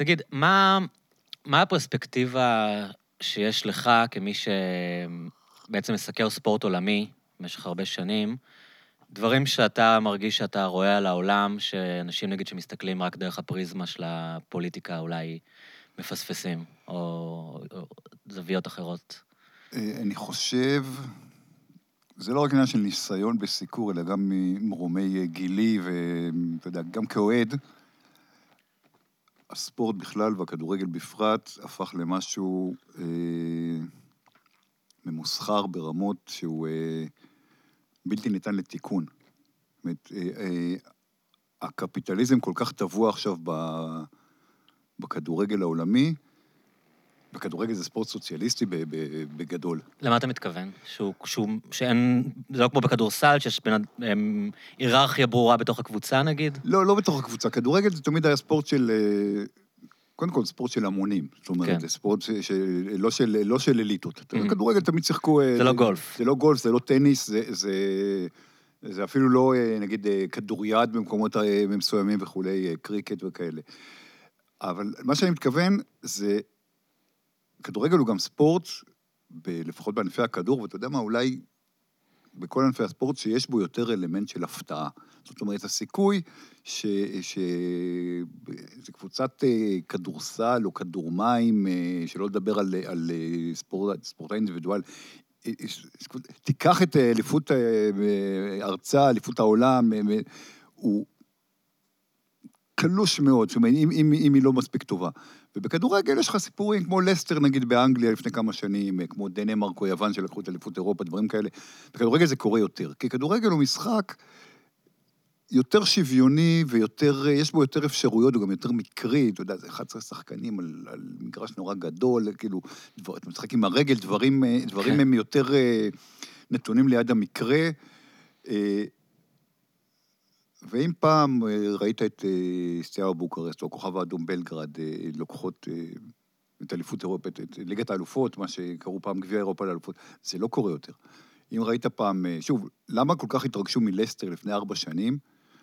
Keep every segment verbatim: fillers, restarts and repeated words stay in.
תגיד, מה, מה הפרספקטיבה שיש לך כמי שבעצם מסקר ספורט עולמי במשך הרבה שנים, דברים שאתה מרגיש שאתה רואה על העולם, שאנשים נגיד שמסתכלים רק דרך הפריזמה של הפוליטיקה אולי מפספסים, או, או זוויות אחרות? אני חושב, זה לא רק עניין של ניסיון בסיקור, אלא גם ממרומי גילי, ואתה יודע, גם כאוהד, הספורט בכלל והכדורגל בפרט הפך למשהו אה, ממוסחר ברמות שהוא אה, בלתי ניתן לתיקון. זאת אומרת, אה, אה, הקפיטליזם כל כך טבוע עכשיו ב, בכדורגל העולמי, בכדורגל זה ספורט סוציאליסטי בגדול. למה אתה מתכוון? שהוא, שהוא, שאין, זה לא כמו בכדורסל, שיש בין היררכיה ברורה בתוך הקבוצה, נגיד? לא, לא בתוך הקבוצה. כדורגל זה תמיד היה ספורט של, קודם כל, ספורט של המונים. זאת אומרת, כן. זה ספורט של, לא של, לא של אליטות. Mm-hmm. כדורגל תמיד שיחקו... זה לא גולף. זה לא גולף, זה לא טניס, זה, זה, זה אפילו לא, נגיד, כדוריד במקומות מסוימים וכולי, קריקט וכאלה. אבל מה שאני מתכוון זה... כדורגל הוא גם ספורט, ב- לפחות בענפי הכדור, ואתה יודע מה, אולי בכל ענפי הספורט שיש בו יותר אלמנט של הפתעה. זאת אומרת, הסיכוי ש... ש... זה קבוצת כדורסל או כדורמים, שלא לדבר על, על ספורט, ספורטאי אינדיבידואל, תיקח את אליפות ארצה, אליפות העולם, הוא קלוש מאוד, זאת אומרת, אם, אם, אם היא לא מספיק טובה. ובכדורגל יש לך סיפורים כמו לסטר, נגיד, באנגליה לפני כמה שנים, כמו דנמרק או יוון שלקחו את אליפות אירופה, דברים כאלה. בכדורגל זה קורה יותר, כי כדורגל הוא משחק יותר שוויוני ויותר, יש בו יותר אפשרויות, הוא גם יותר מקרי, אתה יודע, זה אחד עשר שחקנים על, על מגרש נורא גדול, כאילו, דבר, אתה משחק עם הרגל, דברים, דברים הם יותר נתונים ליד המקרה, ואם פעם ראית את סטיאבה בוקרשט, או הכוכב האדום בלגרד, לוקחות את אליפות אירופה, את ליגת האלופות, מה שקראו פעם גביע אירופה לאלופות, זה לא קורה יותר. אם ראית פעם, שוב, למה כל כך התרגשו מלסטר לפני ארבע שנים,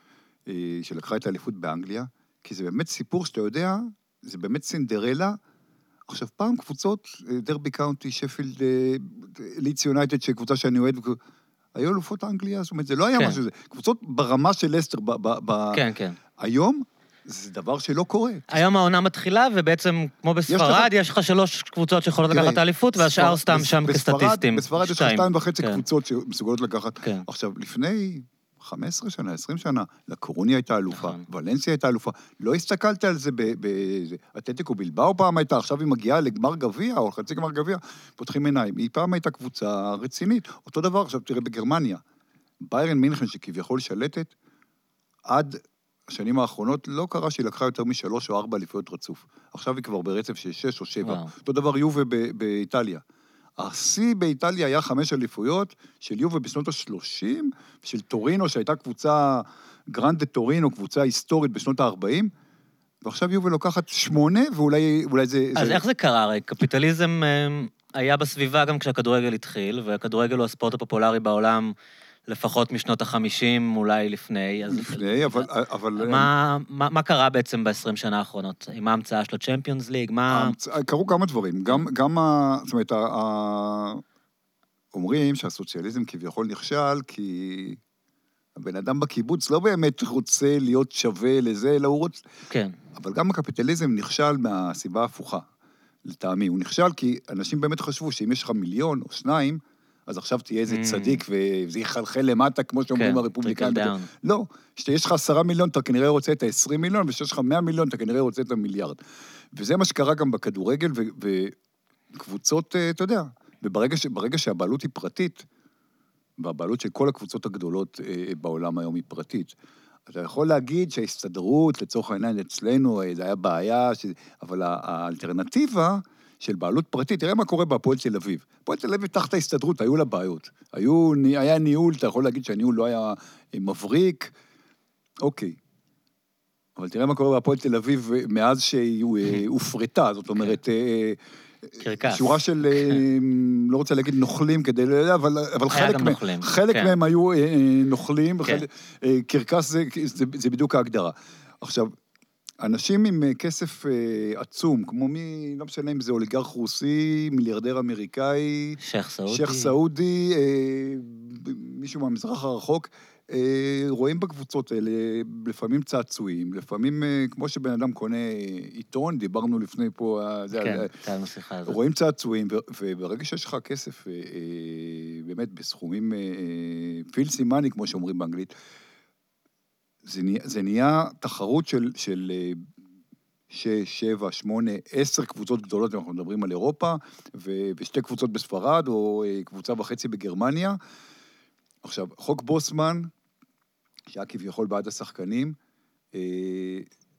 שלקחה את האליפות באנגליה? כי זה באמת סיפור שאתה יודע, זה באמת סינדרלה. עכשיו, פעם קבוצות, דרבי קאונטי, שפילד, לידס יונייטד, שקבוצה שאני אוהד, היו אלופות האנגליה, זאת אומרת, זה לא היה משהו, זה קבוצות ברמה של לסטר, כן, כן. היום, זה דבר שלא קורה. היום העונה מתחילה, ובעצם, כמו בספרד, יש לך שלוש קבוצות שיכולות לקחת האליפות, והשאר סתם שם כסטטיסטים. בספרד יש לך שתיים וחצי קבוצות שמסוגלות לקחת. עכשיו, לפני חמש עשרה שנה, עשרים שנה, לקורוניה הייתה אלופה, ולנסיה הייתה אלופה. לא הסתכלת על זה באתלטיקו בלבאו פעם הייתה, עכשיו היא מגיעה לגמר גביע, או חצי גמר גביע, פותחים עיניים. היא פעם הייתה קבוצה רצינית. אותו דבר, עכשיו תראה בגרמניה, ביירן מינכן שכביכול שלטת, עד השנים האחרונות לא קרה שהיא לקחה יותר משלוש או ארבע אליפויות רצוף. עכשיו היא כבר ברצף של שש או שבע. אותו דבר יובה באיטליה. השיא באיטליה היה חמש אליפויות של יובה בשנות ה-שלושים, של טורינו, שהייתה קבוצה גרנדה טורינו, קבוצה היסטורית בשנות ה-ארבעים, ועכשיו יובה לוקחת שמונה, ואולי אולי זה... אז זה... איך זה קרה? הרי קפיטליזם היה בסביבה גם כשהכדורגל התחיל, והכדורגל הוא הספורט הפופולרי בעולם, לפחות משנות החמישים, אולי לפני. לפני, אבל... אבל... מה, מה, מה קרה בעצם ב-עשרים שנה האחרונות? עם ההמצאה של הצ'מפיונס ליג? מה... קרו כמה דברים. גם, גם ה... זאת אומרת, ה... אומרים שהסוציאליזם כביכול נכשל, כי הבן אדם בקיבוץ לא באמת רוצה להיות שווה לזה, אלא הוא רוצה... כן. אבל גם הקפיטליזם נכשל מהסיבה ההפוכה, לטעמי. הוא נכשל כי אנשים באמת חשבו שאם יש לך מיליון או שניים, אז עכשיו תהיה איזה צדיק, וזה יחלחל למטה, כמו שאומרים הרפובליקאים. לא, שיש לך עשרה מיליון, אתה כנראה רוצה את ה-עשרים מיליון, ושיש לך מאה מיליון, אתה כנראה רוצה את המיליארד. וזה מה שקרה גם בכדורגל, וקבוצות, אתה יודע, וברגע שהבעלות היא פרטית, והבעלות של כל הקבוצות הגדולות בעולם היום היא פרטית, אתה יכול להגיד שההסתדרות, לצורך העניין אצלנו, זה היה בעיה, אבל האלטרנטיבה, של בעלות פרטית, תראה מה קורה בהפועל תל אביב. הפועל תל אביב תחת ההסתדרות, היו לה בעיות. היו, היה ניהול, אתה יכול להגיד שהניהול לא היה מבריק, אוקיי. אבל תראה מה קורה בהפועל תל אביב מאז שהיא הופרטה, זאת אומרת, שורה של, לא רוצה להגיד נוכלים כדי לדעת, אבל חלק מהם היו נוכלים, קרקס זה בדיוק ההגדרה. עכשיו, אנשים עם כסף עצום, כמו מי, לא משנה אם זה אוליגרך רוסי, מיליארדר אמריקאי, שייח סעודי, שייח סעודי, מישהו מהמזרח הרחוק, רואים בקבוצות האלה לפעמים צעצועים, לפעמים כמו שבן אדם קונה עיתון, דיברנו לפני פה, כן, תעלנו שיחה הזאת. רואים צעצועים, וברגע שיש לך כסף, באמת בסכומים פילסי מאני, כמו שאומרים באנגלית, זה נהיה, זה נהיה תחרות של, של שש, שבע, שמונה, עשר קבוצות גדולות, אנחנו מדברים על אירופה, ו, ושתי קבוצות בספרד, או קבוצה וחצי בגרמניה. עכשיו, חוק בוסמן, שהיה כביכול בעד השחקנים, אה,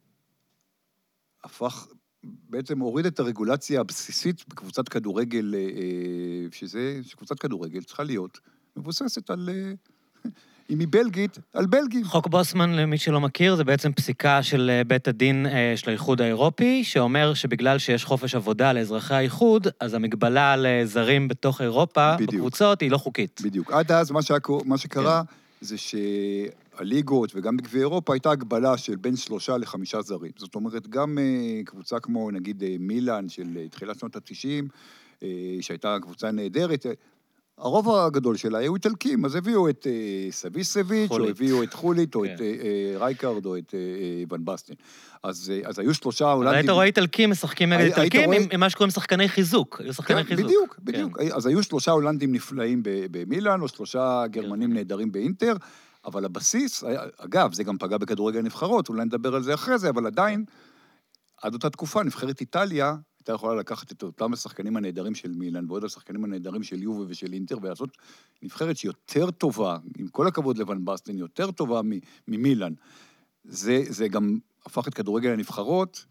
הפך, בעצם הוריד את הרגולציה הבסיסית בקבוצת כדורגל, אה, שזה, שקבוצת כדורגל צריכה להיות מבוססת על... אה, אם היא בלגית, על בלגים. חוק בוסמן, למי שלא מכיר, זה בעצם פסיקה של בית הדין של האיחוד האירופי, שאומר שבגלל שיש חופש עבודה לאזרחי האיחוד, אז המגבלה לזרים בתוך אירופה, בדיוק. בקבוצות, היא לא חוקית. בדיוק. עד אז, מה, שהיה, מה שקרה, כן. זה שהליגות וגם בגביע אירופה, הייתה הגבלה של בין שלושה לחמישה זרים. זאת אומרת, גם קבוצה כמו, נגיד, מילאן, של תחילת שנות ה-תשעים, שהייתה קבוצה נהדרת, הרוב הגדול שלה היו איטלקים, אז הביאו את סביסביץ', או הביאו את חולית, או את רייקארד, או את ון בסטן. אז היו שלושה הולנדים... היית רואה איטלקים משחקים נגד איטלקים, עם מה שקוראים שחקני חיזוק. בדיוק, בדיוק. אז היו שלושה הולנדים נפלאים במילאן, או שלושה גרמנים נהדרים באינטר, אבל הבסיס, אגב, זה גם פגע בכדורגל הנבחרות, אולי נדבר על זה אחרי זה, אבל עדיין, עד אותה תקופה, נבחרת איטליה, הייתה יכולה לקחת את אותם השחקנים הנהדרים של מילאן, ועוד השחקנים הנהדרים של יובה ושל אינטר, ולעשות נבחרת שהיא יותר טובה, עם כל הכבוד לבן בסטן, יותר טובה ממילאן. זה, זה גם הפך את כדורגל הנבחרות,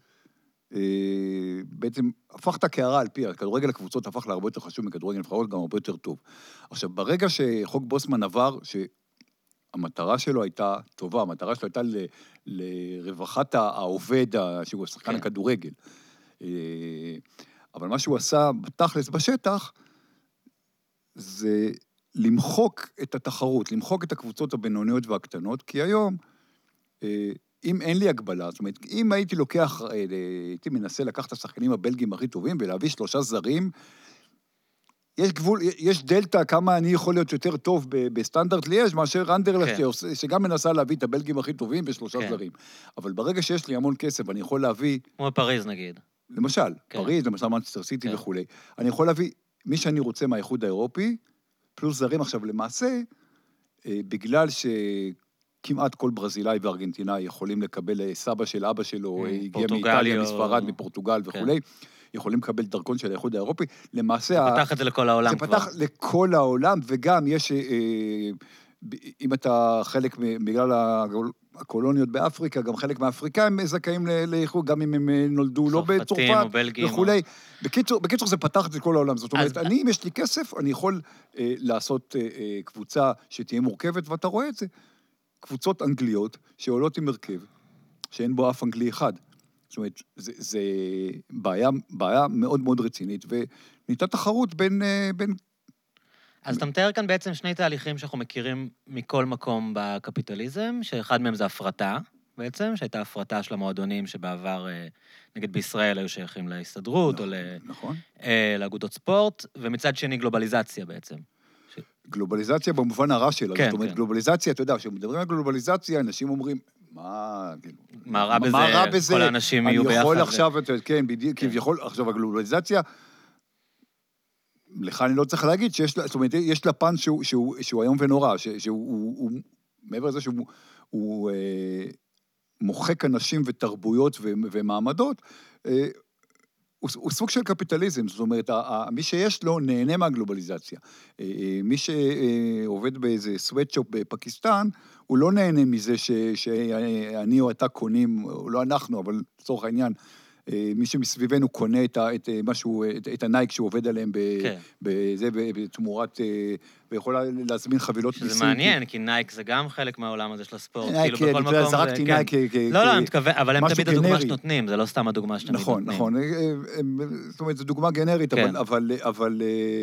בעצם הפך את הקערה על פי, כדורגל הקבוצות הפך להרבה יותר חשוב מכדורגל הנבחרות, גם הרבה יותר טוב. עכשיו, ברגע שחוק בוסמן עבר, שהמטרה שלו הייתה טובה, המטרה שלו הייתה ל, לרווחת העובד, שהוא השחקן כן. הכדורגל, אבל מה שהוא עשה בתכלס בשטח, זה למחוק את התחרות, למחוק את הקבוצות הבינוניות והקטנות, כי היום, אם אין לי הגבלה, זאת אומרת, אם הייתי לוקח, הייתי מנסה לקחת את השחקנים הבלגים הכי טובים, ולהביא שלושה זרים, יש גבול, יש דלטה כמה אני יכול להיות יותר טוב בסטנדרט ליאז' מאשר אנדרלכט, כן. שגם מנסה להביא את הבלגים הכי טובים ושלושה כן. זרים. אבל ברגע שיש לי המון כסף, אני יכול להביא... כמו בפריז נגיד. למשל, כן. פריז, למשל מנצ'סטר סיטי כן. וכו'. אני יכול להביא מי שאני רוצה מהאיחוד האירופי, פלוס זרים עכשיו למעשה, בגלל שכמעט כל ברזילאי וארגנטינאי יכולים לקבל סבא של אבא שלו, הגיע מאיטליה, מספרד, מפורטוגל וכו', יכולים לקבל דרכון של האיחוד האירופי. למעשה... זה פתח את זה לכל העולם כבר. זה פתח לכל העולם, וגם יש... אם אתה חלק, בגלל הקולוניות באפריקה, גם חלק מהאפריקאים זכאים לאיחוד, גם אם הם נולדו לא בצרפת וכולי. בקיצור, בקיצור זה פתח את כל העולם. זאת אומרת, אני, אם יש לי כסף, אני יכול לעשות קבוצה שתהיה מורכבת, ואתה רואה את זה. קבוצות אנגליות שעולות עם מרכב, שאין בו אף אנגלי אחד. זאת אומרת, זה, זה בעיה, בעיה מאוד מאוד רצינית, וניתה תחרות בין, בין אז אתה מתאר כאן בעצם שני תהליכים שאנחנו מכירים מכל מקום בקפיטליזם, שאחד מהם זה הפרטה, בעצם, שהייתה הפרטה של המועדונים שבעבר, נגד בישראל, היו שייכים להסתדרות, נכון, או נכון. לאגודות ספורט, ומצד שני גלובליזציה בעצם. ש... גלובליזציה במובן הרע שלה, כן, זאת אומרת, כן. גלובליזציה, אתה יודע, כשמדברים על גלובליזציה, אנשים אומרים, מה, מה רע בזה, מה רע בזה? כל האנשים יהיו ביחד. אני יכול עכשיו, כן, בדיוק, כן. כביכול, עכשיו הגלובליזציה, לך אני לא צריך להגיד שיש לה, זאת אומרת, יש לה פן שהוא, שהוא, שהוא היום ונורא, שהוא, הוא, הוא, מעבר לזה שהוא, הוא אה, מוחק אנשים ותרבויות ו, ומעמדות, אה, הוא, הוא סוג של קפיטליזם, זאת אומרת, מי שיש לו נהנה מהגלובליזציה. אה, מי שעובד באיזה סווטשופ בפקיסטן, הוא לא נהנה מזה ש, שאני או אתה קונים, לא אנחנו, אבל לצורך העניין, מי שמסביבנו קונה את, את משהו, את, את הנייק שהוא עובד עליהם כן. בזה, בתמורת, ויכולה להזמין חבילות שזה ניסים. מעניין, כי נייק זה גם חלק מהעולם הזה של הספורט. נייק, כאילו בכל מקום זרקתי נייק כ... לא, לא, אני מתכוון, אבל הם תמיד הדוגמה שנותנים, זה לא סתם הדוגמה שתמיד נכון, נותנים. נכון, נכון. זאת אומרת, זו דוגמה גנרית, כן. אבל, אבל, אבל...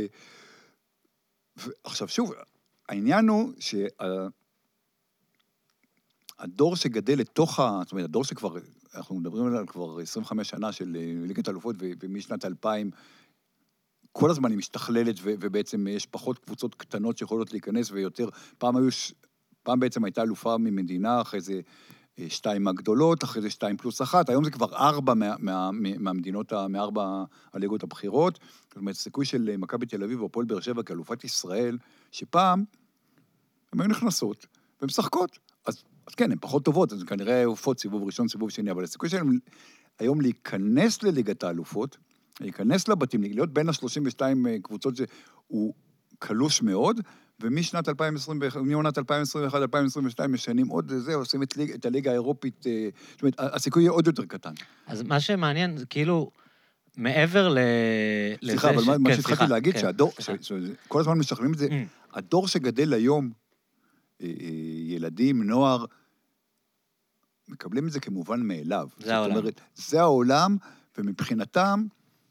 עכשיו, שוב, העניין הוא שהדור שגדל לתוך ה... זאת אומרת, הדור שכבר... אנחנו מדברים על כבר עשרים וחמש שנה של ליגת האלופות, ומשנת אלפיים, כל הזמן היא משתכללת, ובעצם יש פחות קבוצות קטנות שיכולות להיכנס, ויותר, פעם היו, פעם בעצם הייתה אלופה ממדינה, אחרי זה שתיים הגדולות, אחרי זה שתיים פלוס אחת, היום זה כבר ארבע מה, מה, מהמדינות, מארבע הליגות הבחירות, זאת אומרת, סיכוי של מכבי תל אביב והפועל באר שבע כאלופת ישראל, שפעם הן היו נכנסות ומשחקות, אז, אז כן, הן פחות טובות, אז כנראה אלופות סיבוב ראשון, סיבוב שני, אבל הסיכוי שלהם היום להיכנס לליגת האלופות, להיכנס לבתים, להיות בין ה-שלושים ושתיים קבוצות שהוא קלוש מאוד, ומשנת אלפיים עשרים ואחת, מעונת אלפיים עשרים ואחת עד אלפיים עשרים ושתיים משנים עוד זה, עושים את, ליג, את הליגה האירופית, זאת אומרת, הסיכוי יהיה עוד יותר קטן. אז מה שמעניין, זה כאילו, מעבר ל... סליחה, אבל מה שהתחלתי להגיד, שהדור, כל הזמן משחררים את זה, הדור שגדל היום, ילדים, נוער, מקבלים את זה כמובן מאליו. זה העולם. זאת אומרת, זה העולם, ומבחינתם,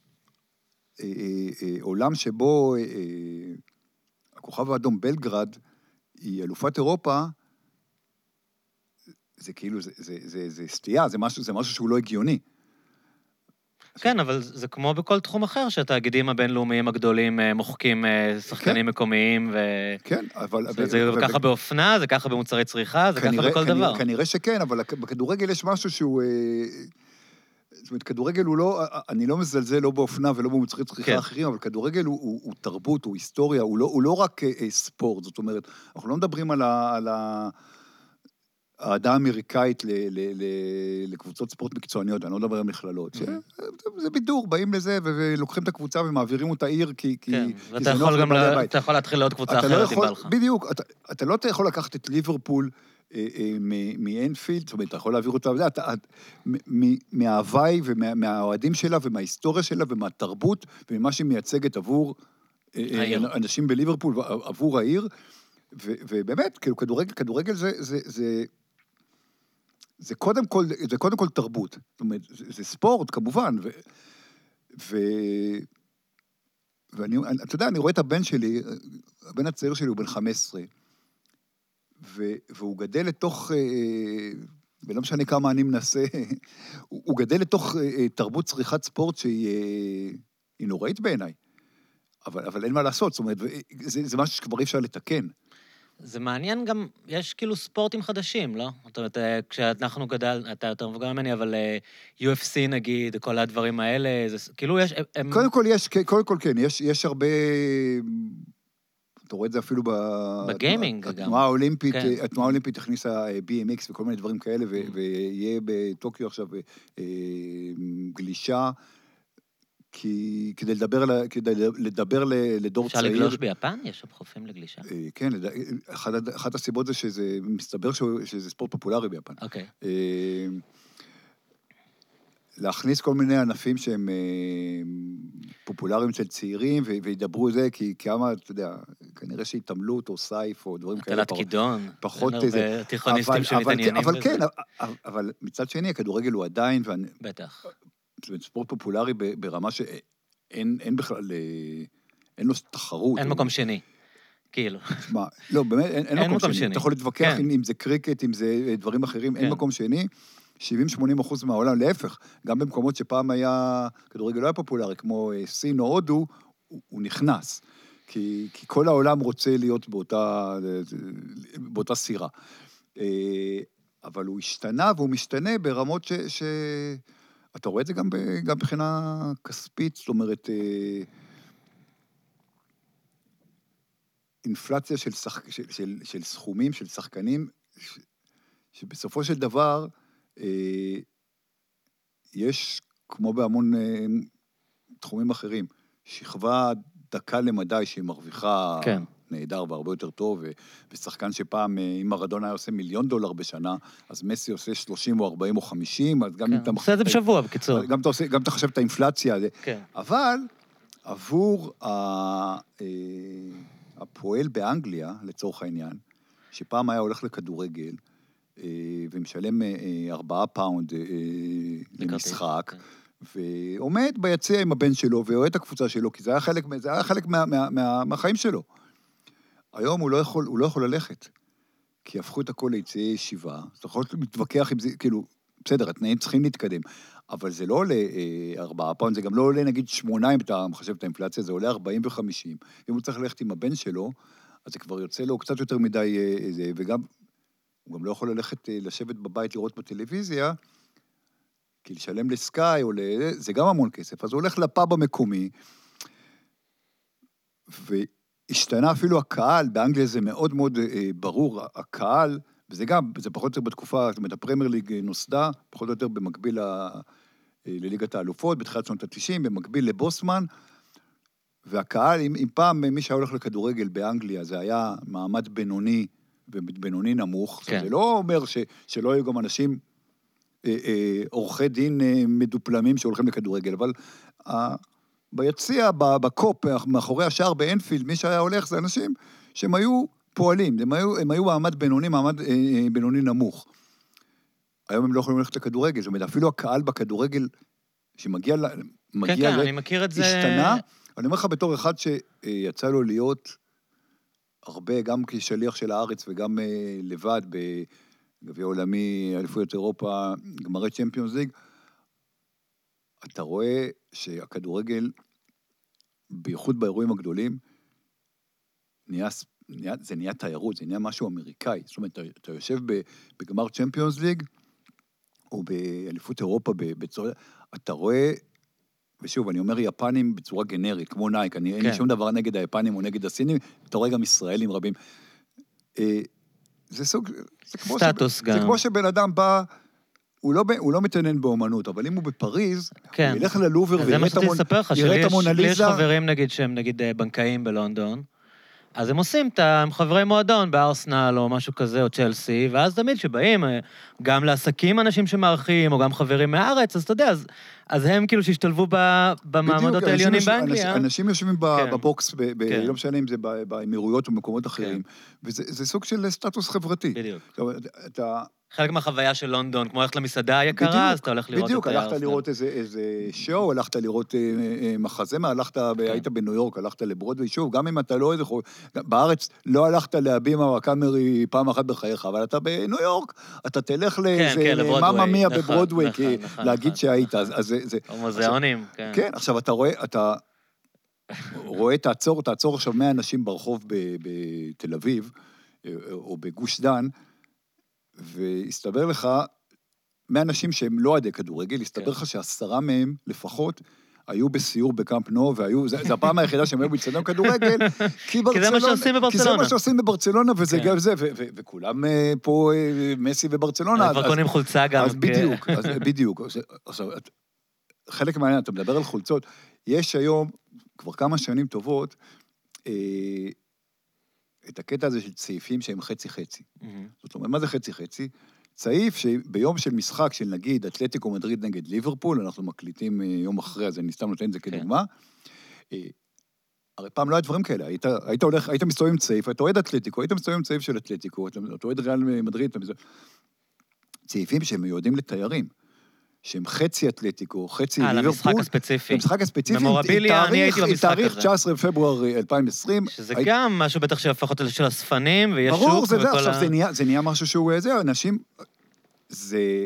עולם שבו הכוכב האדום בלגרד היא אלופת אירופה, זה כאילו, זה, זה, זה, זה סטייה, זה משהו, זה משהו שהוא לא הגיוני. כן, אבל זה כמו בכל תחום אחר, שהתאגידים הבינלאומיים הגדולים מוחקים שחקנים מקומיים, ו... כן, אבל... זה ככה באופנה, זה ככה במוצרי צריכה, זה ככה בכל דבר. כנראה שכן, אבל בכדורגל יש משהו שהוא... זאת אומרת, כדורגל הוא לא... אני לא מזלזל לא באופנה ולא במוצרי צריכה אחרים, אבל כדורגל הוא תרבות, הוא היסטוריה, הוא לא רק ספורט. זאת אומרת, אנחנו לא מדברים על ה... העדה האמריקאית לקבוצות ספורט מקצועניות, אני לא מדבר על מכללות, זה בידור, באים לזה ולוקחים את הקבוצה ומעבירים אותה עיר, כי זה נוח לבעלי הבית. אתה יכול להתחיל לעוד קבוצה אחרת עם בלך. בדיוק, אתה לא יכול לקחת את ליברפול מאנפילד, זאת אומרת, אתה יכול להעביר אותה, מההוואי ומהאוהדים שלה ומההיסטוריה שלה ומהתרבות וממה שהיא מייצגת עבור אנשים בליברפול, עבור העיר, ובאמת, כדורגל, כדורגל זה, זה, זה, זה קודם כל, זה קודם כל תרבות. זאת אומרת, זה, זה ספורט, כמובן, ו, ו, ואני, אתה יודע, אני רואה את הבן שלי, הבן הצעיר שלי הוא בן חמש עשרה, ו, והוא גדל לתוך, ולא משנה כמה אני מנסה, הוא, הוא גדל לתוך תרבות צריכת ספורט שהיא נוראית בעיניי. אבל, אבל אין מה לעשות, זאת אומרת, זה, זה משהו שכבר אי אפשר לתקן. זה מעניין גם, יש כאילו ספורטים חדשים, לא? זאת אומרת, כשאנחנו גדל, אתה יותר מבוגר ממני, אבל יו אף סי נגיד, כל הדברים האלה, זה, כאילו יש... הם... קודם כל יש, קודם כל כן, יש, יש הרבה... אתה רואה את זה אפילו ב... בגיימינג גם. התנועה האולימפית, כן. התנועה האולימפית הכניסה בי אם אקס וכל מיני דברים כאלה, ו, ויהיה בטוקיו עכשיו גלישה, כי כדי לדבר, כדי לדבר לדור צעיר... אפשר לגלוש ביפן? יש שם חופים לגלישה? כן, אחת הסיבות זה שזה מסתבר שזה ספורט פופולרי ביפן. אוקיי. להכניס כל מיני ענפים שהם פופולריים של צעירים, וידברו זה, כי כמה, אתה יודע, כנראה שהתעמלות או סייף או דברים כאלה. הטלת כידון. פחות איזה... תיכוניסטים שמתעניינים בזה. אבל כן, אבל מצד שני, הכדורגל הוא עדיין... בטח. זאת אומרת, ספורט פופולרי ברמה שאין אין בכלל, אין לו תחרות. אין מקום שני, כאילו. מה, לא, באמת, אין, אין, אין מקום שני. שני. אתה יכול להתווכח כן. אם, אם זה קריקט, אם זה דברים אחרים, כן. אין מקום שני. שבעים שמונים אחוז מהעולם, להפך. גם במקומות שפעם היה, כדורגל לא היה פופולרי, כמו סין או הודו, הוא, הוא נכנס. כי, כי כל העולם רוצה להיות באותה, באותה סירה. אבל הוא השתנה, והוא משתנה ברמות ש... ש... אתה רואה את זה גם, גם מבחינה כספית, זאת אומרת, אינפלציה של, שח, של, של, של סכומים, של שחקנים, ש, שבסופו של דבר, יש, כמו בהמון תחומים אחרים, שכבה דקה למדי שהיא מרוויחה כן. נהדר והרבה יותר טוב, ושחקן שפעם, אם מרדונה היה עושה מיליון דולר בשנה, אז מסי עושה שלושים או ארבעים או חמישים, אז גם כן. אם אתה... עושה את זה בשבוע, בקיצור. גם אתה, עושה, גם אתה חושב את האינפלציה. כן. אבל עבור ה... הפועל באנגליה, לצורך העניין, שפעם היה הולך לכדורגל, ומשלם ארבעה פאונד למשחק, ועומד ביציע עם הבן שלו, ואוהד את הקבוצה שלו, כי זה היה חלק, זה היה חלק מה, מה, מה, מהחיים שלו. היום הוא לא יכול, הוא לא יכול ללכת, כי הפכו את הכל ליציעי ישיבה, אתה יכול להתווכח עם זה, כאילו, בסדר, התנאים צריכים להתקדם, אבל זה לא עולה ארבעה פאונד, זה גם לא עולה נגיד שמונה, אם אתה מחשב את האינפלציה, זה עולה ארבעים וחמישים. אם הוא צריך ללכת עם הבן שלו, אז זה כבר יוצא לו קצת יותר מדי, וגם, הוא גם לא יכול ללכת לשבת בבית לראות בטלוויזיה, כי לשלם לסקאי, או ל... זה גם המון כסף, אז הוא הולך לפאב המקומי, והשתנה אפילו הקהל, באנגליה זה מאוד מאוד ברור, הקהל, וזה גם, זה פחות או יותר בתקופה, זאת אומרת, הפרמייר ליג נוסדה, פחות או יותר במקביל ל... לליגת האלופות, בתחילת שנות ה-תשעים, במקביל לבוסמן, והקהל, אם, אם פעם מי שהיה הולך לכדורגל באנגליה, זה היה מעמד בינוני, ובינוני נמוך, כן. זה לא אומר ש, שלא היו גם אנשים, אה, אה, עורכי דין אה, מדופלמים שהולכים לכדורגל, אבל אה, ביציע, בקופ, מאחורי השער באנפילד, מי שהיה הולך זה אנשים שהם היו פועלים, הם היו, הם היו מעמד בינוני, מעמד אה, בינוני נמוך. היום הם לא יכולים ללכת לכדורגל, זאת אומרת, אפילו הקהל בכדורגל, שמגיע, מגיע כן, כן, אני מכיר את זה. השתנה, אני אומר לך בתור אחד שיצא לו להיות הרבה, גם כשליח של הארץ וגם לבד, בגביע עולמי, אליפויות אירופה, גמרי צ'מפיונס ליג, אתה רואה שהכדורגל, בייחוד באירועים הגדולים, נהיה, נהיה, זה נהיה תיירות, זה נהיה משהו אמריקאי. זאת אומרת, אתה, אתה יושב בגמר צ'מפיונס ליג, או באליפות אירופה בצורה, אתה רואה, ושוב, אני אומר יפנים בצורה גנרית, כמו נייק, אני, כן. אין לי שום דבר נגד היפנים או נגד הסינים, אתה רואה גם ישראלים רבים. זה סוג, זה כמו, סטטוס ש, גם. זה כמו שבן אדם בא, הוא לא, הוא לא מתעניין באומנות, אבל אם הוא בפריז, כן. הוא ילך ללובר ויראה את המונליזה. לי יש, לי יש חברים, נגיד, שהם נגיד בנקאים בלונדון, אז הם עושים, הם חברי מועדון בארסנל או משהו כזה, או צ'לסי, ואז תמיד שבאים, גם לעסקים אנשים שמארחים, או גם חברים מהארץ, אז אתה יודע, אז, אז הם כאילו שהשתלבו במעמדות העליונים באנגליה. אנשים יושבים בבוקס, לא משנה אם זה באמירויות או במקומות אחרים, וזה סוג של סטטוס חברתי. בדיוק. חלק מהחוויה של לונדון, כמו הלכת למסעדה היקרה, אז אתה הולך לראות את בדיוק, הלכת לראות איזה שואו, הלכת לראות מחזמר, הלכת, היית בניו יורק, הלכת לברודווי, שוב, גם אם אתה לא איזה, בארץ לא הלכת להבימה הקאמרי פעם אחת בחייך, אבל אתה בניו יורק, אתה תלך לאיזה מאמה מיה בברודווי, להגיד שהיית, אז זה... מוזיאונים, כן. כן, עכשיו אתה רואה, אתה רואה, תעצור, תעצור עכשיו מאה אנשים ברחוב בתל אביב, או בגוש דן, והסתבר לך, מאנשים שהם לא עדי כדורגל, הסתבר לך שעשרה מהם לפחות היו בסיור בקאמפ נו, והיו, זה הפעם היחידה שהם היו בצדדים כדורגל, כי זה מה שעושים בברצלונה. כי זה מה שעושים בברצלונה, וזה גם זה, וכולם פה מסי וברצלונה. כבר קונים חולצה גם. אז בדיוק, אז בדיוק. עכשיו, חלק מעניין, אתה מדבר על חולצות, יש היום, כבר כמה שנים טובות, את הקטע הזה של צעיפים שהם חצי-חצי. זאת אומרת, מה זה חצי-חצי? צעיף שביום של משחק של נגיד אתלטיקו מדריד נגד ליברפול, אנחנו מקליטים יום אחרי, אז אני סתם נותן את זה כדוגמה, הרי פעם לא היה דברים כאלה, היית, היית הולך, היית מסתובב עם צעיף, אתה אוהד אתלטיקו, היית מסתובב עם צעיף של אתלטיקו, אתה אוהד ריאל מדריד, צעיפים שהם מיועדים לתיירים, שהם חצי אתלטיקו, חצי ליברפול. על המשחק הספציפי. המשחק הספציפי. במורביליה, אני הייתי במשחק הזה. תאריך תשעה עשר בפברואר אלפיים ועשרים. שזה גם משהו בטח שהפך אותו של הספנים, ויש שוק. ברור, זה זה, עכשיו זה נהיה משהו שהוא, זה, אנשים, זה...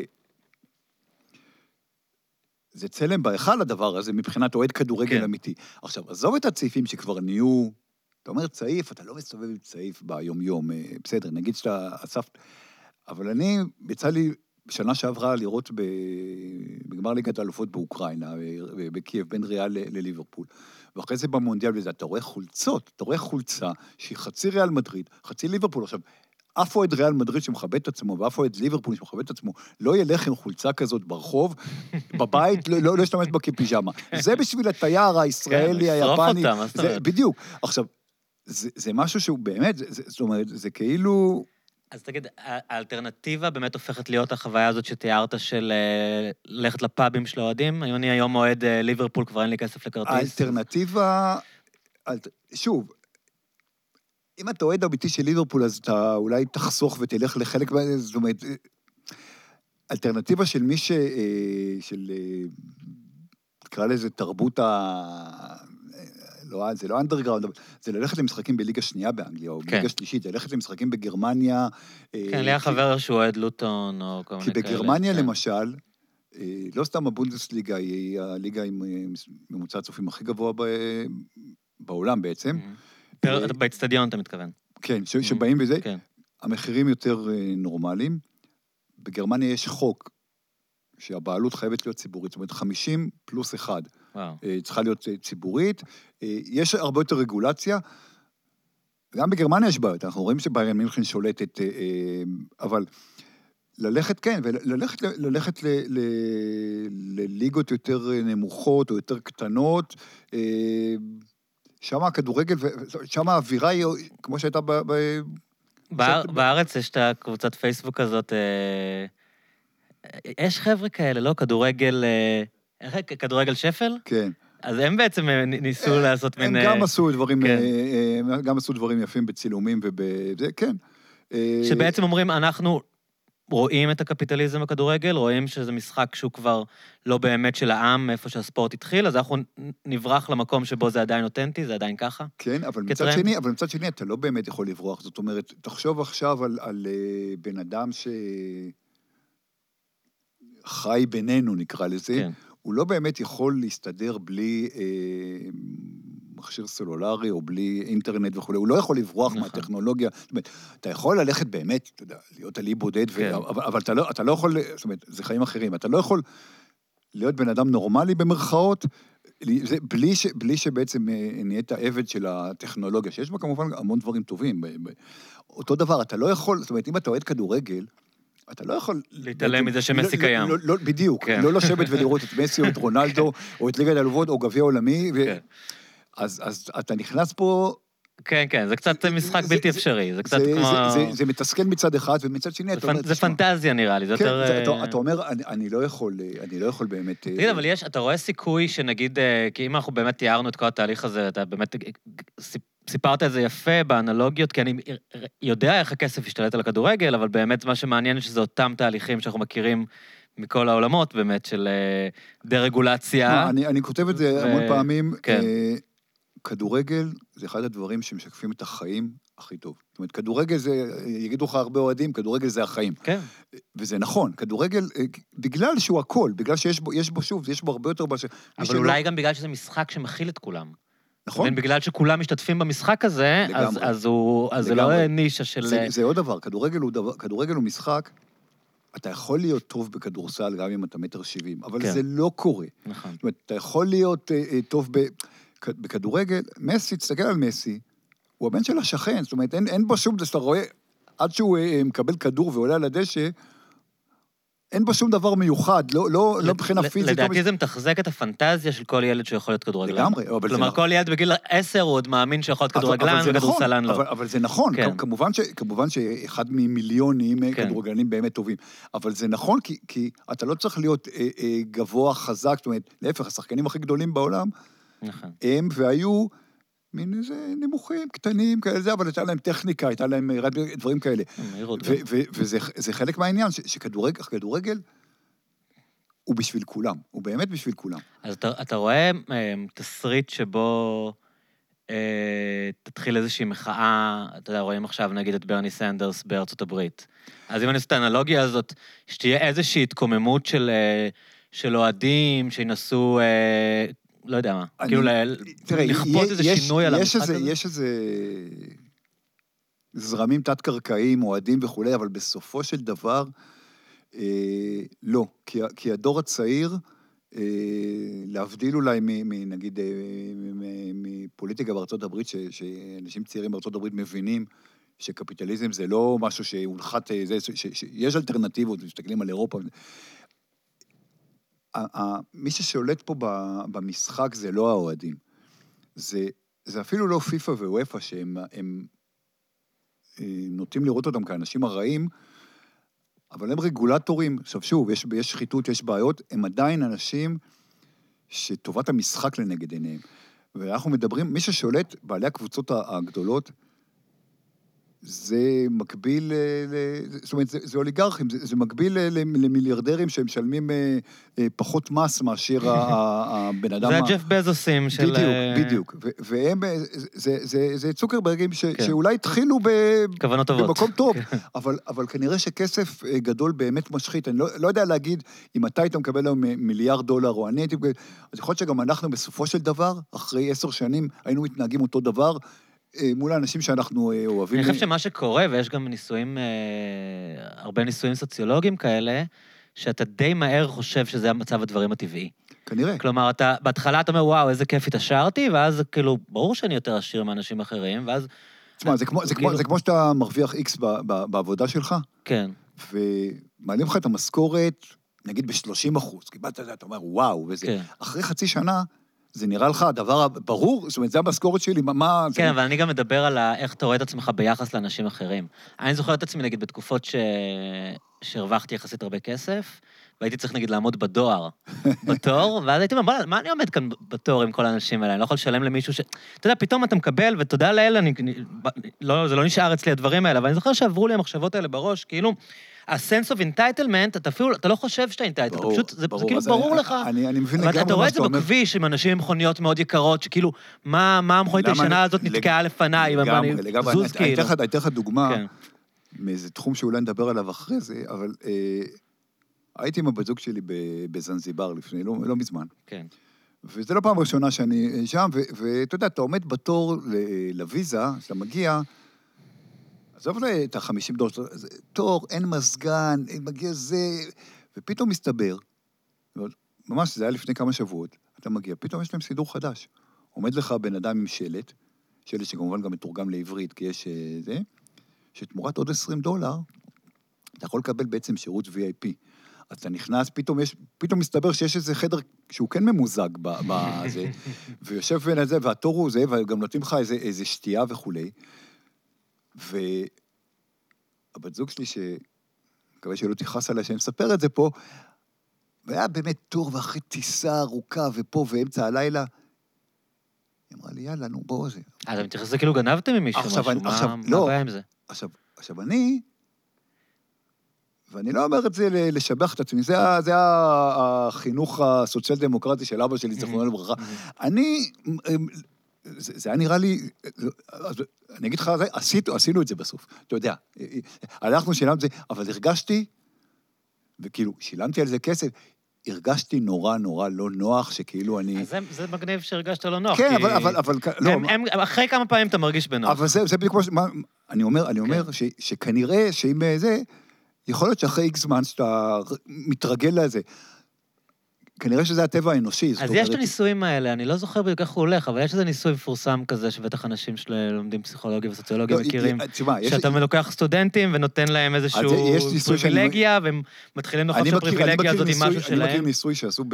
זה צלם בהיכל הדבר הזה, מבחינת אוהד כדורגל אמיתי. עכשיו, עזוב את הצעיפים שכבר נהיו, אתה אומר צעיף, אתה לא מסתובב עם צעיף ביום-יום, בסדר, נגיד שאתה אסף, אבל אני, יצא לי בשנה שעברה לראות בגמר ליגת האלופות באוקראינה, בקייב, בין ריאל לליברפול, ואחרי זה במונדיאל וזה, אתה רואה חולצות, אתה רואה חולצה שהיא חצי ריאל מדריד, חצי ליברפול, עכשיו, אף אוהד ריאל מדריד שמכבד את עצמו, ואף אוהד ליברפול שמכבד את עצמו, לא ילך עם חולצה כזאת ברחוב, בבית, לא, לא, לא ישתמש בה כפיג'מה. זה בשביל התייר הישראלי, היפני. זה, בדיוק. עכשיו, זה, זה משהו שהוא באמת, זה, זאת אומרת, זה כאילו... אז תגיד, האלטרנטיבה באמת הופכת להיות החוויה הזאת שתיארת של ללכת לפאבים של האוהדים? אם אני היום אוהד ליברפול, כבר אין לי כסף לכרטיס. האלטרנטיבה, שוב, אם אתה אוהד אמיתי של ליברפול, אז אתה אולי תחסוך ותלך לחלק, זאת אומרת, אלטרנטיבה של מי ש... של... תקרא לזה תרבות ה... לא, זה לא אנדרגראונד, זה ללכת למשחקים בליגה שנייה באנגליה, או בליגה שלישית, זה ללכת למשחקים בגרמניה. כן, לי החבר שהוא אוהד לוטון, או כל מיני כי כאלה. בגרמניה, למשל, לא סתם הבונדסליגה היא הליגה עם ממוצע הצופים הכי גבוה בעולם בעצם. באצטדיון אתה מתכוון. כן, שבאים בזה, המחירים יותר נורמליים. בגרמניה יש חוק שהבעלות חייבת להיות ציבורית, זאת אומרת חמישים פלוס אחד. צריכה להיות ציבורית. יש הרבה יותר רגולציה. גם בגרמניה יש בעיות, אנחנו רואים שביירן מינכן שולטת, אבל ללכת, כן, וללכת ללכת לליגות יותר נמוכות או יותר קטנות, שם הכדורגל, שם האווירה היא, כמו שהייתה ב... בארץ יש את הקבוצת פייסבוק הזאת, יש חבר'ה כאלה, לא? כדורגל, איך? כדורגל שפל? כן. אז הם בעצם ניסו לעשות מין... הם גם עשו דברים, גם עשו דברים יפים בצילומים ובזה, כן. שבעצם אומרים, אנחנו רואים את הקפיטליזם בכדורגל, רואים שזה משחק שהוא כבר לא באמת של העם, איפה שהספורט התחיל, אז אנחנו נברח למקום שבו זה עדיין אותנטי, זה עדיין ככה. כן, אבל מצד שני, אבל מצד שני, אתה לא באמת יכול לברוח. זאת אומרת, תחשוב עכשיו על, על בן אדם שחי בינינו, נקרא לזה, כן. הוא לא באמת יכול להסתדר בלי אה, מכשיר סלולרי או בלי אינטרנט וכו', הוא לא יכול לברוח נכון. מהטכנולוגיה, זאת אומרת, אתה יכול ללכת באמת, אתה יודע, להיות עלי בודד, כן. ו... אבל, אבל אתה, לא, אתה לא יכול, זאת אומרת, זה חיים אחרים, אתה לא יכול להיות בן אדם נורמלי במרכאות, זה, בלי, ש, בלי שבעצם נהיית העבד של הטכנולוגיה, שיש בה כמובן המון דברים טובים. אותו דבר, אתה לא יכול, זאת אומרת, אם אתה אוהד כדורגל, אתה לא יכול... להתעלם מזה שמסי קיים. בדיוק, לא לשבת ולראות את מסי או את רונלדו, או את ליגת האלופות, או גביע עולמי, אז אתה נכנס פה... כן, כן, זה קצת משחק בלתי אפשרי, זה קצת כמו... זה מתסכל מצד אחד, ומצד שני... זה פנטזיה נראה לי, זה יותר... אתה אומר, אני לא יכול, אני לא יכול באמת... תגיד, אבל יש, אתה רואה סיכוי שנגיד, כי אם אנחנו באמת תיארנו את כל התהליך הזה, אתה באמת... סיפרת את זה יפה באנלוגיות, כי אני יודע איך הכסף ישתלט על הכדורגל, אבל באמת מה שמעניין שזה אותם תהליכים שאנחנו מכירים מכל העולמות, באמת, של דה-רגולציה. אני, אני כותב את זה המון פעמים, כדורגל זה אחד הדברים שמשקפים את החיים הכי טוב. זאת אומרת, כדורגל זה, יגידו לך הרבה אוהדים, כדורגל זה החיים. כן. וזה נכון, כדורגל, בגלל שהוא הכל, בגלל שיש בו, יש בו שוב, יש בו הרבה יותר... אבל אולי גם בגלל שזה משחק שמכיל את כולם. נכון. בגלל שכולם משתתפים במשחק הזה, אז, אז, הוא, אז זה לא נישה של... זה, זה עוד דבר, כדורגל הוא, דבר, כדורגל הוא משחק, אתה יכול להיות טוב בכדורסל גם אם אתה מטר שבעים, אבל כן. זה לא קורה. נכון. זאת אומרת, אתה יכול להיות uh, טוב ב, בכדורגל, מסי, תסתכל על מסי, הוא הבן של השכן, זאת אומרת, אין, אין בו שום, שאתה רואה, עד שהוא uh, מקבל כדור ועולה על הדשא, אין בו שום דבר מיוחד, לא, לא, לא מבחינה פיזית. לדעתי זה מתחזק את הפנטזיה של כל ילד שיכול להיות כדורגלן. לגמרי, אבל זה כלומר, כל ילד בגיל עשר הוא עוד מאמין שיכול להיות כדורגלן וכדורסלן לא. אבל זה נכון, כמובן שאחד ממיליונים כדורגלנים באמת טובים. אבל זה נכון, כי אתה לא צריך להיות גבוה, חזק, זאת אומרת, להפך, השחקנים הכי גדולים בעולם, הם והיו... מין איזה נמוכים, קטנים, כאלה, אבל הייתה להם טכניקה, הייתה להם דברים כאלה. וזה חלק מהעניין, שכדורגל הוא בשביל כולם, הוא באמת בשביל כולם. אז אתה רואה תסריט שבו תתחיל איזושהי מחאה, אתה יודע, רואים עכשיו נגיד את ברני סנדרס בארצות הברית. אז אם אני עושה את האנלוגיה הזאת, שתהיה איזושהי התקוממות של אוהדים, שינסו... לא יודע מה, כאילו לכפות איזה שינוי על המשחק הזה? יש איזה זרמים תת-קרקעיים, אוהדים וכו', אבל בסופו של דבר, לא. כי הדור הצעיר, להבדיל אולי נגיד מפוליטיקה בארצות הברית, שאנשים צעירים בארצות הברית מבינים שקפיטליזם זה לא משהו שהונחת, שיש אלטרנטיבות, מסתכלים על אירופה, מי ששולט פה במשחק זה לא האוהדים. זה, זה אפילו לא פיפה ואופה שהם הם, נוטים לראות אותם כאנשים הרעים, אבל הם רגולטורים, עכשיו שוב, יש, יש שחיתות, יש בעיות, הם עדיין אנשים שטובת המשחק לנגד עיניהם. ואנחנו מדברים, מי ששולט, בעלי הקבוצות הגדולות, זה מקביל, זאת אומרת, זה, זה אוליגרכים, זה, זה מקביל למיליארדרים שהם משלמים פחות מס מאשר הבן אדם. זה הג'ף בזוסים של... בדיוק, בדיוק. והם, זה, זה, זה צוקרברגים ש, כן. שאולי התחילו ב, כוונות טובות. במקום טוב, אבל, אבל כנראה שכסף גדול באמת משחית. אני לא, לא יודע להגיד אם אתה היית מקבל היום מיליארד דולר או אני הייתי... אז יכול להיות שגם אנחנו בסופו של דבר, אחרי עשר שנים, היינו מתנהגים אותו דבר, מול האנשים שאנחנו אוהבים. אני חושב שמה שקורה, ויש גם ניסויים, הרבה ניסויים סוציולוגיים כאלה, שאתה די מהר חושב שזה המצב הדברים הטבעי. כנראה. כלומר, אתה, בהתחלה אתה אומר, וואו, איזה כיף התעשרתי, ואז כאילו, ברור שאני יותר עשיר מאנשים אחרים, ואז... תשמע, זה כמו, זה כמו, זה כמו שאתה מרוויח איקס בעבודה שלך. כן. ומעלים לך את המשכורת, נגיד ב-שלושים אחוז, קיבלת את זה, אתה אומר, וואו, וזה. כן. אחרי חצי שנה, זה נראה לך הדבר ברור, זאת אומרת, זה המשכורת שלי, מה... כן, אבל אני גם מדבר על איך אתה רואה את עצמך ביחס לאנשים אחרים. אני זוכר את עצמי, נגיד, בתקופות ש... שהרווחתי יחסית הרבה כסף, והייתי צריך, נגיד, לעמוד בדואר, בתור, ואז הייתי אומר, מה אני עומד כאן בתור עם כל האנשים האלה? אני לא יכול לשלם למישהו ש... אתה יודע, פתאום אתה מקבל, ותודה לאלה, אני... לא, זה לא נשאר אצלי הדברים האלה, אבל אני זוכר שעברו לי המחשבות האלה בראש, כאילו... ה-sense of entitlement, אתה אפילו, אתה לא חושב שאתה entitled, אתה פשוט, זה כאילו ברור לך. אני מבין לגמרי מה שאתה אומר. אתה רואה את זה בכביש עם אנשים עם מכוניות מאוד יקרות, שכאילו, מה המכונית הישנה הזאת נתקעה לפניי, לגמרי, לגמרי. אני אתן לך דוגמה, מאיזה תחום שאולי נדבר עליו אחרי זה, אבל הייתי עם הבת זוג שלי בזנזיבר לפני, לא מזמן. כן. וזה לא פעם ראשונה שאני שם, ואתה יודע, אתה עומד בתור לוויזה, שאתה מגיע, עזוב לי את ה-חמישים דולר, תור, אין מזגן, אין מגיע זה, ופתאום מסתבר, ממש זה היה לפני כמה שבועות, אתה מגיע, פתאום יש להם סידור חדש. עומד לך בן אדם עם שלט, שלט שכמובן גם מתורגם לעברית, כי יש זה, שתמורת עוד עשרים דולר, אתה יכול לקבל בעצם שירות וי איי פי. אז אתה נכנס, פתאום יש, פתאום מסתבר שיש איזה חדר שהוא כן ממוזג בזה, ויושב בין הזה, והתור הוא זה, וגם נותנים לך איזה, איזה שתייה וכולי. והבת זוג שלי, שמקווה שלא תכעס עליה שאני מספר את זה פה, והיה באמת טור ואחרי טיסה ארוכה ופה ואמצע הלילה, היא אמרה לי, יאללה, נו, בואו זה. אז אתה מתייחס לזה כאילו גנבתם ממישהו משהו, מה הבעיה עם זה? עכשיו, עכשיו אני, ואני לא אומר את זה לשבח את עצמי, זה, זה החינוך הסוציאל דמוקרטי של אבא שלי, זכרונו לברכה. אני... זה, זה היה נראה לי, אני אגיד לך, עשינו, עשינו את זה בסוף, אתה יודע, הלכנו, שילמנו את זה, אבל הרגשתי, וכאילו, שילמתי על זה כסף, הרגשתי נורא נורא לא נוח, שכאילו אני... אז זה, זה מגניב שהרגשת לא נוח, כן, כי... אבל, אבל, אבל, לא... הם, הם, אחרי כמה פעמים אתה מרגיש בנוח. אבל זה, זה בדיוק כמו ש... מה, אני אומר, אני אומר, כן. ש, שכנראה שאם זה, יכול להיות שאחרי איקס זמן שאתה מתרגל לזה, כנראה שזה הטבע האנושי. אז יש את הניסויים האלה, אני לא זוכר בדיוק איך הוא הולך, אבל יש איזה ניסוי מפורסם כזה, שבטח אנשים שלומדים פסיכולוגיה וסוציולוגיה מכירים, שאתה מלוקח סטודנטים ונותן להם איזשהו פריבילגיה, והם מתחילים לחשוב שהפריבילגיה הזאת היא משהו שלהם. אני מכיר ניסוי שעשו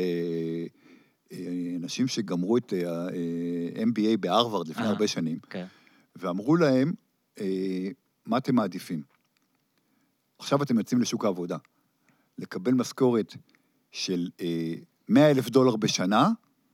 באנשים שגמרו את ה-אם בי איי בהרווארד לפני הרבה שנים, ואמרו להם, מה אתם מעדיפים? עכשיו אתם יוצאים לשוק העבודה, לקבל משכורת של מאה אלף דולר בשנה,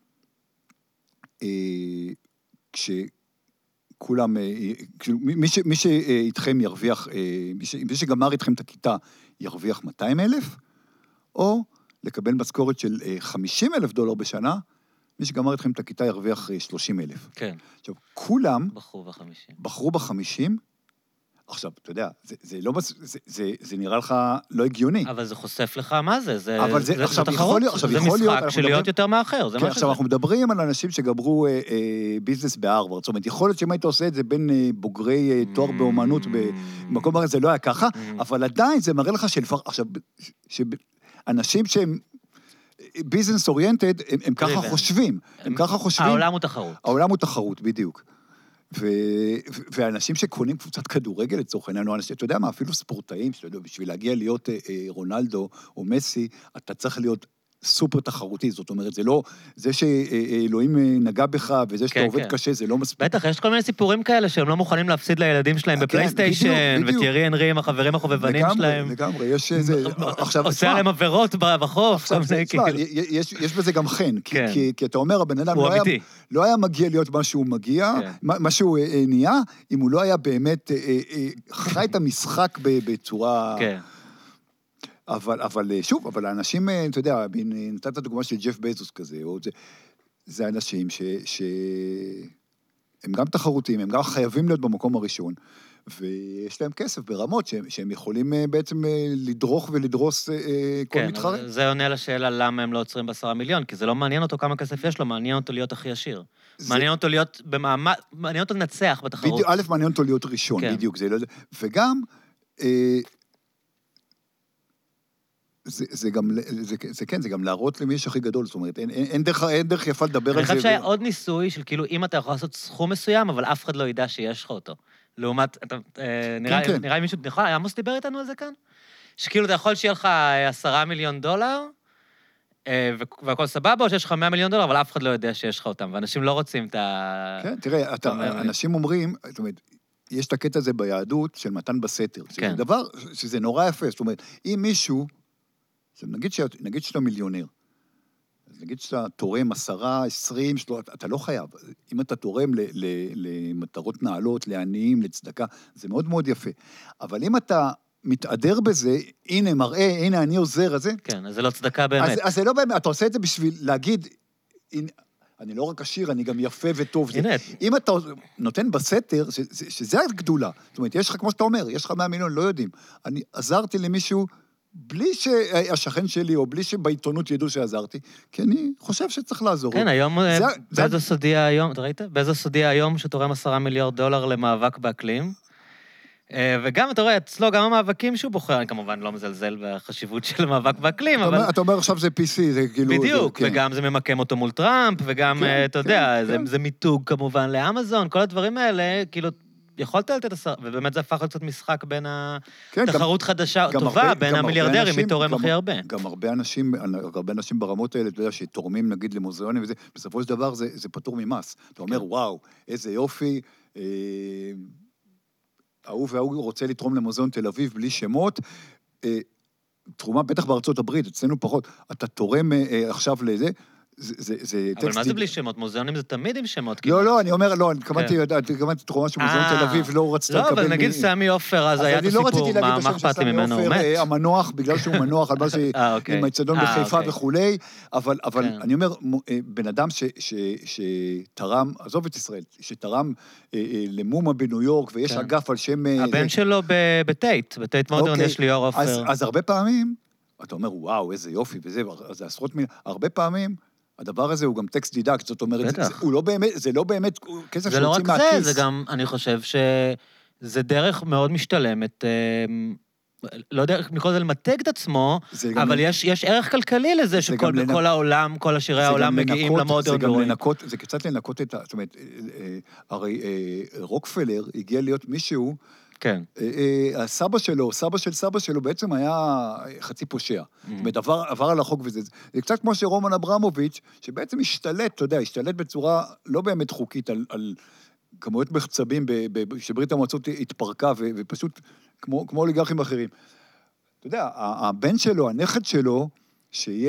כשכולם, מי שאיתכם ירוויח, מי שגמר איתכם את הכיתה ירוויח מאתיים אלף, או לקבל משכורת של חמישים אלף דולר בשנה, מי שגמר איתכם את הכיתה ירוויח שלושים אלף. כן. עכשיו, כולם... בחרו בחמישים. בחרו בחמישים, עכשיו, אתה יודע, זה, זה לא, זה, זה, זה נראה לך לא הגיוני. אבל זה חושף לך מה זה, זה, אבל זה, זה, עכשיו, זה תחרות, להיות, עכשיו, זה משחק מדברים, של להיות יותר מאחר, זה כן, מה עכשיו, שזה. אנחנו מדברים על אנשים שגברו אה, אה, ביזנס בהרווארד, זאת אומרת, יכול להיות שאם היית עושה את זה בין אה, בוגרי אה, תואר באומנות, במקום אחר זה לא היה ככה, אבל עדיין זה מראה לך שלפר, עכשיו, שאנשים שהם ביזנס אוריינטד, הם, הם ככה חושבים, הם ככה חושבים. העולם הוא תחרות. העולם הוא תחרות, בדיוק. ו... ואנשים שקונים קבוצת כדורגל לצורך העניין, או אנשים, אתה יודע מה, אפילו ספורטאים, שאתה יודע, בשביל להגיע להיות אה, רונלדו או מסי, אתה צריך להיות סופר תחרותי, זאת אומרת, זה לא, זה שאלוהים נגע בך, וזה שאתה עובד קשה, זה לא מספיק. בטח, יש כל מיני סיפורים כאלה, שהם לא מוכנים להפסיד לילדים שלהם בפלייסטיישן, וטיירי הנרי עם החברים החובבנים שלהם. לגמרי, יש איזה... עושה עליהם עבירות בחוף. יש בזה גם חן, כי אתה אומר, הבן אדם לא היה מגיע להיות מה שהוא מגיע, מה שהוא נהיה, אם הוא לא היה באמת חי את המשחק בצורה... אבל, אבל שוב, אבל האנשים, אתה יודע, נתת הדוגמה של ג'ף בזוס כזה, או זה, זה אנשים ש, ש... הם גם תחרותיים, הם גם חייבים להיות במקום הראשון, ויש להם כסף ברמות שהם, שהם יכולים בעצם לדרוך ולדרוס כל כן, מתחרה. כן, זה עונה לשאלה למה הם לא עוצרים בעשרה מיליון, כי זה לא מעניין אותו כמה כסף יש לו, מעניין אותו להיות הכי עשיר. זה... מעניין אותו להיות במעמד, מעניין אותו לנצח בתחרות. בדיוק, א', מעניין אותו להיות ראשון, כן. בדיוק, זה לא זה. וגם... אה, זה, זה גם, זה, זה כן, זה גם להראות למי יש הכי גדול, זאת אומרת, אין, אין, אין, דרך, אין דרך יפה לדבר על זה. אני חושב שהיה עוד ניסוי של כאילו, אם אתה יכול לעשות סכום מסוים, אבל אף אחד לא ידע שיש לך אותו. לעומת, אתה, נראה, כן, נראה לי מישהו, נכון, עמוס דיבר איתנו על זה כאן? שכאילו אתה יכול שיהיה לך עשרה מיליון דולר, והכל סבבה, או שיש לך מאה מיליון דולר, אבל אף אחד לא יודע שיש לך אותם, ואנשים לא רוצים את ה... כן, תראה, אתה, אנשים אומרים, זאת אומרת, יש את הקטע הזה ביהדות של מתן בסתר. כן. זה דבר שזה נורא יפה, זאת אומרת, אם מישהו, נגיד, ש... נגיד שאתה מיליונר, אז נגיד שאתה תורם עשרה, עשרים, שלו, אתה לא חייב. אם אתה תורם ל... ל... למטרות נעלות, לעניים, לצדקה, זה מאוד מאוד יפה. אבל אם אתה מתעדר בזה, הנה מראה, הנה אני עוזר, אז זה... כן, אז זה לא צדקה באמת. אז, אז זה לא באמת, אתה עושה את זה בשביל להגיד, הנה, אני לא רק עשיר, אני גם יפה וטוב. זה, אם אתה נותן בסתר, ש, ש, שזה הגדולה, זאת אומרת, יש לך, כמו שאתה אומר, יש לך מאה מיליון, לא יודעים. אני עזרתי למישהו, בלי שהשכן שלי, או בלי שבעיתונות ידעו שעזרתי, כי אני חושב שצריך לעזור. כן, היום, בזוס הודיע היום, אתה ראית? בזוס הודיע היום שתורם עשרה מיליארד דולר למאבק באקלים, וגם, אתה רואה, אצלו גם המאבקים שהוא בוחר, אני כמובן לא מזלזל בחשיבות של המאבק באקלים, אבל... אתה אומר עכשיו זה פי סי, זה כאילו... בדיוק, וגם זה ממקם אותו מול טראמפ, וגם, אתה יודע, זה מיתוג כמובן לאמזון, כל הדברים האלה, כאילו, יכולת לתת עשר, ובאמת זה הפך קצת משחק בין התחרות חדשה טובה, בין המיליארדרים, מי תורם הכי הרבה. גם הרבה אנשים, הרבה אנשים ברמות האלה, אתה יודע, שתורמים נגיד למוזיאונים וזה, בסופו של דבר זה פטור ממס. אתה אומר, וואו, איזה יופי, ההוא והוא רוצה לתרום למוזיאון תל אביב בלי שמות, תרומה בטח בארצות הברית, אצלנו פחות, אתה תורם עכשיו לזה, זה, זה אבל מה זה בלי שמות? מוזיאונים זה תמיד עם שמות. לא, לא, אני אומר, לא, אני כמובן תרומה של מוזיאון תל אביב, לא רצתה לקבל... לא, אבל נגיד סמי אופר, אז היה את הסיפור, מה אכפת לי ממנו, הוא מת? המנוח, בגלל שהוא מנוח, על מה עם האצטדיון בחיפה וכולי, אבל אני אומר, בן אדם שתרם, עזוב את ישראל, שתרם למומה בניו יורק, ויש אגף על שם... הבן שלו בטייט, בטייט מודרן יש לי אור אופר. אז הרבה פעמים, אתה אומר, וואו, איזה יופי, וזה, זה עשרות מיליון, הרבה פעמים, הדבר הזה הוא גם טקסט דידקט, זאת אומרת, זה, זה, הוא לא באמת, זה לא באמת כסף שיוצאים מהכיס. זה לא רק זה, זה גם, אני חושב שזה דרך מאוד משתלמת, לא יודע איך מכל זה למתג את עצמו, אבל יש, יש ערך כלכלי לזה, שכל לנק... בכל העולם, כל השירי העולם מגיעים למודרן. זה גם לנקות, זה קצת לנקות את ה... זאת אומרת, הרי רוקפלר הגיע להיות מישהו, כן. הסבא שלו, סבא של סבא שלו בעצם היה חצי פושע. זאת אומרת, עבר, עבר על החוק וזה. זה קצת כמו שרומן אברמוביץ', שבעצם השתלט, אתה יודע, השתלט בצורה לא באמת חוקית על, על כמויות מחצבים, שברית המועצות התפרקה, ופשוט כמו, כמו אוליגרכים אחרים. אתה יודע, הבן שלו, הנכד שלו, שיהיה...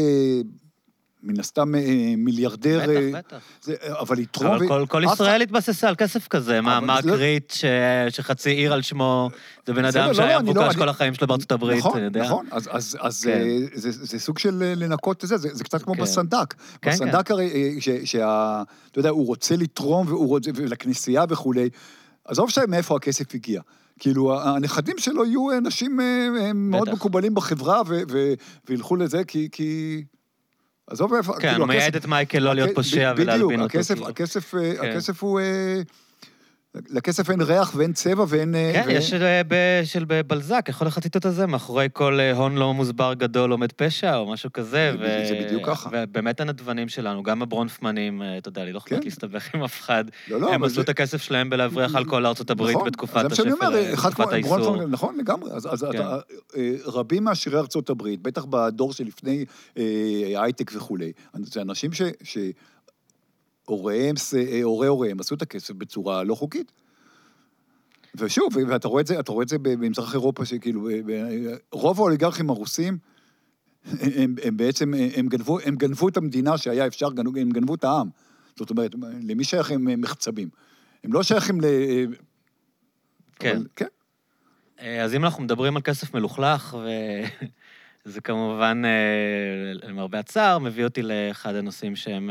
מן הסתם מיליארדר... בטח, בטח. זה, אבל יתרום... אבל כל, כל ישראל התבססה על כסף כזה, מה, מה הקריט ש, שחצי עיר על שמו, זה בן אדם שהיה מבוקש כל החיים שלו בארצות הברית, נכון, אני יודע. נכון, אז, אז, אז כן. זה, זה, זה סוג של לנקות את זה, זה, זה קצת כמו כן. בסנדק. כן, בסנדק כן. הרי, שה... אתה יודע, הוא רוצה לתרום, והוא רוצה, ולכנסייה וכולי, עזוב מאיפה הכסף הגיע. כאילו, הנכדים שלו יהיו אנשים מאוד מקובלים בחברה, ו, ו, וילכו לזה, כי... כי... עזוב איפה... כן, הוא מייעד את מייקל לא להיות פושע ולהלבין אותו. הכסף, הכסף הוא... לכסף אין ריח ואין צבע ואין... כן, יש של בלזק, יכול לך הציטוט הזה, מאחורי כל הון לא מוסבר גדול עומד פשע, או משהו כזה, זה בדיוק ככה. ובאמת הנדבנים שלנו, גם הברונפמנים, אתה יודע, לי לא אכפת להסתבך עם אף אחד, הם עשו את הכסף שלהם בלהבריח על כל ארצות הברית בתקופת השפל, בתקופת האיסור. נכון, לגמרי. אז רבים מהשירי ארצות הברית, בטח בדור שלפני הייטק וכו', זה אנשים ש... הוריהם, הורי הוריהם, עשו את הכסף בצורה לא חוקית. ושוב, ואתה רואה את זה, אתה רואה את זה במזרח אירופה, שכאילו, רוב האוליגרכים הרוסים, הם, הם בעצם, הם גנבו, הם גנבו את המדינה שהיה אפשר, הם גנבו את העם. זאת אומרת, למי שייך הם מחצבים. הם לא שייכים ל... כן. אבל, כן. אז אם אנחנו מדברים על כסף מלוכלך, וזה כמובן, למרבה הצער, מביא אותי לאחד הנושאים שהם...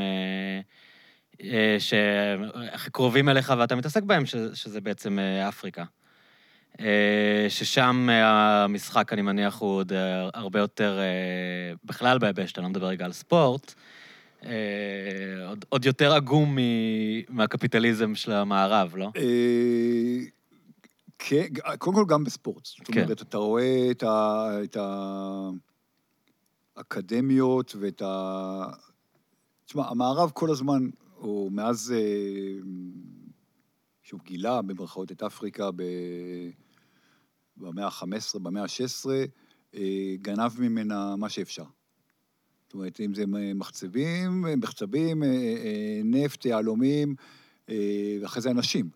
שהכי קרובים אליך ואתה מתעסק בהם, שזה בעצם אפריקה. ששם המשחק, אני מניח, הוא עוד הרבה יותר, בכלל ביבשת, אני לא מדבר רגע על ספורט, עוד, עוד יותר עגום מהקפיטליזם של המערב, לא? כן, קודם כל גם בספורט. זאת אומרת, אתה רואה את האקדמיות ואת ה... תשמע, המערב כל הזמן... או מאז שהוא גילה במרכאות את אפריקה במאה ה-חמש עשרה, במאה ה-שש עשרה, גנב ממנה מה שאפשר. זאת אומרת, אם זה מחצבים, מחצבים, נפט, יהלומים, ואחרי זה אנשים.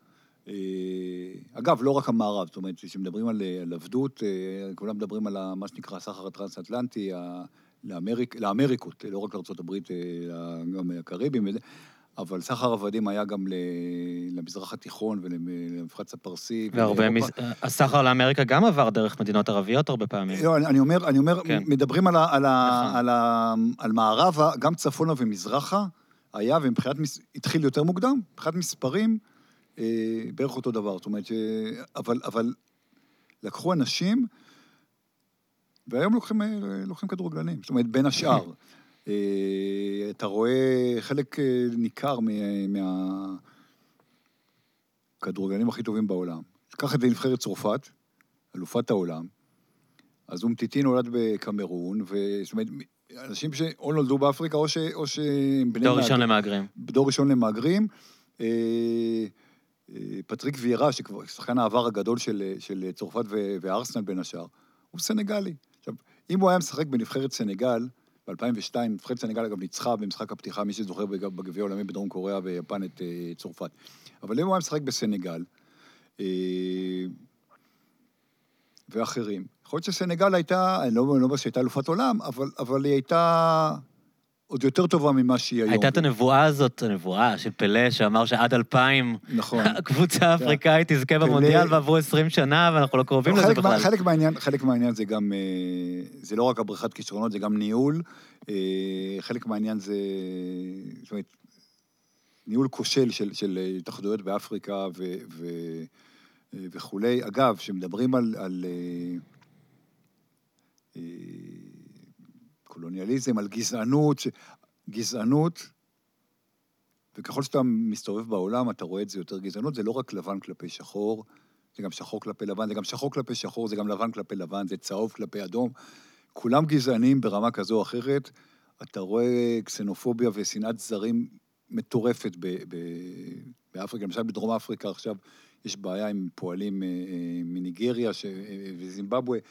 אגב, לא רק המערב, זאת אומרת, כשמדברים על עבדות, כולם מדברים על מה שנקרא הסחר הטרנס-אטלנטי, לאמריק, לאמריקות, לא רק לארצות הברית, גם הקריבים, אבל סחר עבדים היה גם למזרח התיכון ולמפרץ הפרסי. והרבה, מס... הסחר לאמריקה גם עבר דרך מדינות ערביות הרבה פעמים. לא, אני אומר, אני אומר, כן. מדברים על, ה, על, ה, על, ה, על מערבה, גם צפונה ומזרחה, היה, ומבחינת, התחיל יותר מוקדם, מבחינת מספרים, אה, בערך אותו דבר, זאת אומרת, ש... אבל, אבל לקחו אנשים, והיום לוקחים, לוקחים כדורגלנים, זאת אומרת, בין השאר. אתה רואה חלק ניכר מהכדורגלנים הכי טובים בעולם. קח את זה נבחרת צרפת, אלופת העולם, אז אומטיטי נולד בקמרון, וזאת אומרת, אנשים שאו נולדו באפריקה, או שהם בני... דור ראשון למהגרים. דור ראשון למהגרים. פטריק ויירה, שכבר שחקן העבר הגדול של צרפת וארסנל בין השאר, הוא סנגלי. עכשיו, אם הוא היה משחק בנבחרת סנגל, ב-אלפיים ושתיים, נבחרת סנגל אגב ניצחה במשחק הפתיחה, מי שזוכר בגביע העולמי בדרום קוריאה ויפן את צרפת. אבל אם הוא היה משחק בסנגל, ואחרים, יכול להיות שסנגל הייתה, אני לא אומר שהייתה אלופת עולם, אבל, אבל היא הייתה עוד יותר טובה ממה שהיא היום. הייתה את הנבואה הזאת, הנבואה של פלא, שאמר שעד אלפיים, נכון. הקבוצה האפריקאית תזכה במונדיאל, ועברו עשרים שנה, ואנחנו לא קרובים לזה בכלל. חלק מהעניין, חלק מהעניין זה גם, זה לא רק הבריכת כישרונות, זה גם ניהול. חלק מהעניין זה, זאת אומרת, ניהול כושל של, של התאחדויות באפריקה ו, ו, וכולי. אגב, שמדברים על, על קולוניאליזם, על גזענות, ש... גזענות, וככל שאתה מסתובב בעולם, אתה רואה את זה יותר גזענות, זה לא רק לבן כלפי שחור, זה גם שחור כלפי לבן, זה גם שחור כלפי שחור, זה גם לבן כלפי לבן, זה צהוב כלפי אדום, כולם גזענים ברמה כזו או אחרת, אתה רואה קסנופוביה ושנאת זרים מטורפת ב... ב... באפריקה, למשל בדרום אפריקה עכשיו, יש בעיה עם פועלים מניגריה ש... וזימבבואה,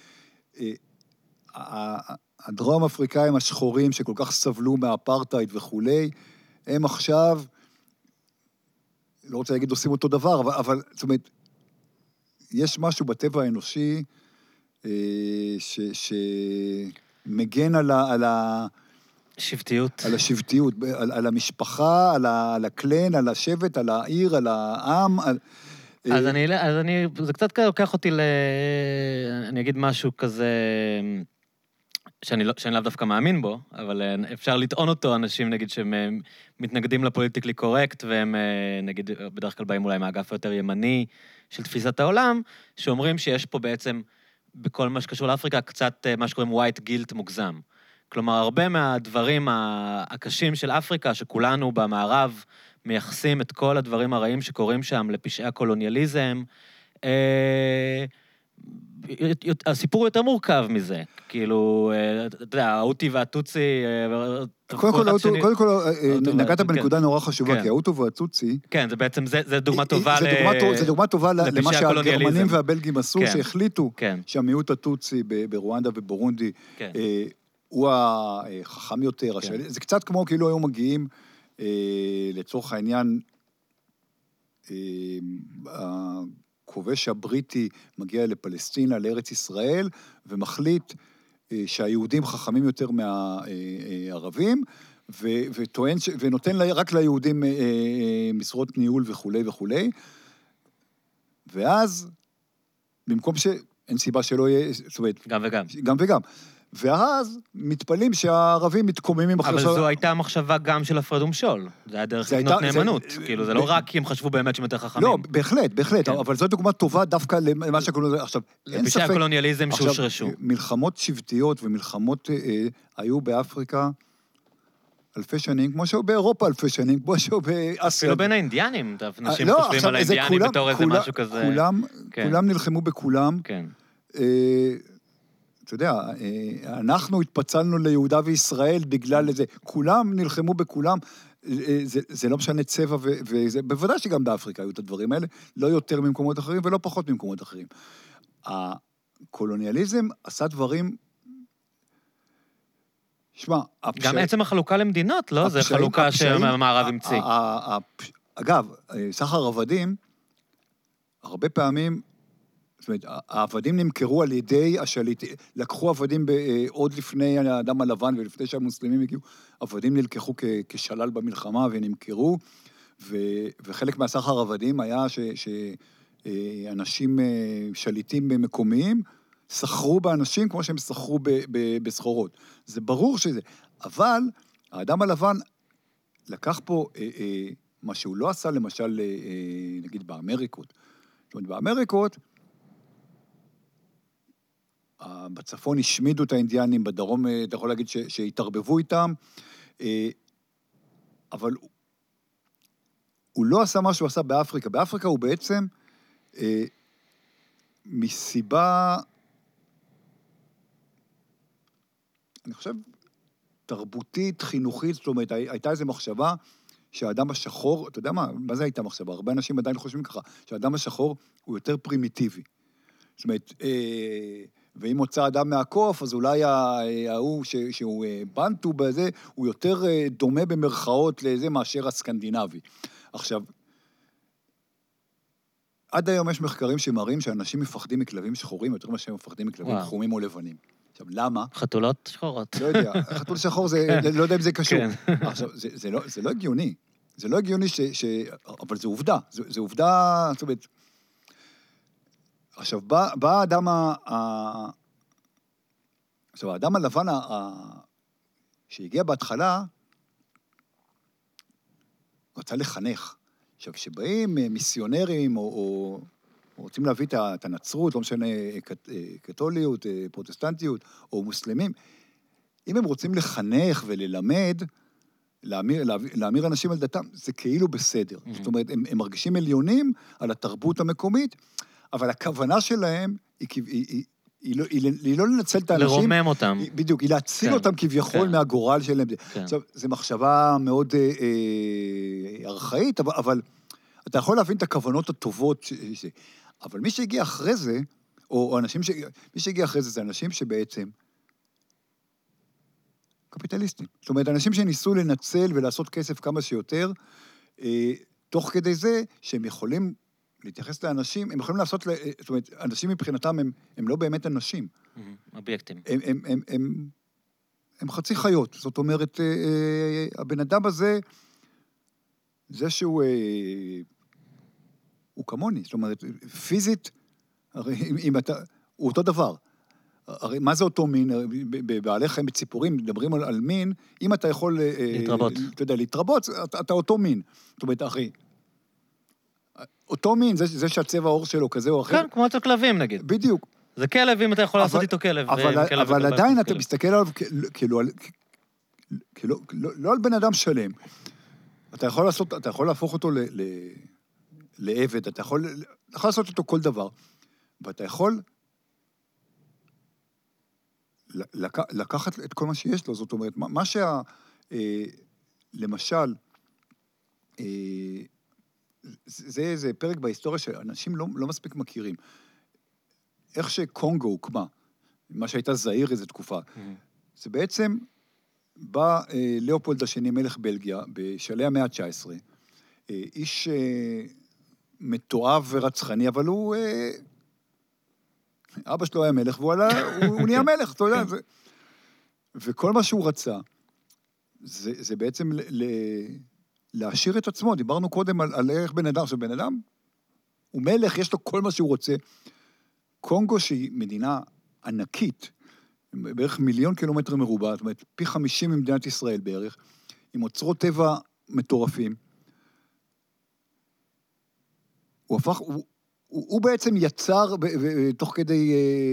הדרום אפריקאים השחורים שכל כך סבלו מהאפרטהייד וכולי, הם עכשיו, לא רוצה להגיד עושים אותו דבר, אבל, אבל זאת אומרת, יש משהו בטבע האנושי ש, שמגן על ה... על ה שבטיות. על השבטיות, על, על המשפחה, על, ה, על הקלן, על השבט, על העיר, על העם. על... אז אני, אז אני, זה קצת לוקח אותי ל... אני אגיד משהו כזה... שאני לא, שאני לאו דווקא מאמין בו, אבל אפשר לטעון אותו אנשים, נגיד, שהם מתנגדים לפוליטיקלי קורקט, והם, נגיד, בדרך כלל באים אולי מהאגף היותר ימני של תפיסת העולם, שאומרים שיש פה בעצם, בכל מה שקשור לאפריקה, קצת מה שקוראים white guilt מוגזם. כלומר, הרבה מהדברים הקשים של אפריקה, שכולנו במערב מייחסים את כל הדברים הרעים שקורים שם לפשעי הקולוניאליזם, הסיפור יותר מורכב מזה. כאילו, אתה יודע, האוטי והטוצי... קודם כל, נגעת בנקודה נורא חשובה, כי האוטו והטוצי... כן, זה בעצם, זה דוגמה טובה זה דוגמה טובה למה שהגרמנים והבלגים עשו, שהחליטו שהמיעוט הטוצי ברואנדה ובורונדי הוא החכם יותר. זה קצת כמו כאילו היו מגיעים לצורך העניין, הכובש הבריטי מגיע לפלסטינה, לארץ ישראל, ומחליט שהיהודים חכמים יותר מהערבים, וטוען, ונותן רק ליהודים משרות ניהול וכו' וכו'. ואז, במקום שאין סיבה שלא יהיה, זאת אומרת... גם וגם. גם וגם. ואז מתפלאים שהערבים מתקוממים אחרי... אבל זו הייתה המחשבה גם של הפרד ומשול. זה היה דרך לבנות נאמנות. כאילו, זה לא רק כי הם חשבו באמת שהם יותר חכמים. לא, בהחלט, בהחלט. אבל זו דוגמה טובה דווקא למה שהקולוניאליזם... עכשיו, אין ספק... לפשעי הקולוניאליזם שהושרשו. עכשיו, מלחמות שבטיות ומלחמות היו באפריקה אלפי שנים, כמו שהיו באירופה אלפי שנים, כמו שהיו באסיה. אפילו בין האינדיאנים, אנשים חושבים על האינדיאנים בתור איזה משהו כזה. כולם נלחמו בכולם. כן. אתה יודע, אנחנו התפצלנו ליהודה וישראל בגלל איזה, כולם נלחמו בכולם, זה, זה לא משנה צבע, וזה, בוודאי שגם באפריקה היו את הדברים האלה, לא יותר ממקומות אחרים ולא פחות ממקומות אחרים. הקולוניאליזם עשה דברים, שמע, גם עצם החלוקה למדינות, לא? זה חלוקה שהמערב המציא. אגב, סחר עבדים, הרבה פעמים, זאת אומרת, העבדים נמכרו על ידי השליטים, לקחו עבדים עוד לפני האדם הלבן ולפני שהמוסלמים הגיעו, עבדים נלקחו כשלל במלחמה ונמכרו, וחלק מהסחר עבדים היה שאנשים שליטים מקומיים סחרו באנשים כמו שהם סחרו בסחורות. זה ברור שזה, אבל האדם הלבן לקח פה מה שהוא לא עשה למשל, נגיד באמריקות. זאת אומרת, באמריקות, בצפון השמידו את האינדיאנים, בדרום אתה יכול להגיד שהתערבבו איתם, אבל הוא לא עשה מה שהוא עשה באפריקה. באפריקה הוא בעצם מסיבה, אני חושב, תרבותית, חינוכית, זאת אומרת, הייתה איזו מחשבה שהאדם השחור, אתה יודע מה, מה זה הייתה מחשבה? הרבה אנשים עדיין חושבים ככה, שהאדם השחור הוא יותר פרימיטיבי. זאת אומרת, ואם מוצא אדם מהקוף, אז אולי ההוא שהוא בנטו בזה, הוא יותר דומה במרכאות לזה מאשר הסקנדינבי. עכשיו, עד היום יש מחקרים שמראים שאנשים מפחדים מכלבים שחורים, יותר מאשר מפחדים מכלבים חומים או לבנים. עכשיו, למה? חתולות שחורות. לא יודע, חתול שחור זה, לא יודע אם זה קשור. עכשיו, זה לא, זה לא הגיוני. זה לא הגיוני ש, אבל זה עובדה. זה עובדה, זאת אומרת, עכשיו, בא, בא האדם ה... עכשיו, האדם הלבן ה... שהגיע בהתחלה, רצה לחנך. עכשיו, כשבאים מיסיונרים, או, או, או רוצים להביא את הנצרות, לא משנה, קתוליות, פרוטסטנטיות, או מוסלמים, אם הם רוצים לחנך וללמד, להמיר, להמיר אנשים על דתם, זה כאילו בסדר. Mm-hmm. זאת אומרת, הם, הם מרגישים עליונים על התרבות המקומית, אבל הכוונה שלהם היא, היא, היא, היא, לא, היא, היא לא לנצל את האנשים. לרומם אותם. היא, בדיוק, היא להציל כן. אותם כביכול כן. מהגורל שלהם. כן. עכשיו, זו מחשבה מאוד אה, אה, ארכאית, אבל, אבל אתה יכול להבין את הכוונות הטובות. ש, ש, אבל מי שהגיע אחרי זה, או, או אנשים ש... מי שהגיע אחרי זה, זה אנשים שבעצם קפיטליסטים. זאת אומרת, אנשים שניסו לנצל ולעשות כסף כמה שיותר, אה, תוך כדי זה שהם יכולים להתייחס לאנשים, הם יכולים לעשות, זאת אומרת, אנשים מבחינתם הם, הם לא באמת אנשים. אובייקטים. הם, הם, הם, הם, הם חצי חיות. זאת אומרת, הבן אדם הזה, זה שהוא, הוא כמוני. זאת אומרת, פיזית, הרי אם אתה, הוא אותו דבר. הרי מה זה אותו מין? בבעלי חיים בציפורים, מדברים על, על מין, אם אתה יכול... להתרבות. אתה יודע, להתרבות, אתה, אתה אותו מין. זאת אומרת, אחי, אותו מין, זה, זה שהצבע האור שלו כזה או אחר. כן, כמו אצל כלבים נגיד. בדיוק. זה כלב אם אתה יכול לעשות איתו כלב. אבל, כלב אבל עדיין אתה מסתכל עליו כאילו, כאילו לא, לא על בן אדם שלם. אתה יכול לעשות, אתה יכול להפוך אותו ל, ל, לעבד, אתה יכול, אתה יכול לעשות אותו כל דבר, ואתה יכול לק, לקחת את כל מה שיש לו, זאת אומרת, מה שה... אה, למשל, אה, זה איזה פרק בהיסטוריה שאנשים לא, לא מספיק מכירים. איך שקונגו הוקמה, מה שהייתה זעיר איזו תקופה, mm-hmm. זה בעצם בא אה, ליאופולד השני, מלך בלגיה, בשלהי המאה ה-תשע עשרה, אה, איש אה, מתועב ורצחני, אבל הוא... אה, אבא שלו היה מלך, והוא עלה, הוא, הוא נהיה מלך, אתה יודע, זה... וכל מה שהוא רצה, זה, זה בעצם ל, ל, להשאיר את עצמו. דיברנו קודם על, על איך בן אדם, שבן אדם הוא מלך, יש לו כל מה שהוא רוצה. קונגו שהיא מדינה ענקית, בערך מיליון קילומטר מרובע, זאת אומרת, פי חמישים ממדינת ישראל בערך, עם אוצרות טבע מטורפים. הוא הפך, הוא, הוא, הוא בעצם יצר, ב, ב, תוך כדי אה,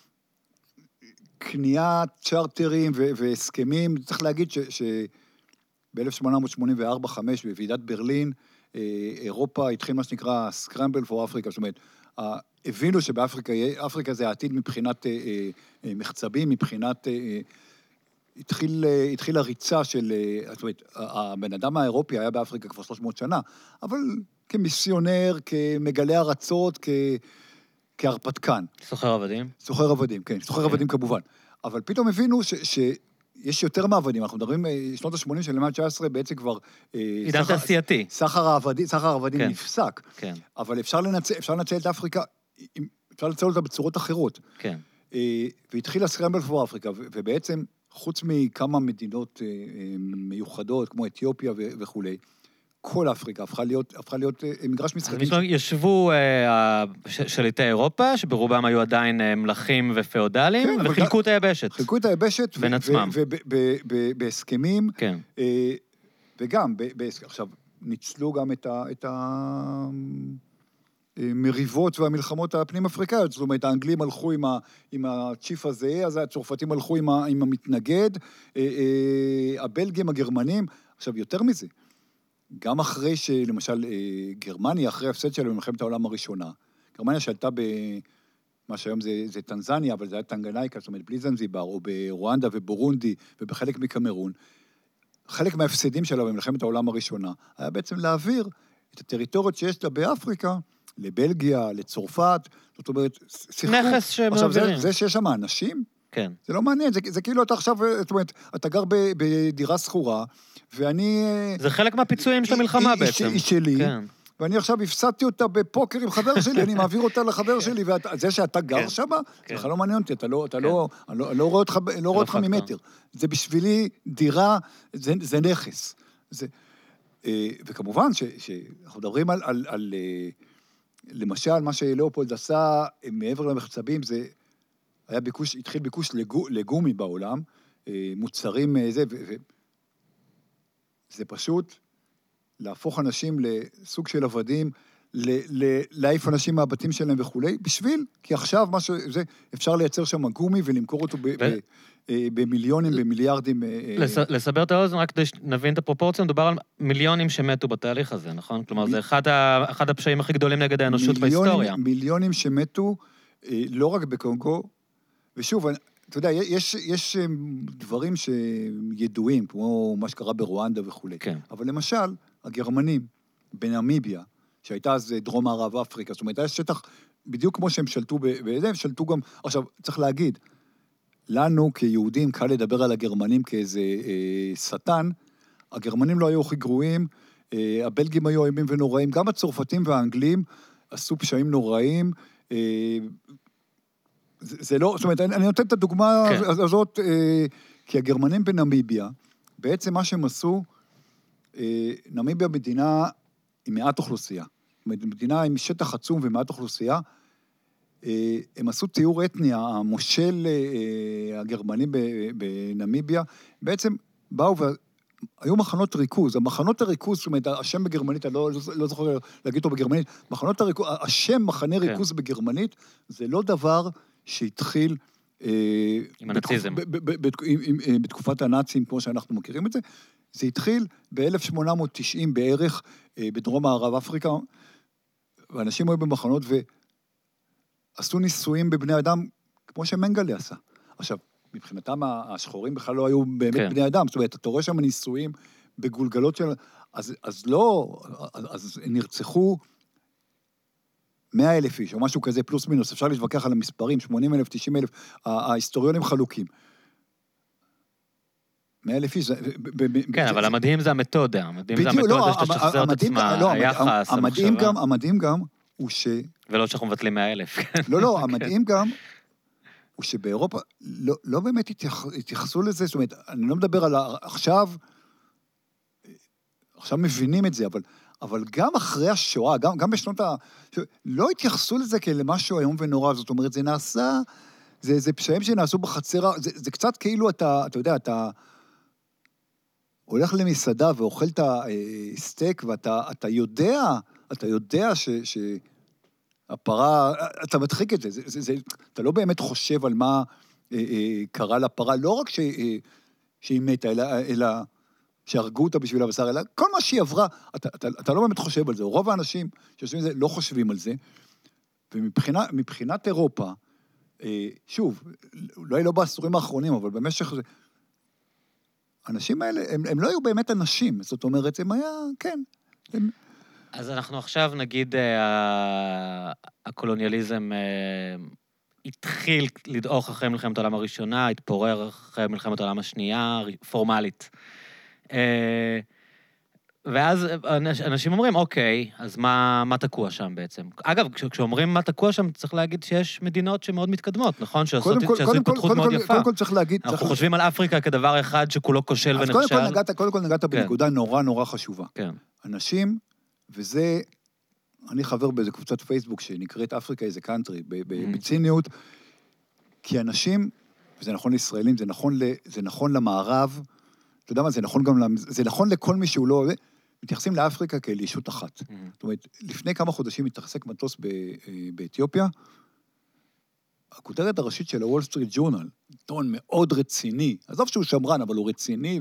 קניית צ'רטרים ו, והסכמים, צריך להגיד ש, ש ב-אלף שמונה מאות שמונים וארבע חמש, בוועידת ברלין, אה, אירופה התחיל מה שנקרא Scramble for Africa, זאת אומרת, הבינו שבאפריקה, אפריקה זה העתיד מבחינת אה, אה, מחצבים, מבחינת, אה, התחיל, אה, התחיל הריצה של, אה, זאת אומרת, הבן אדם האירופי היה באפריקה כבר שלוש מאות שנה, אבל כמיסיונר, כמגלה ארצות, כ, כהרפתקן. סוחר עבדים? סוחר עבדים, כן, סוחר עבדים כמובן. אבל פתאום הבינו ש... ש יש יותר מעבדים, אנחנו מדברים, שנות ה-שמונים של המאה ה-תשע עשרה בעצם כבר... עידן תעשייתי. סחר העבדים, סחר העבדים כן. נפסק. כן. אבל אפשר לנצל, אפשר לנצל את אפריקה, אפשר לנצל אותה בצורות אחרות. כן. והתחיל הסקרמבל פור אפריקה, ובעצם, חוץ מכמה מדינות מיוחדות, כמו אתיופיה וכו', כל אפריקה הפכה להיות, הפכה להיות מגרש משחקים. אז ישבו שליטי אירופה, שברובם היו עדיין מלכים ופאודלים, וחילקו את היבשת. חילקו את היבשת. בין עצמם. ובהסכמים. כן. וגם, עכשיו, ניצלו גם את המריבות והמלחמות הפנים-אפריקאיות. זאת אומרת, האנגלים הלכו עם הצ'יף הזה, אז הצרפתים הלכו עם המתנגד, הבלגים, הגרמנים. עכשיו, יותר מזה. גם אחרי שלמשל גרמניה, אחרי הפסד שלה במלחמת העולם הראשונה, גרמניה שלטה במה שהיום זה, זה טנזניה, אבל זה היה טנגנייקה, זאת אומרת בלי זנזיבר, או ברואנדה ובורונדי, ובחלק מקמרון, חלק מההפסדים שלה במלחמת העולם הראשונה, היה בעצם להעביר את הטריטוריות שיש לה באפריקה, לבלגיה, לצרפת, זאת אומרת, שיחקו. נכס שמעבירים. עכשיו, זה, זה שיש שם אנשים, כן. זה לא מעניין, זה, זה כאילו אתה עכשיו, זאת אומרת, אתה גר בדירה סחורה, ואני... זה חלק מהפיצויים של המלחמה בעצם. היא שלי, ואני עכשיו הפסדתי אותה בפוקר עם חבר שלי, אני מעביר אותה לחבר שלי, וזה שאתה גר שם, זה לך לא מעניין אותי, אתה לא רואה אותך ממטר. זה בשבילי דירה, זה נכס. וכמובן שאנחנו מדברים על, למשל, מה שלאופולד עשה מעבר למחצבים, זה היה ביקוש, התחיל ביקוש לגומי בעולם, מוצרים זה, זה פשוט להפוך אנשים לסוג של עבדים, להעיף אנשים מהבתים שלהם וכו', בשביל, כי עכשיו מה שזה, אפשר לייצר שם גומי ולמכור אותו במיליונים, במיליארדים. לסבר את האוזן, רק כדי שנבין את הפרופורציה, מדובר על מיליונים שמתו בתהליך הזה, נכון? כלומר, זה אחד הפשעים הכי גדולים נגד האנושות בהיסטוריה. מיליונים שמתו, לא רק בקונגו, ושוב, אתה יודע, יש, יש דברים שידועים, כמו מה שקרה ברואנדה וכו'. כן. אבל למשל, הגרמנים בנמיביה, שהייתה אז דרום מערב אפריקה, זאת אומרת, היה שטח, בדיוק כמו שהם שלטו בזה, הם שלטו גם, עכשיו, צריך להגיד, לנו כיהודים קל לדבר על הגרמנים כאיזה אה, שטן, הגרמנים לא היו הכי גרועים, אה, הבלגים היו אימים ונוראים, גם הצרפתים והאנגלים עשו פשעים נוראים, אה, זה, זה לא, זאת אומרת, אני, אני נותן את הדוגמה כן. הזאת, אה, כי הגרמנים בנמיביה, בעצם מה שהם עשו, אה, נמיביה מדינה עם מעט אוכלוסייה, מדינה עם שטח עצום ומעט אוכלוסייה, אה, הם עשו תיאור אתני, המושל אה, הגרמנים בנמיביה, בעצם באו והיו מחנות ריכוז, המחנות הריכוז, זאת אומרת, השם בגרמנית, אני לא, לא זוכר להגיד אותו בגרמנית, מחנות הריכוז, השם מחנה ריכוז כן. בגרמנית, זה לא דבר שהתחיל... עם הנאציזם. בתקופת הנאצים, כמו שאנחנו מכירים את זה, זה התחיל ב-אלף שמונה מאות תשעים בערך, בדרום מערב אפריקה, ואנשים היו במחנות ועשו ניסויים בבני אדם, כמו שמנגלה עשה. עכשיו, מבחינתם השחורים בכלל לא היו באמת כן. בני אדם, זאת אומרת, אתה רואה שם ניסויים בגולגלות של... אז, אז לא, אז נרצחו מאה אלף איש, או משהו כזה, פלוס מינוס, אפשר להתווכח על המספרים, שמונים אלף, תשעים אלף, ההיסטוריונים חלוקים. מאה אלף איש, כן, אבל המדהים זה המתודה, המדהים זה המתודה שתשחזר את עצמה, היחס, המחשבה. המדהים גם הוא ש... ולא שאנחנו מבטלים מאה אלף. לא, לא, המדהים גם הוא שבאירופה לא באמת התייחסו לזה, זאת אומרת, אני לא מדבר על עכשיו, עכשיו מבינים את זה, אבל... אבל גם אחרי השואה, גם, גם בשנות ה... לא התייחסו לזה כלמשהו היום ונורא, זאת אומרת, זה נעשה, זה, זה פשעים שנעשו בחצר, זה, זה קצת כאילו אתה, אתה יודע, אתה הולך למסעדה ואוכל את הסטייק, ואתה אתה יודע, אתה יודע ש, שהפרה, אתה מדחיק את זה, זה, זה, זה, אתה לא באמת חושב על מה אה, אה, קרה לפרה, לא רק ש, אה, שהיא מתה, אלא... אלא שהרגו אותה בשביל הבשר, אלא כל מה שהיא עברה, אתה, אתה, אתה לא באמת חושב על זה, רוב האנשים שיושבים על זה לא חושבים על זה, ומבחינת מבחינת אירופה, שוב, אולי לא בעשורים האחרונים, אבל במשך זה, האנשים האלה, הם, הם לא היו באמת אנשים, זאת אומרת, הם היה, כן. הם... אז אנחנו עכשיו, נגיד, הקולוניאליזם התחיל לדעוך אחרי מלחמת העולם הראשונה, התפורר אחרי מלחמת העולם השנייה, פורמלית. ואז אנשים אומרים, אוקיי, אז מה, מה תקוע שם בעצם? אגב, כשאומרים מה תקוע שם, צריך להגיד שיש מדינות שמאוד מתקדמות, נכון? שעשו התפתחות מאוד יפה. קודם כל צריך להגיד... אנחנו חושבים על אפריקה כדבר אחד שכולו כושל ונכשל. אז קודם כל נגעת בנקודה נורא נורא חשובה. אנשים, וזה, אני חבר באיזה קבוצת פייסבוק שנקראת אפריקה איזה קאנטרי, בציניות, כי אנשים, וזה נכון לישראלים, זה נכון למערב, אתה יודע מה, זה נכון גם, זה נכון לכל מי שהוא לא, מתייחסים לאפריקה כאל ישות אחת. זאת אומרת, לפני כמה חודשים התרחק מטוס באתיופיה, הכותרת הראשית של הוול סטריט ג'ורנל, טון מאוד רציני, עזוב שהוא שמרן, אבל הוא רציני,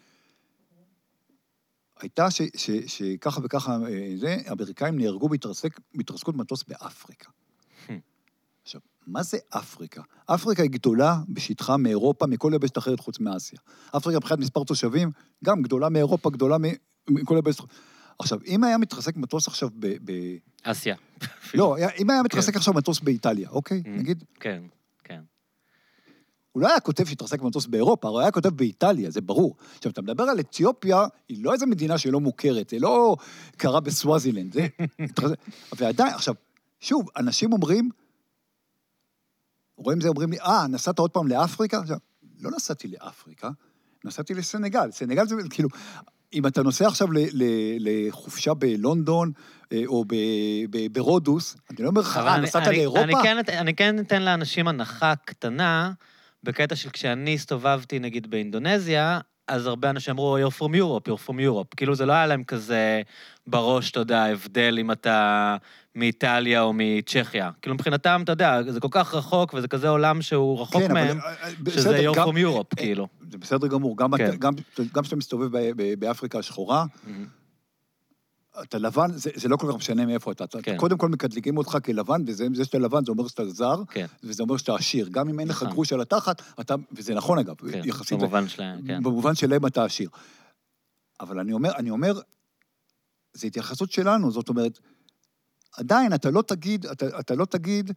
והייתה שככה וככה, זה, האמריקאים נהרגו בהתרסקות מטוס באפריקה. עכשיו, מה זה אפריקה? אפריקה היא גדולה בשטחה מאירופה, מכל יבשת אחרת חוץ מאסיה. אפריקה מבחינת מספר תושבים, גם גדולה מאירופה, גדולה מכל יבשת. עכשיו, אם היה מתרסק מטוס עכשיו ב... אסיה. לא, אם היה מתרסק עכשיו מטוס באיטליה, אוקיי? נגיד? כן, כן. הוא לא היה כותב שהתרסק מטוס באירופה, הוא היה כותב באיטליה, זה ברור. עכשיו, אתה מדבר על אתיופיה, היא לא איזו מדינה שלא מוכרת, זה לא קרה בסוואזילנד, זה... ועדיין, עכשיו, שוב, אנשים אומרים, רואים זה, אומרים לי, אה, נסעת עוד פעם לאפריקה? עכשיו, לא נסעתי לאפריקה, נסעתי לסנגל. סנגל זה כאילו, אם אתה נוסע עכשיו לחופשה בלונדון, או ברודוס, אני לא אומר לך, אה, נסעת לאירופה? אני כן אתן לאנשים הנחה קטנה, בקטע של כשאני הסתובבתי, נגיד, באינדונזיה, אז הרבה אנשים אמרו, you're from Europe, you're from Europe. כאילו זה לא היה להם כזה בראש, אתה יודע, הבדל אם אתה מאיטליה או מצ'כיה. כאילו מבחינתם, אתה יודע, זה כל כך רחוק, וזה כזה עולם שהוא רחוק מהם, שזה you're from Europe, כאילו. זה בסדר גמור. גם כשאתה מסתובב באפריקה השחורה, אתה לבן, זה לא כל כך משנה מאיפה אתה. קודם כל מקדליקים אותך כלבן, וזה שאתה לבן, זה אומר שאתה זר, וזה אומר שאתה עשיר. גם אם אין לך גרוש על התחת, וזה נכון אגב, יחסית, במובן שלהם אתה עשיר. אבל אני אומר, אני אומר, זה התייחסות שלנו, זאת אומרת, עדיין אתה לא תגיד, אתה לא תגיד,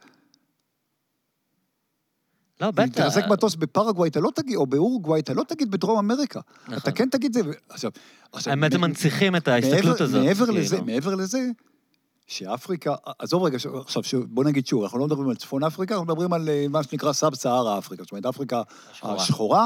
לא, בטח. תרסק מטוס בפרגוואי, אתה לא תגיד, או באורוגוואי, אתה לא תגיד בדרום אמריקה. אתה כן תגיד זה. האמת, הם מנציחים את ההסתכלות הזאת. מעבר לזה, מעבר לזה, שאפריקה, עזוב רגע, עכשיו, בוא נגיד שוב, אנחנו לא מדברים על צפון אפריקה, אנחנו מדברים על מה שנקרא סאב סהרה אפריקה, זאת אומרת, אפריקה השחורה,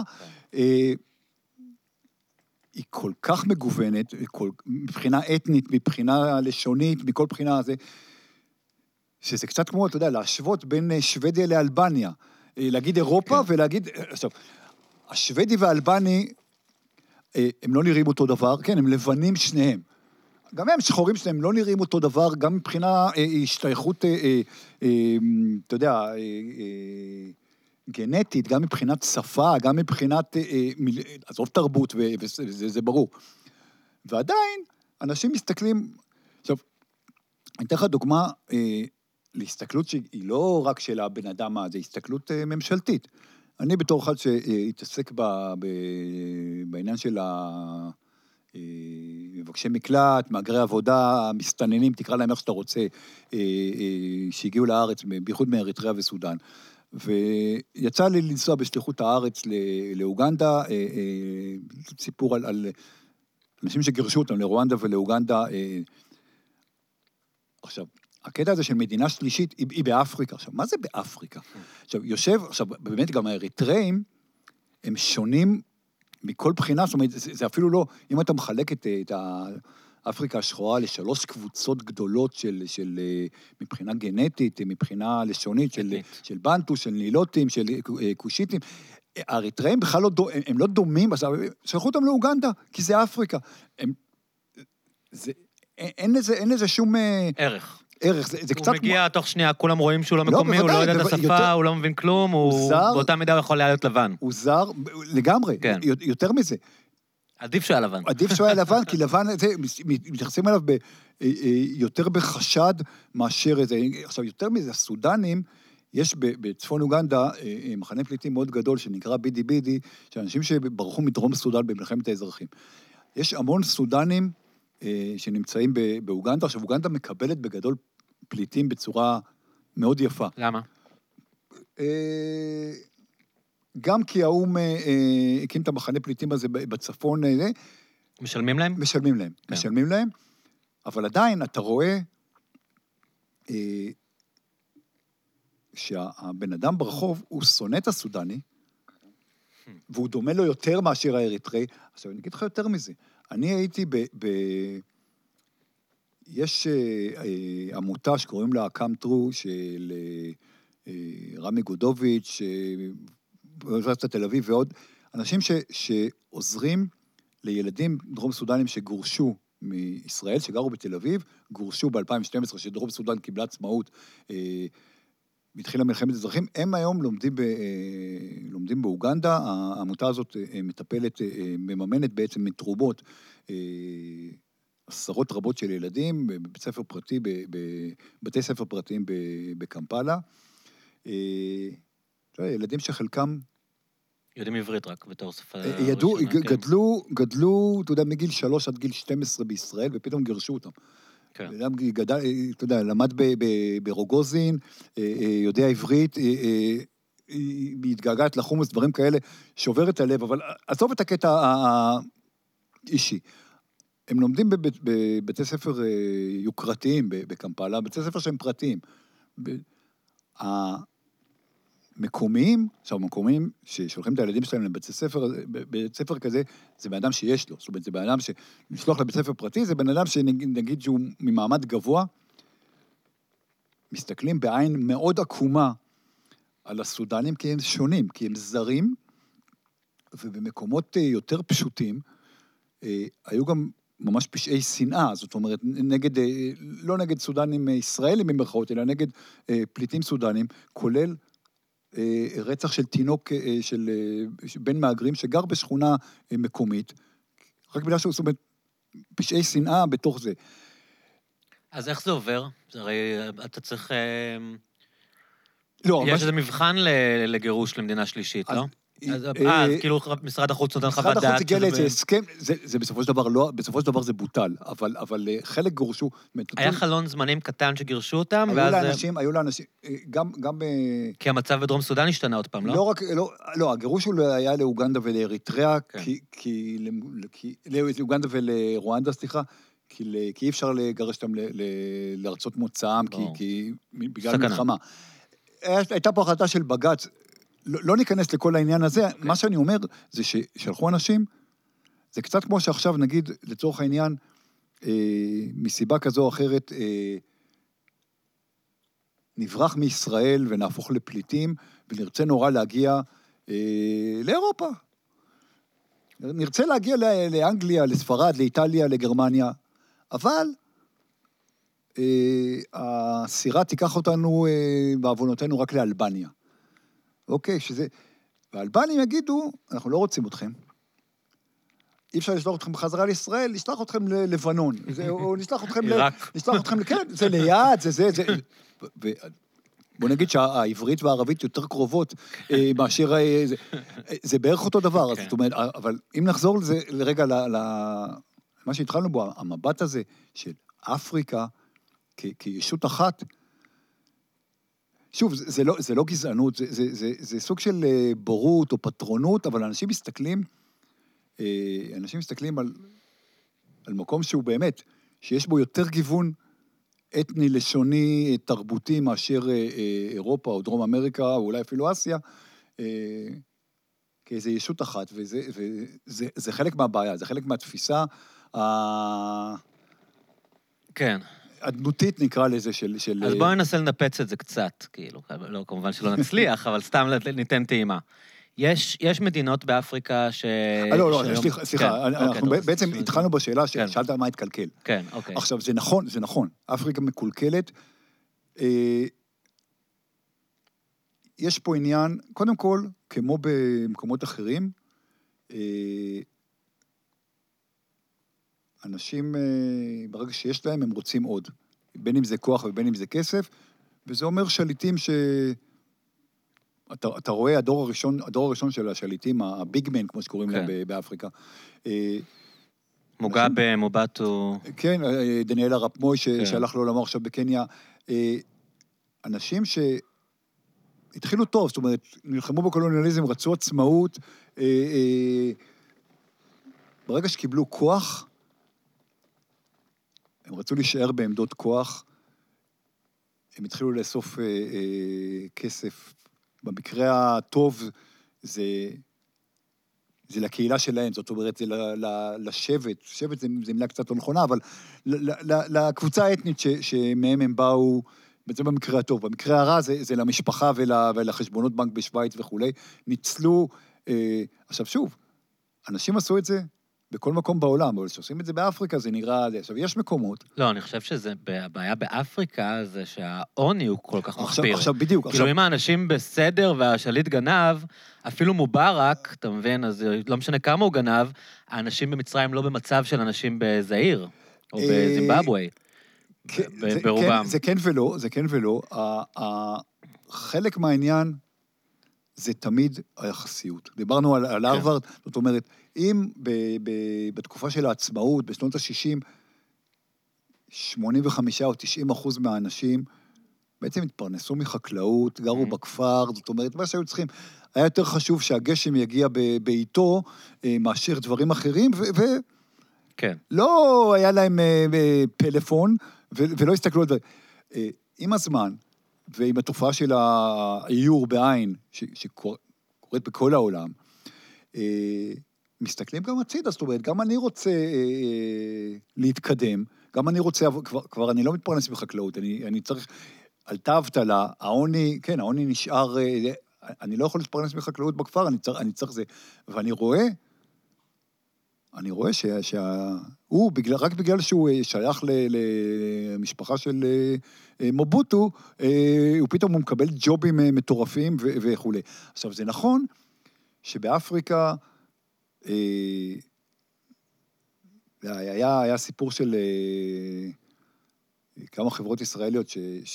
היא כל כך מגוונת, מבחינה אתנית, מבחינה לשונית, מכל בחינה הזה, שזה קצת כמו, אתה יודע, להשוות בין שוודיה לאלבניה, להגיד אירופה ולהגיד, עכשיו, השוודי והאלבני, הם לא נראים אותו דבר, כן, הם לבנים שניהם. גם הם שחורים שלהם לא נראים אותו דבר, גם מבחינה השתייכות, אתה יודע, גנטית, גם מבחינת שפה, גם מבחינת, עזוב תרבות, וזה ברור. ועדיין, אנשים מסתכלים, עכשיו, אני אתן לך דוגמה, להסתכלות שהיא לא רק של הבן אדם, זה הסתכלות ממשלתית. אני בתור אחד שהתעסק בעניין של מבקשי מקלט, מאגרי עבודה, מסתננים, תקרא להם איך שאתה רוצה, שהגיעו לארץ, בייחוד מאריתריאה וסודן. ויצא לי לנסוע בשליחות הארץ לאוגנדה, סיפור על, על אנשים שגירשו אותם לרואנדה ולאוגנדה. עכשיו, הקטע הזה של מדינה שלישית היא, היא באפריקה. עכשיו, מה זה באפריקה? עכשיו, יושב, עכשיו, באמת גם האריתראים, הם שונים מכל בחינה, זאת אומרת, זה, זה אפילו לא, אם אתה מחלק את, את אפריקה השחורה לשלוש קבוצות גדולות של, של, מבחינה גנטית, מבחינה לשונית, של, של בנטו, של נילוטים, של קושיטים, האריתראים בכלל לא, הם לא דומים, אז שלחו אותם לאוגנדה, כי זה אפריקה. הם, זה, אין לזה, אין לזה שום ערך. ערך, זה, זה הוא קצת... מגיע תוך שנייה, כולם רואים שהוא לא מקומי, הוא לא יודע את השפה, יותר... הוא לא מבין כלום, הוא זר, באותה מידה הוא יכול להיות לבן. הוא זר, לגמרי, כן. יותר מזה. עדיף שהוא היה לבן. עדיף שהוא היה לבן, כי לבן, זה, מתייחסים עליו ב, יותר בחשד מאשר איזה... עכשיו, יותר מזה, הסודנים, יש בצפון אוגנדה מחנה פליטים מאוד גדול, שנקרא בידי בידי, שאנשים שברחו מדרום סודן במלחמת האזרחים. יש המון סודנים שנמצאים באוגנדה. עכשיו, אוגנדה מקבלת בגדול פליטים בצורה מאוד יפה. למה? גם כי האום הקים את המחנה פליטים הזה בצפון. משלמים להם? משלמים להם, כן. משלמים להם, אבל עדיין אתה רואה שהבן אדם ברחוב הוא שונא את הסודני, והוא דומה לו יותר מאשר האריתראי. עכשיו, אני אגיד לך יותר מזה. אני הייתי ב... ב... יש אה, עמותה שקוראים לה Come True, של אה, רמי גודוביץ', באוניברסיטת תל אביב ועוד, אנשים ש, שעוזרים לילדים דרום סודנים שגורשו מישראל, שגרו בתל אביב, גורשו ב-אלפיים ושתים עשרה, שדרום סודן קיבלה עצמאות, אה, מתחילה מלחמת אזרחים, הם היום לומדים, ב, אה, לומדים באוגנדה, העמותה הזאת אה, מטפלת, אה, מממנת בעצם מתרומות, אה, עשרות רבות של ילדים, בבית ספר פרטי, בבתי ספר פרטיים בקמפלה. ילדים שחלקם... יודעים עברית רק בתור שפה... ידעו, גדלו, גדלו, אתה יודע, מגיל שלוש עד גיל שתים עשרה בישראל, ופתאום גירשו אותם. כן. גדל, אתה יודע, למד ברוגוזין, יודע עברית, מתגעגעת לחומוס, דברים כאלה, שובר את הלב, אבל עזוב את הקטע האישי. הם לומדים בבתי ספר יוקרתיים בקמפלה, בתי ספר שהם פרטיים. המקומיים, עכשיו, המקומיים ששולחים את הילדים שלהם לבית ספר, בית ספר כזה, זה בן אדם שיש לו. זאת אומרת, זה בן אדם שנשלוח לבית ספר פרטי, זה בן אדם שנגיד שהוא ממעמד גבוה, מסתכלים בעין מאוד עקומה על הסודנים, כי הם שונים, כי הם זרים, ובמקומות יותר פשוטים, היו גם ממש פשעי שנאה, זאת אומרת, נגד, לא נגד סודנים ישראלים במרכאות, אלא נגד פליטים סודנים, כולל רצח של תינוק, של בן מהגרים, שגר בשכונה מקומית, רק בגלל שהוא, זאת אומרת, פשעי שנאה בתוך זה. אז איך זה עובר? הרי אתה צריך... לא, יש איזה מבחן לגירוש למדינה שלישית, לא? אה, כאילו משרד החוץ נותן חוות דעת. משרד החוץ הגיע לאיזה הסכם, זה בסופו של דבר לא, בסופו של דבר זה בוטל, אבל חלק גורשו. היה חלון זמנים קטן שגירשו אותם, היו לאנשים, היו לאנשים, גם... כי המצב בדרום סודן השתנה עוד פעם, לא? לא רק, לא, הגירוש היה לאוגנדה ולאריתריאה, כי... לאוגנדה ולרואנדה, סליחה, כי אי אפשר לגרש אותם לארצות מוצאם, כי בגלל מלחמה. הייתה פה החלטה של בג"ץ, לא, לא ניכנס לכל העניין הזה, okay. מה שאני אומר זה ששלחו אנשים, זה קצת כמו שעכשיו נגיד לצורך העניין, אה, מסיבה כזו או אחרת, אה, נברח מישראל ונהפוך לפליטים, ונרצה נורא להגיע אה, לאירופה. נרצה להגיע לאנגליה, לספרד, לאיטליה, לגרמניה, אבל אה, הסירה תיקח אותנו אה, בעוונותינו רק לאלבניה. אוקיי, שזה... והאלבנים יגידו, אנחנו לא רוצים אתכם. אי אפשר לשלוח אתכם בחזרה לישראל, נשלח אתכם ללבנון. או נשלח אתכם ל... נשלח אתכם, כן, זה ליד, זה זה, זה... בוא נגיד שהעברית והערבית יותר קרובות מאשר... זה בערך אותו דבר, זאת אומרת, אבל אם נחזור לזה לרגע למה שהתחלנו בו, המבט הזה של אפריקה כישות אחת, שוב, זה לא, זה לא גזענות, זה, זה, זה, זה סוג של בורות או פטרונות, אבל אנשים מסתכלים, אנשים מסתכלים על, על מקום שהוא באמת, שיש בו יותר גיוון אתני, לשוני, תרבותי, מאשר אירופה או דרום אמריקה, או אולי אפילו אסיה, כאיזו ישות אחת, וזה, וזה, זה חלק מהבעיה, זה חלק מהתפיסה, כן. אדנותית נקרא לזה של... של... אז בואו ננסה לנפץ את זה קצת, כאילו, לא, כמובן שלא נצליח, אבל סתם ניתן טעימה. יש, יש מדינות באפריקה ש... לא, לא, סליחה, סליחה, אנחנו בעצם התחלנו בשאלה ששאלת על מה התקלקל. כן, אוקיי. עכשיו, זה נכון, זה נכון, אפריקה מקולקלת, יש פה עניין, קודם כל, כמו במקומות אחרים, אנשים, ברגע שיש להם, הם רוצים עוד. בין אם זה כוח ובין אם זה כסף, וזה אומר שליטים ש... אתה, אתה רואה הדור הראשון, הדור הראשון של השליטים, הביגמן, כמו שקוראים כן. להם באפריקה. מוגאבה, מובטו. כן, דניאל הרב מוי, כן. שהלך לעולמו עכשיו בקניה. אנשים שהתחילו טוב, זאת אומרת, נלחמו בקולוניאליזם, רצו עצמאות, ברגע שקיבלו כוח, הם רצו להישאר בעמדות כוח, הם התחילו לאסוף אה, אה, כסף, במקרה הטוב זה, זה לקהילה שלהם, זאת אומרת, זה ל, ל, לשבט, שבט זה, זה מילה קצת לא נכונה, אבל ל, ל, לקבוצה האתנית ש, שמהם הם באו, זה במקרה הטוב, במקרה הרע זה, זה למשפחה ול, ולחשבונות בנק בשוויץ וכולי, ניצלו, אה, עכשיו שוב, אנשים עשו את זה, בכל מקום בעולם, אבל כשעושים את זה באפריקה, זה נראה... עכשיו, יש מקומות... לא, אני חושב שזה, הבעיה באפריקה זה שהעוני הוא כל כך מחפיר. עכשיו, עכשיו בדיוק. כאילו, אם האנשים בסדר והשליט גנב, אפילו מובארק, אתה מבין, אז לא משנה כמה הוא גנב, האנשים במצרים לא במצב של אנשים בזעיר, או בזימבבואה, ברובם. זה כן ולא, זה כן ולא. חלק מהעניין... זה תמיד היחסיות. דיברנו על, על הרווארד, זאת אומרת, אם ב, ב, בתקופה של העצמאות, בשנות ה-שישים, שמונים וחמישה או תשעים אחוז מהאנשים בעצם התפרנסו מחקלאות, גרו בכפר, זאת אומרת, מה שהיו צריכים, היה יותר חשוב שהגשם יגיע בעיתו, מאשר דברים אחרים, ו... כן. לא היה להם פלאפון, ולא הסתכלו על זה. עם הזמן, ועם התופעה של האיור בעין, שקורית בכל העולם, מסתכלים גם הצידה, זאת אומרת, גם אני רוצה להתקדם, גם אני רוצה, כבר, כבר אני לא מתפרנס בחקלאות, אני, אני צריך, עלתה אבטלה, העוני, כן, העוני נשאר, אני לא יכול להתפרנס בחקלאות בכפר, אני צריך, אני צריך זה, ואני רואה, אני רואה שה, שה, הוא, בגלל, רק בגלל שהוא שייך ל, למשפחה של מובוטו, הוא פתאום הוא מקבל ג'ובים מטורפים ו, וכו'. עכשיו, זה נכון שבאפריקה, היה, היה סיפור של כמה חברות ישראליות ש, ש...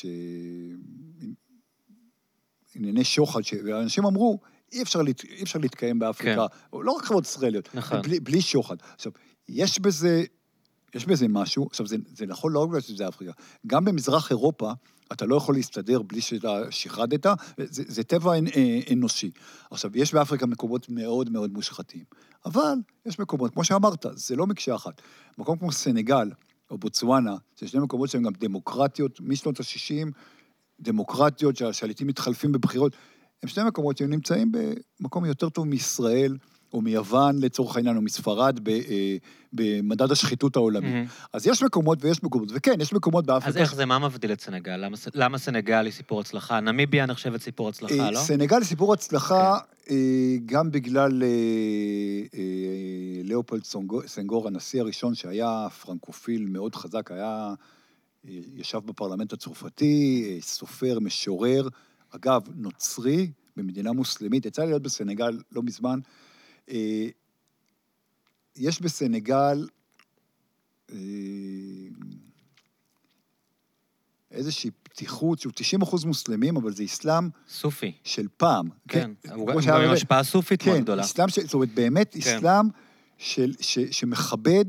ענייני שוחד, ואנשים אמרו, אי אפשר, להת... אי אפשר להתקיים באפריקה, כן. לא רק חברות ישראליות, נכון. בלי, בלי שוחד. עכשיו, יש בזה, יש בזה משהו, עכשיו, זה, זה נכון לא רק שזה אפריקה, גם במזרח אירופה, אתה לא יכול להסתדר בלי שאתה שחרדת, זה, זה טבע אנושי. עכשיו, יש באפריקה מקומות מאוד מאוד מושחתים, אבל יש מקומות, כמו שאמרת, זה לא מקשה אחת. מקום כמו סנגל, או בוצואנה, זה שני מקומות שהן גם דמוקרטיות, משנות ה-שישים, דמוקרטיות, שהשליטים מתחלפים בבחירות, הם שני מקומות שהם נמצאים במקום יותר טוב מישראל, או מיוון לצורך העניין, או מספרד, במדד השחיתות העולמי. Mm-hmm. אז יש מקומות ויש מקומות, וכן, יש מקומות באפריקה. אז איך זה, מה מבדיל את סנגל? למה, למה סנגל היא סיפור הצלחה? נמיביה נחשבת סיפור הצלחה, לא? סנגל היא סיפור הצלחה, okay. גם בגלל לאופולד סנגור, הנשיא הראשון שהיה פרנקופיל מאוד חזק, היה, ישב בפרלמנט הצרפתי, סופר, משורר, אגב, נוצרי, במדינה מוסלמית, יצא לי להיות בסנגל לא מזמן, יש בסנגל איזושהי פתיחות, שהוא תשעים אחוז מוסלמים, אבל זה אסלאם... סופי. של פעם. כן, הוא גם עם השפעה סופית מאוד גדולה. כן, אסלאם, זאת אומרת, באמת אסלאם שמכבד,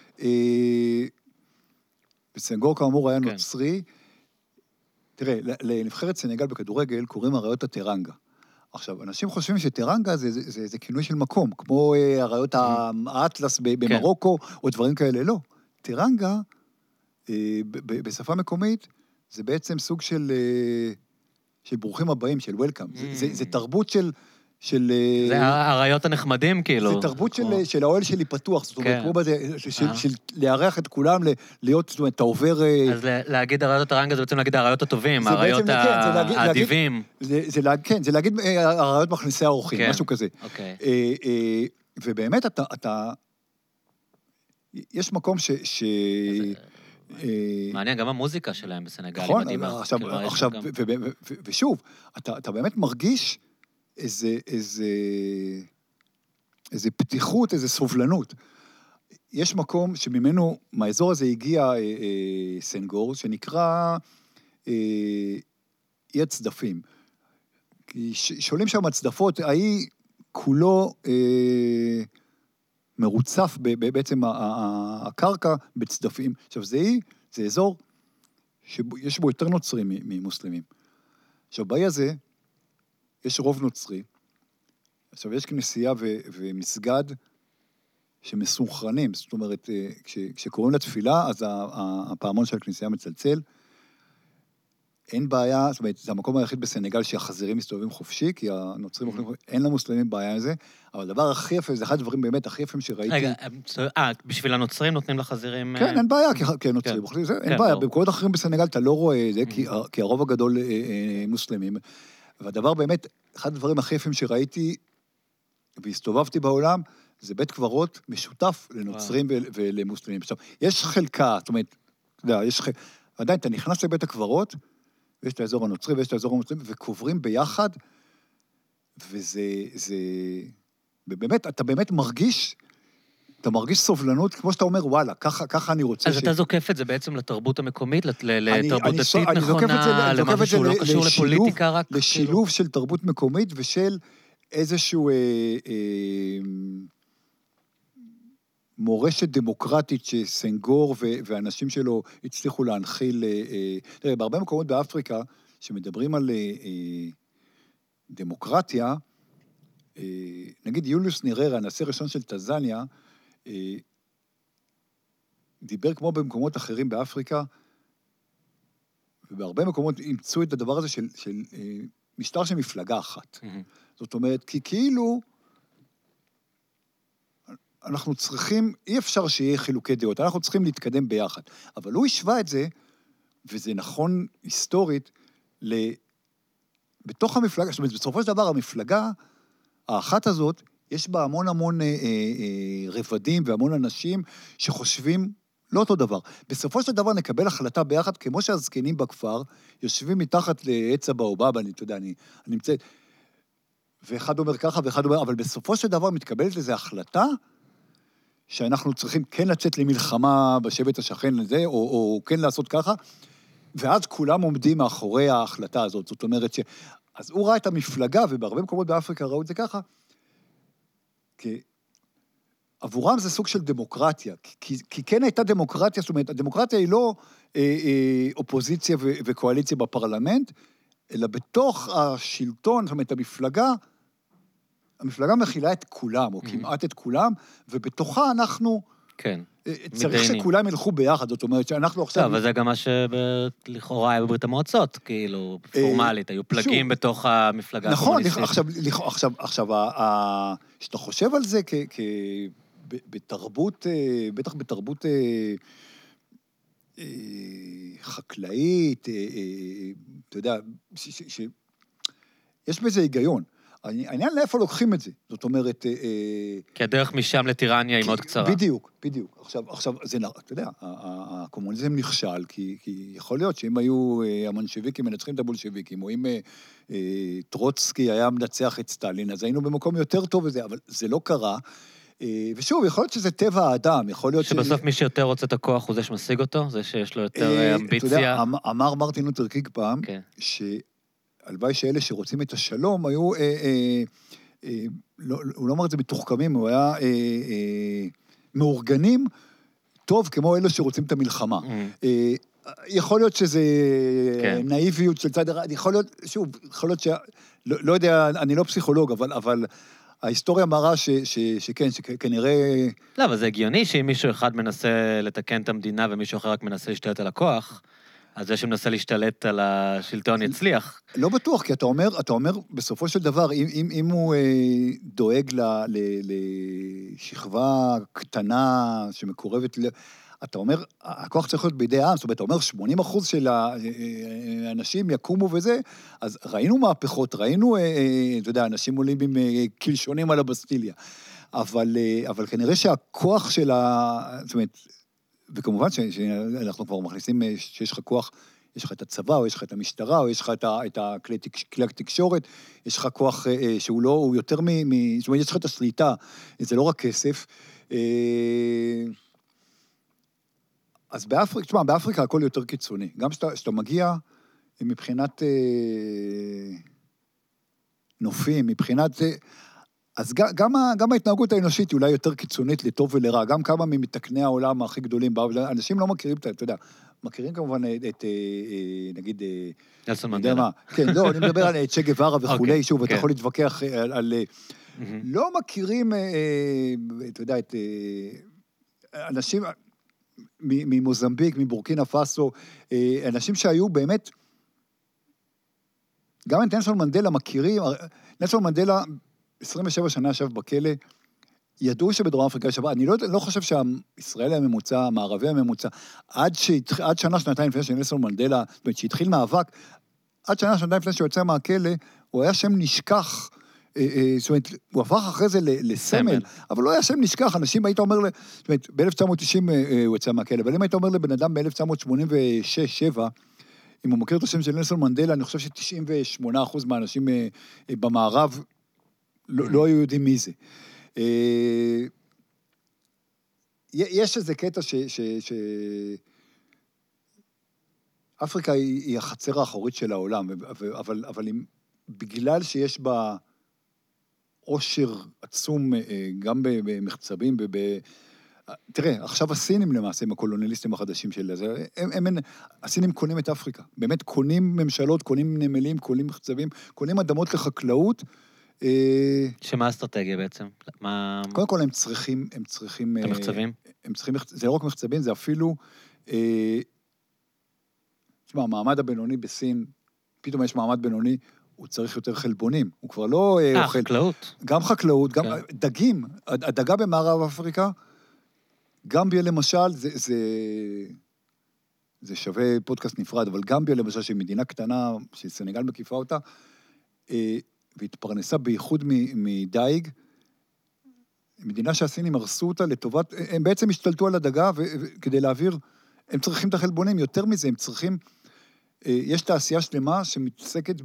בסנגור כאמור היה נוצרי, תראה, לנבחרת סנגל בכדורגל קוראים הראיות הטרנגה. עכשיו, אנשים חושבים שטרנגה זה, זה, זה, זה כינוי של מקום, כמו הראיות האטלס במרוקו, או דברים כאלה, לא. טרנגה, בשפה מקומית, זה בעצם סוג של, של ברוכים הבאים, של וולקאם. זה, זה, זה תרבות של... של זה הראיות הנחמדים, כאילו. זה תרבות של, של האוהל שלי פתוח, זאת אומרת, כמו בזה, של, של לארח את כולם, להיות, זאת אומרת, אתה עובר... אז להגיד הראיות הטרנגה, זה בעצם להגיד הראיות הטובים, הראיות האדיבים. כן, זה להגיד הראיות מכניסי האורחים, משהו כזה. ובאמת, אתה... יש מקום ש... מעניין, גם המוזיקה שלהם בסנגל. נכון, עכשיו, ושוב, אתה באמת מרגיש איזה, איזה, איזה פתיחות, איזה סובלנות. יש מקום שממנו, מהאזור הזה הגיע אה, אה, סנגור, שנקרא אה, אי הצדפים. כי שואלים שם הצדפות, האי כולו אה, מרוצף, ב, ב, בעצם הקרקע בצדפים. עכשיו, זה אי, זה אזור שיש בו יותר נוצרים ממוסלמים. עכשיו, באי הזה, יש רוב נוצרי, עכשיו יש כנסייה ו- ומסגד שמסונכרנים, זאת אומרת, כש- כשקוראים לתפילה, אז הפעמון של הכנסייה מצלצל, אין בעיה, זאת אומרת, זה המקום היחיד בסנגל שהחזירים מסתובבים חופשי, כי הנוצרים אוכלים חופשי, אין למוסלמים בעיה עם זה, אבל הדבר הכי יפה, זה אחד הדברים באמת הכי יפים שראיתי. רגע, אה, בשביל הנוצרים נותנים לחזירים... כן, אין בעיה, כי הנוצרים אוכלים, אין בעיה, במקומות אחרים בסנגל אתה לא רואה את זה, כי הרוב הגדול מוסלמים. והדבר באמת, אחד הדברים הכי יפים שראיתי, והסתובבתי בעולם, זה בית קברות משותף לנוצרים ולמוסלמים. עכשיו, יש חלקה, זאת אומרת, אתה יודע, יש חלקה, עדיין, אתה נכנס לבית הקברות, ויש את האזור הנוצרי, ויש את האזור המוסלמי, וקוברים ביחד, וזה, זה, ובאמת, אתה באמת מרגיש, אתה מרגיש סובלנות, כמו שאתה אומר, וואלה, ככה, ככה אני רוצה אז ש... אז אתה זוקף את זה בעצם לתרבות המקומית, לתרבות דתית נכונה, למשהו שהוא לא קשור לפוליטיקה רק? לשילוב של תרבות מקומית ושל איזשהו... אה, אה, מורשת דמוקרטית שסנגור ואנשים שלו הצליחו להנחיל, תראה, בהרבה מקומות באפריקה, שמדברים על דמוקרטיה, נגיד יוליוס ניררה, הנשיא הראשון של טנזניה, דיבר כמו במקומות אחרים באפריקה, ובהרבה מקומות אימצו את הדבר הזה של, של משטר של מפלגה אחת. זאת אומרת, כי כאילו, אנחנו צריכים, אי אפשר שיהיה חילוקי דעות, אנחנו צריכים להתקדם ביחד. אבל הוא השווה את זה, וזה נכון היסטורית, בתוך המפלגה, זאת אומרת, בסופו של דבר המפלגה, האחת הזאת, יש בה המון המון אה, אה, רבדים והמון אנשים שחושבים לא אותו דבר. בסופו של דבר נקבל החלטה ביחד, כמו שהזקנים בכפר, יושבים מתחת לעץ הבאובב, אני, אתה יודע, אני, אני נמצאת, ואחד אומר ככה ואחד אומר, אבל בסופו של דבר מתקבלת לזה החלטה, שאנחנו צריכים כן לצאת למלחמה בשבט השכן לזה, או, או כן לעשות ככה, ואז כולם עומדים מאחורי ההחלטה הזאת. זאת אומרת ש... אז הוא ראה את המפלגה, ובהרבה מקומות באפריקה ראו את זה ככה, כי עבורם זה סוג של דמוקרטיה, כי, כי כן הייתה דמוקרטיה, זאת אומרת, הדמוקרטיה היא לא אה, אה, אופוזיציה ו, וקואליציה בפרלמנט, אלא בתוך השלטון, זאת אומרת, המפלגה, המפלגה מכילה את כולם, או כמעט את כולם, ובתוכה אנחנו... כן. צריך שכולם ילכו ביחד, זאת אומרת שאנחנו עכשיו... טוב, אבל זה גם מה שלכאורה היה בברית המועצות, כאילו, פורמלית, היו פלגים בתוך המפלגה הקומוניסטית. נכון, עכשיו, עכשיו, שאתה חושב על זה בתרבות, בטח בתרבות חקלאית, אתה יודע, יש בזה היגיון. העניין לאיפה לוקחים את זה. זאת אומרת... כי הדרך משם לטירניה היא מאוד קצרה. בדיוק, בדיוק. עכשיו, עכשיו, זה, אתה יודע, הקומוניזם נכשל, כי, כי יכול להיות שאם היו המנשוויקים מנצחים את הבולשוויקים, או אם טרוצקי היה מנצח את סטלין, אז היינו במקום יותר טוב וזה, אבל זה לא קרה. ושוב, יכול להיות שזה טבע האדם, יכול להיות... שבסוף מי שיותר רוצה את הכוח הוא זה שמשיג אותו? זה שיש לו יותר אמביציה? אתה יודע, אמר מרטין לותר קינג פעם, שהלוואי שאלה שרוצים את השלום היו... הוא לא אמר את זה מתוחכמים, הוא היה מאורגנים טוב כמו אלו שרוצים את המלחמה. יכול להיות שזה נאיביות של צד אחד, יכול להיות, שוב, יכול להיות ש... לא יודע, אני לא פסיכולוג, אבל... ההיסטוריה מראה ש, ש, שכן, שכנראה... לא, אבל זה הגיוני שאם מישהו אחד מנסה לתקן את המדינה ומישהו אחר רק מנסה להשתלט על הכוח, אז זה שמנסה להשתלט על השלטון יצליח. לא בטוח, כי אתה אומר, אתה אומר בסופו של דבר, אם, אם, אם הוא אה, דואג ל, ל, לשכבה קטנה שמקורבת... ל... אתה אומר, הכוח צריך להיות בידי העם, זאת אומרת, אתה אומר, שמונים אחוז של האנשים יקומו וזה, אז ראינו מהפכות, ראינו, אתה יודע, אנשים עולים עם קלשונים על הבסטיליה, אבל, אבל כנראה שהכוח של ה... זאת אומרת, וכמובן שאנחנו כבר מכניסים שיש לך כוח, יש לך את הצבא, או יש לך את המשטרה, או יש לך את כלי התקשורת, יש לך כוח שהוא לא, הוא יותר מ... זאת אומרת, יש לך את השליטה, זה לא רק כסף, אז באפריקה, תשמע, באפריקה הכל יותר קיצוני. גם שאתה, שאתה מגיע מבחינת אה, נופים, מבחינת... אה, אז גם, גם, גם ההתנהגות האנושית היא אולי יותר קיצונית לטוב ולרע. גם כמה ממתקני העולם הכי גדולים, אנשים לא מכירים, אתה יודע, מכירים כמובן את, אה, נגיד... נלסון מנדלה. כן, לא, אני מדבר על צ'ה גווארה וכולי, שוב, אתה יכול להתווכח על... על לא מכירים, אה, אתה יודע, את אה, אנשים... ממוזמביק, מבורקינה פאסו, אנשים שהיו באמת, גם את נלסון מנדלה מכירים, נלסון מנדלה עשרים ושבע שנה ישב בכלא, ידעו שבדרום אפריקה ישב, אני לא, לא חושב שהישראלי הממוצע, המערבי הממוצע, עד, שהתח, עד שנה, שנתיים לפני שנלסון מנדלה, זאת אומרת, שהתחיל מאבק, עד שנה, שנתיים לפני שהוא יוצא מהכלא, הוא היה שם נשכח, זאת אומרת, הוא הפך אחרי זה לסמל, אבל לא היה שם נשכח, אנשים היית אומר, זאת אומרת, ב-אלף תשע מאות תשעים הוא יצא מהכלא, אבל אם היית אומר לבן אדם ב-אלף תשע מאות שמונים ושש שבע, אם הוא מכיר את השם של נלסון מנדלה, אני חושב ש-תשעים ושמונה אחוז מהאנשים במערב לא היו יודעים מי זה. יש איזה קטע ש... אפריקה היא החצר האחורית של העולם, אבל בגלל שיש בה עושר עצום גם במחצבים, תראה, עכשיו הסינים למעשה, הם הקולוניאליסטים החדשים של זה, הם, הם, הסינים קונים את אפריקה, באמת קונים ממשלות, קונים נמלים, קונים מחצבים, קונים אדמות לחקלאות. שמה האסטרטגיה בעצם? מה... קודם כל הם צריכים, הם צריכים... את המחצבים? הם צריכים, זה לא רק מחצבים, זה אפילו... תשמע, המעמד הבינוני בסין, פתאום יש מעמד בינוני, הוא צריך יותר חלבונים, הוא כבר לא אה, אוכל. חקלאות. גם חקלאות, גם דגים, הדגה במערב אפריקה, גמביה למשל, זה, זה, זה שווה פודקאסט נפרד, אבל גמביה למשל, שהיא מדינה קטנה, שסנגל מקיפה אותה, והתפרנסה בייחוד מדייג, מדינה שהסינים הרסו אותה לטובת, הם בעצם השתלטו על הדגה, וכדי להעביר, הם צריכים את החלבונים, יותר מזה, הם צריכים, יש תעשייה שלמה שמתעסקת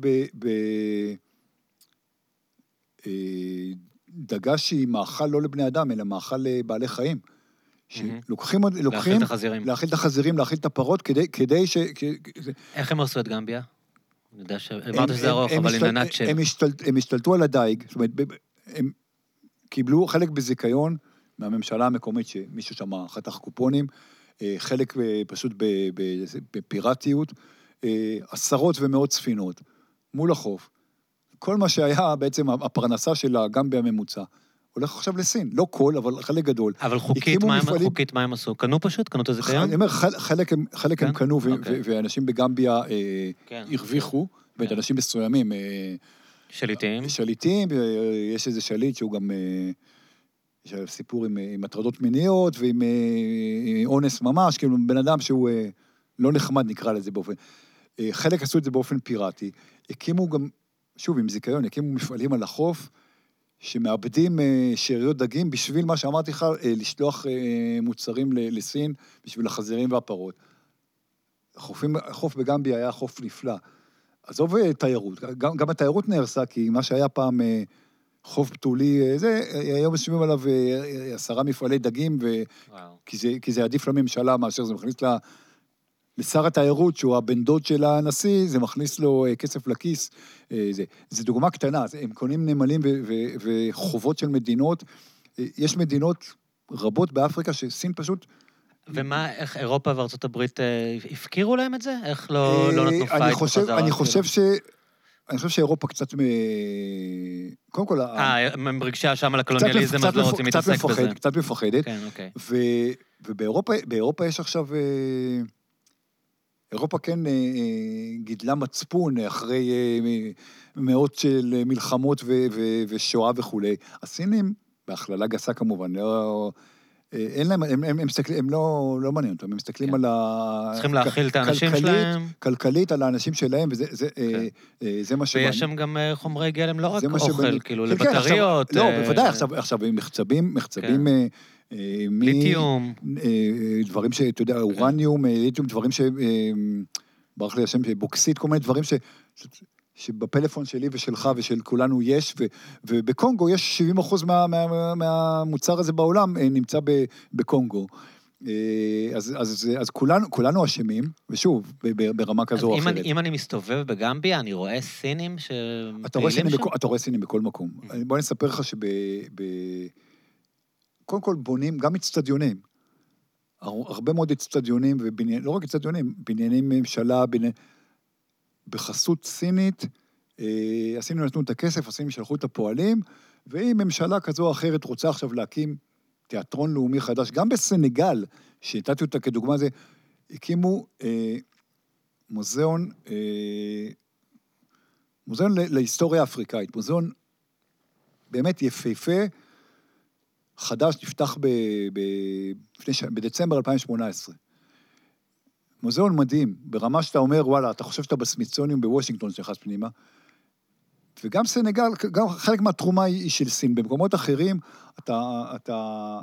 בדגה שהיא מאכל לא לבני אדם, אלא מאכל לבעלי חיים. שלוקחים, לוקחים... להאכיל את החזירים. להאכיל את החזירים, להאכיל את הפרות, כדי, כדי ש... איך הם עשו את גמביה? אני יודע ש... אמרת שזה ארוך, אבל עם ענת של... הם השתלטו על הדייג, זאת אומרת, הם קיבלו חלק בזיקיון מהממשלה המקומית, שמישהו שם חתך קופונים, חלק פשוט בפיראטיות, עשרות ומאות ספינות, מול החוף. כל מה שהיה בעצם הפרנסה שלה, גם בממוצע, הולך עכשיו לסין. לא כל, אבל חלק גדול. אבל חוקית, מה, מפעלים... חוקית מה הם עשו? קנו פשוט? קנו את הזיקיון? אני אומר, חלק, חלק כן? הם קנו, okay. ואנשים בגמביה כן. הרוויחו, okay. ואת אנשים מסוימים. שליטים. שליטים, יש איזה שליט שהוא גם... יש סיפור עם, עם הטרדות מיניות, ועם אונס ממש, כאילו בן אדם שהוא לא נחמד, נקרא לזה באופן. חלק עשו את זה באופן פיראטי. הקימו גם שוב, עם זיכיון, יקימו מפעלים על החוף, שמאבדים שאריות דגים, בשביל מה שאמרתי לך, לשלוח מוצרים לסין, בשביל החזירים והפרות. החופים, החוף בגמביה היה חוף נפלא. עזוב תיירות, גם, גם התיירות נהרסה, כי מה שהיה פעם חוף פתולי, זה, היום משווים עליו עשרה מפעלי דגים, ו... כי, זה, כי זה עדיף לממשלה מאשר זה מכניס לה... לשר התיירות, שהוא הבן דוד של הנשיא, זה מכניס לו כסף לכיס. זה, זה דוגמה קטנה, הם קונים נמלים ו, ו, וחובות של מדינות. יש מדינות רבות באפריקה שסין פשוט... ומה, איך אירופה וארצות הברית הפקירו להם את זה? איך לא, לא נתנו פייט בחזרה? אני חושב ש... אני חושב שאירופה קצת מ... קודם כל... אה, הם רגשה שם על הקולוניאליזם, אז לא רוצים להתעסק בזה. קצת מפחדת. כן, אוקיי. ובאירופה יש עכשיו... אירופה כן גידלה מצפון אחרי מאות של מלחמות ושואה וכו'. הסינים, בהכללה גסה כמובן, אין להם, הם, הם, הם, מסתכל, הם לא, לא מעניין אותם, הם מסתכלים כן. על ה... צריכים להכיל את האנשים שלהם. כלכלית על האנשים שלהם, וזה זה, כן. זה מה שבא. ויש שם גם חומרי גלם, לא רק אוכל, כאילו, כן, לבטריות. כן, עכשיו, לא, בוודאי, עכשיו, עכשיו הם מחצבים, מחצבים... כן. ליטיום. דברים שאתה יודע, אורניום, ליטיום, דברים ש... ברח לי השם, בוקסית, כל מיני דברים ש... שבפלאפון שלי ושלך ושל כולנו יש, ו... ובקונגו יש שבעים אחוז מה... מה... מהמוצר הזה בעולם נמצא ב... בקונגו. אז, אז, אז כולנו, כולנו אשמים, ושוב, ברמה כזו או אחרת. אם אני, אם אני מסתובב בגמביה, אני רואה סינים שפעילים אתה רואה סינים, בכל, אתה רואה סינים בכל מקום. בוא נספר לך שב... ב... קודם כל בונים גם אצטדיונים, הרבה מאוד אצטדיונים, ובניין, לא רק אצטדיונים, בנייני ממשלה, בניין, בחסות סינית, אה, הסינים נתנו את הכסף, הסינים שלחו את הפועלים, ואם ממשלה כזו או אחרת רוצה עכשיו להקים תיאטרון לאומי חדש, גם בסנגל, שהתתי אותה כדוגמה זה, הקימו אה, מוזיאון, אה, מוזיאון להיסטוריה האפריקאית, מוזיאון באמת יפהפה, חדש, נפתח ב, ב, בדצמבר אלפיים שמונה עשרה. מוזיאון מדהים, ברמה שאתה אומר, וואלה, אתה חושב שאתה בסמיתסוניום בוושינגטון שנכנס פנימה, וגם סנגל, גם חלק מהתרומה היא של סין, במקומות אחרים, אתה, אתה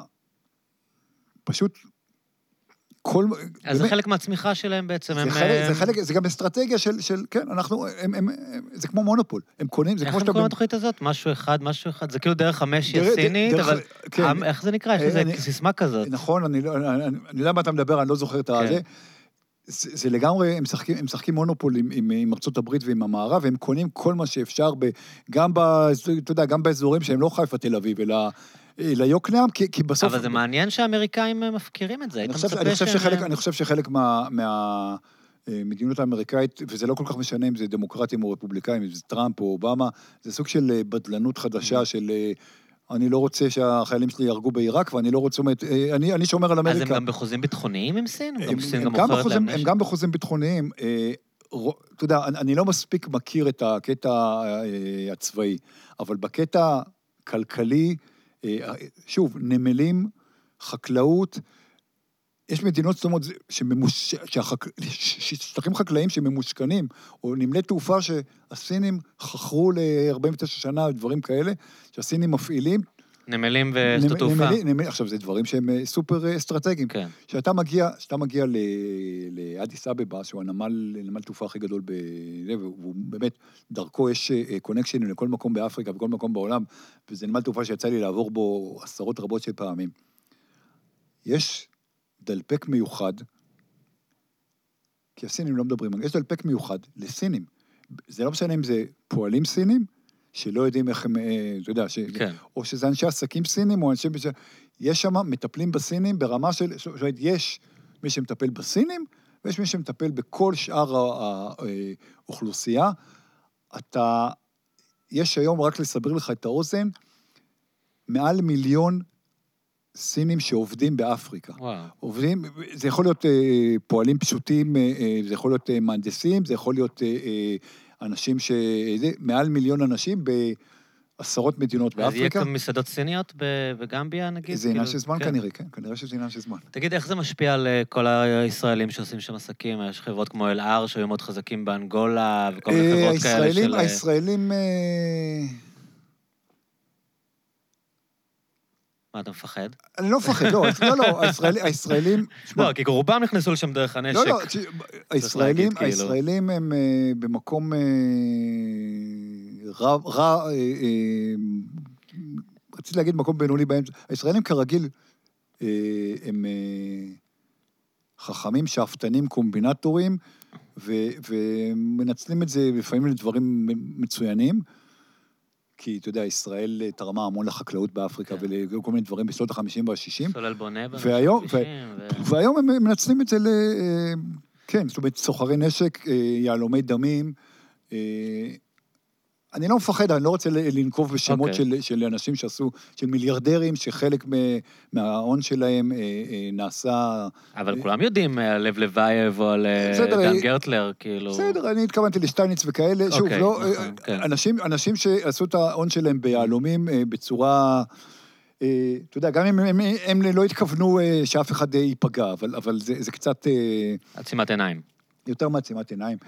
פשוט... כל, אז באמת, זה חלק מהצמיחה שלהם בעצם. זה, הם, חלק, הם... זה, חלק, זה גם אסטרטגיה של, של כן, אנחנו, הם, הם, הם, זה כמו מונופול, הם קונים, זה כמו שאתה... איך הם קוראים לתוכנית הזאת? משהו אחד, משהו אחד, זה כאילו דרך המשי הסינית, דרך, אבל כן, איך זה נקרא? יש לזה אני, סיסמה כזאת. נכון, אני, אני, אני, אני יודע מה אתה מדבר, אני לא זוכר את הזה. זה, זה לגמרי, הם משחקים, הם משחקים מונופול עם, עם, עם ארצות הברית ועם המערב, והם קונים כל מה שאפשר, ב, גם, ב, אתה יודע, גם באזורים שהם לא חיפה תל אביב, אלא... ליוקנעם, כי, כי בסוף... אבל זה מעניין שהאמריקאים מפקירים את זה. אני חושב, אני חושב שחלק, אני חושב שחלק מה, מהמדיניות האמריקאית, וזה לא כל כך משנה אם זה דמוקרטים או רפובליקאים, אם זה טראמפ או אובמה, זה סוג של בדלנות חדשה של... אני לא רוצה שהחיילים שלי ירגו בעיראק, ואני לא רוצה... אני, אני שומר על אמריקה. אז הם גם בחוזים ביטחוניים עם סין? הם, הם, הם, גם בחוזים, הם גם בחוזים ביטחוניים. אתה יודע, אני לא מספיק מכיר את הקטע הצבאי, אבל בקטע כלכלי, שוב, נמלים, חקלאות, יש מדינות זאת אומרת, שממוש... שהחק... שטחים חקלאים שממושכנים, או נמלי תעופה שהסינים חכרו ל-ארבעים ותשע שנה, דברים כאלה, שהסינים מפעילים. נמלים ושדות תעופה. נמל... עכשיו, זה דברים שהם סופר אסטרטגיים. כן. שאתה מגיע, שאתה מגיע ל... לאדיס אבבה, שהוא הנמל, נמל תעופה הכי גדול ב... והוא באמת, דרכו יש קונקשנים לכל מקום באפריקה וכל מקום בעולם, וזה נמל תעופה שיצא לי לעבור בו עשרות רבות של פעמים. יש דלפק מיוחד, כי הסינים לא מדברים, יש דלפק מיוחד לסינים. זה לא משנה אם זה פועלים סינים, שלא יודעים איך הם, אתה יודע, ש... כן. או שזה אנשי עסקים סינים, או אנשי... יש שם מטפלים בסינים ברמה של... זאת אומרת, יש מי שמטפל בסינים, ויש מי שמטפל בכל שאר האוכלוסייה. אתה... יש היום, רק לסבר לך את האוזן, מעל מיליון סינים שעובדים באפריקה. וואו. עובדים, זה יכול להיות אה, פועלים פשוטים, אה, זה יכול להיות אה, מהנדסים, זה יכול להיות אה, אנשים ש... זה, מעל מיליון אנשים, ב... עשרות מדינות באפריקה. אז יהיה כאן מסעדות סיניות בגמביה, נגיד? זה עניין של זמן כנראה, כן, כנראה שזה עניין של זמן. תגיד, איך זה משפיע על כל הישראלים שעושים שם עסקים? יש חברות כמו אל-אר, שהיו מאוד חזקים באנגולה, וכל מיני חברות כאלה של... הישראלים... מה, אתה מפחד? אני לא מפחד, לא, לא, לא, הישראלים... לא, כי רובם נכנסו לשם דרך הנשק. לא, לא, הישראלים, הישראלים הם במקום רע, רציתי להגיד מקום בינוני באמצע, הישראלים כרגיל הם חכמים, שאפתנים, קומבינטורים, ומנצלים את זה לפעמים לדברים מצוינים, כי, אתה יודע, ישראל תרמה המון לחקלאות באפריקה, ולכל מיני דברים בשנות ה-חמישים וה-שישים. סולל בונה והיום הם מנצלים את זה ל... כן, זאת אומרת, סוחרי נשק, יעלומי דמים. אני לא מפחד, אני לא רוצה לנקוב בשמות של אנשים שעשו, של מיליארדרים, שחלק מההון שלהם נעשה... אבל כולם יודעים על לב לבייב או על דן גרטלר, כאילו... בסדר, אני התכוונתי לשטייניץ וכאלה, שוב, לא... אנשים שעשו את ההון שלהם ביעלומים בצורה... אתה יודע, גם אם הם לא התכוונו שאף אחד ייפגע, אבל זה קצת... עצימת עיניים. יותר מעצימת עיניים.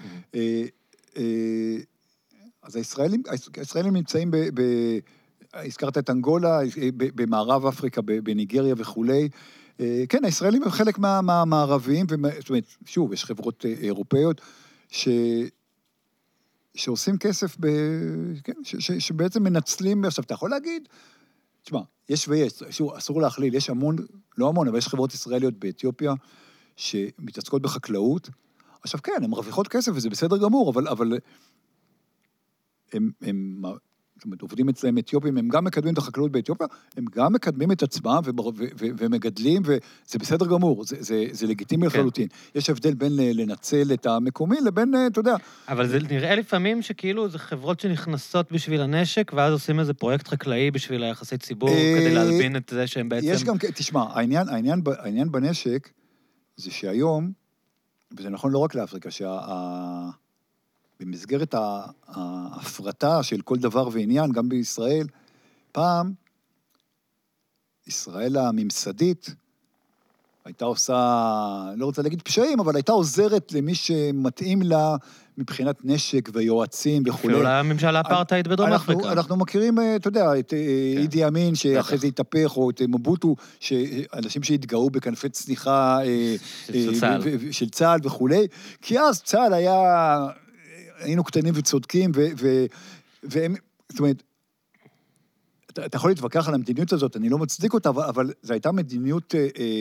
אז הישראלים, הישראלים נמצאים ב, ב, הזכרת את אנגולה, במערב אפריקה, בניגריה וכולי. כן, הישראלים הם חלק מהמערביים, זאת אומרת, שוב, יש חברות אירופאיות, ש, שעושים כסף, ב, כן, ש, ש, שבעצם מנצלים, עכשיו, אתה יכול להגיד, תשמע, יש ויש, שוב, אסור להכליל, יש המון, לא המון, אבל יש חברות ישראליות באתיופיה, שמתעסקות בחקלאות. עכשיו, כן, הן מרוויחות כסף, וזה בסדר גמור, אבל, אבל, הם, הם, זאת אומרת, עובדים אצלם אתיופים, הם גם מקדמים את החקלאות באתיופיה, הם גם מקדמים את עצמם ומגדלים, וזה בסדר גמור, זה, זה, זה לגיטימי לחלוטין. יש הבדל בין לנצל את המקומי לבין, אתה יודע... אבל זה נראה לפעמים שכאילו זה חברות שנכנסות בשביל הנשק, ואז עושים איזה פרויקט חקלאי בשביל היחסי ציבור, כדי להלבין את זה שהם בעצם... יש גם, תשמע, העניין, העניין, העניין בנשק, זה שהיום, וזה נכון לא רק לאפריקה, שה... במסגרת ההפרטה של כל דבר ועניין, גם בישראל, פעם, ישראל הממסדית, הייתה עושה, לא רוצה להגיד פשעים, אבל הייתה עוזרת למי שמתאים לה מבחינת נשק ויועצים וכו'. אפילו לממשל האפרטהייד בדרום אפריקה. אנחנו מכירים, אתה יודע, את אידי אמין, שאחרי זה התהפך, או את מבוטו, אנשים שהתגאו בכנפי צניחה של צה"ל וכו'. כי אז צה"ל היה... היינו קטנים וצודקים, והם, זאת אומרת, אתה, אתה יכול להתווכח על המדיניות הזאת, אני לא מצדיק אותה, אבל זו הייתה מדיניות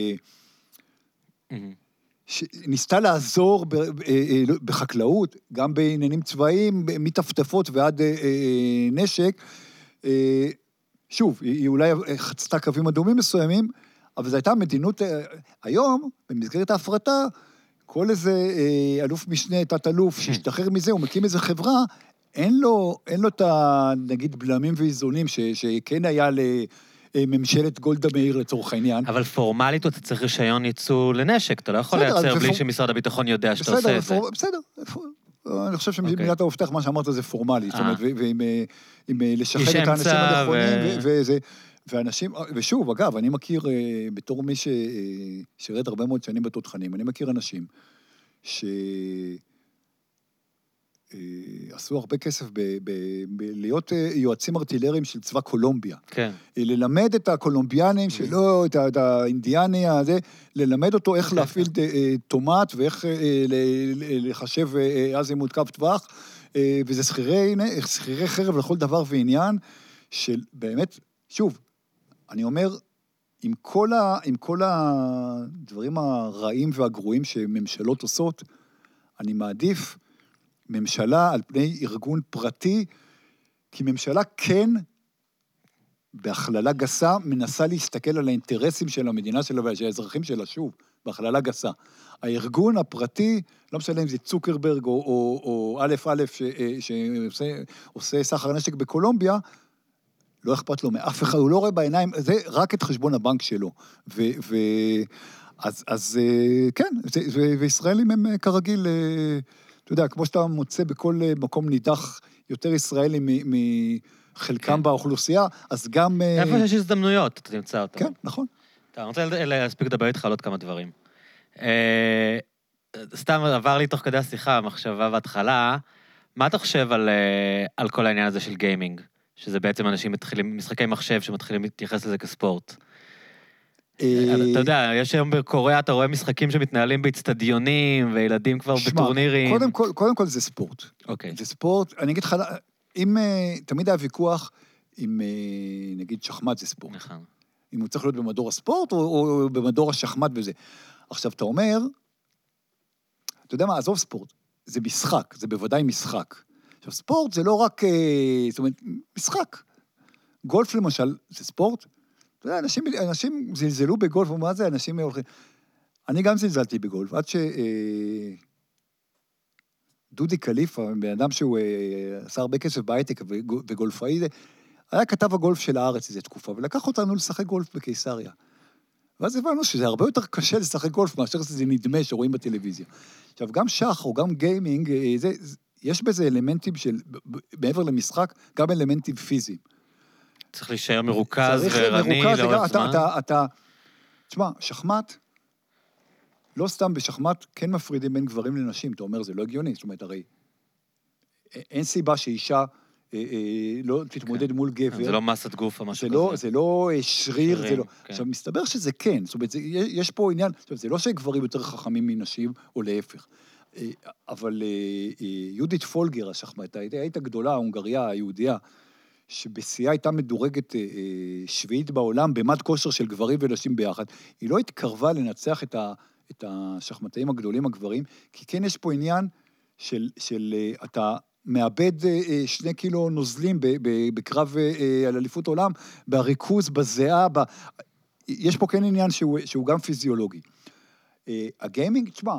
שניסתה לעזור בחקלאות, גם בעניינים צבאיים, מטפטפות ועד נשק. שוב, היא אולי חצתה קווים אדומים מסוימים, אבל זו הייתה מדיניות, היום, במסגרת ההפרטה, כל איזה אלוף משנה, תת אלוף, שהשתחרר מזה, הוא מקים איזה חברה, אין לו, אין לו את ה, נגיד, בלמים ואיזונים, ש, שכן היה לממשלת גולדה מאיר לצורך העניין. אבל פורמלית אתה צריך רישיון ייצוא לנשק, אתה לא יכול לייצר בלי שמשרד הביטחון יודע שאתה עושה את זה. בסדר, אני חושב שמילת ההובטח, מה שאמרת זה פורמלי, זאת אומרת, ועם לשחד את האנשים הנכונים, וזה... ואנשים, ושוב, אגב, אני מכיר, בתור מי ששירת הרבה מאוד שנים בתותחנים, אני מכיר אנשים שעשו הרבה כסף בלהיות יועצים ארטילריים של צבא קולומביה. כן. ללמד את הקולומביאנים שלו, את האינדיאני הזה, ללמד אותו איך להפעיל טומט ואיך לחשב אזימוט קו טווח, וזה שכירי חרב לכל דבר ועניין, של באמת, שוב, אני אומר, עם כל, ה, עם כל הדברים הרעים והגרועים שממשלות עושות, אני מעדיף ממשלה על פני ארגון פרטי, כי ממשלה כן, בהכללה גסה, מנסה להסתכל על האינטרסים של המדינה שלה ושל האזרחים שלה, שוב, בהכללה גסה. הארגון הפרטי, לא משנה אם זה צוקרברג או, או, או א' א' שעושה סחר נשק בקולומביה, לא אכפת לו מאף אחד, הוא לא רואה בעיניים, זה רק את חשבון הבנק שלו. ו, ו, אז, אז כן, וישראלים הם כרגיל, אתה יודע, כמו שאתה מוצא בכל מקום נידח יותר ישראלים חלקם באוכלוסייה, אז גם... איפה שיש הזדמנויות, אתה תמצא אותם. כן, נכון. אני רוצה להספיק לדבר איתך על עוד כמה דברים. סתם עבר לי תוך כדי השיחה, מחשבה בהתחלה, מה אתה חושב על, על כל העניין הזה של גיימינג? שזה בעצם אנשים מתחילים, משחקי מחשב שמתחילים להתייחס לזה כספורט. אתה יודע, יש היום בקוריאה, אתה רואה משחקים שמתנהלים באצטדיונים, וילדים כבר בטורנירים. קודם כל, קודם כל זה ספורט. אוקיי. זה ספורט, אני אגיד לך, אם תמיד היה ויכוח, אם נגיד שחמט זה ספורט. נכון. אם הוא צריך להיות במדור הספורט, או, או במדור השחמט וזה. עכשיו, אתה אומר, אתה יודע מה, עזוב ספורט, זה משחק, זה בוודאי משחק. עכשיו, ספורט זה לא רק, זאת אומרת, משחק. גולף למשל, זה ספורט. אתה יודע, אנשים, אנשים זלזלו בגולף, ומה זה, אנשים הולכים... אני גם זלזלתי בגולף, עד ש... דודי קליפה, בן אדם שהוא עשה הרבה כסף בהייטק וגולפאי, היה כתב הגולף של הארץ איזו תקופה, ולקח אותנו לשחק גולף בקיסריה. ואז הבנו שזה הרבה יותר קשה לשחק גולף, מאשר שזה נדמה שרואים בטלוויזיה. עכשיו, גם שח או גם גיימינג, זה, יש בזה אלמנטים של, מעבר למשחק, גם אלמנטים פיזיים. צריך להישאר מרוכז ורני לאורך זמן. אתה, אתה, תשמע, שחמט, לא סתם בשחמט, כן מפרידים בין גברים לנשים, אתה אומר, זה לא הגיוני, זאת אומרת, הרי, אין סיבה שאישה לא תתמודד מול גבר. זה לא מסת גוף או משהו כזה. זה לא שריר, זה לא... עכשיו, מסתבר שזה כן, זאת אומרת, יש פה עניין, זה לא שגברים יותר חכמים מנשים, או להפך. אבל יהודית פולגר, השחמט, הייתה גדולה, ההונגריה, היהודיה, שבשיאה הייתה מדורגת שביעית בעולם, במד כושר של גברים ונשים ביחד, היא לא התקרבה לנצח את השחמטאים הגדולים הגברים, כי כן יש פה עניין של אתה... מאבד שני קילו נוזלים בקרב על אליפות עולם, בריכוז, בזיעה, ב... יש פה כן עניין שהוא, שהוא גם פיזיולוגי. הגיימינג, תשמע,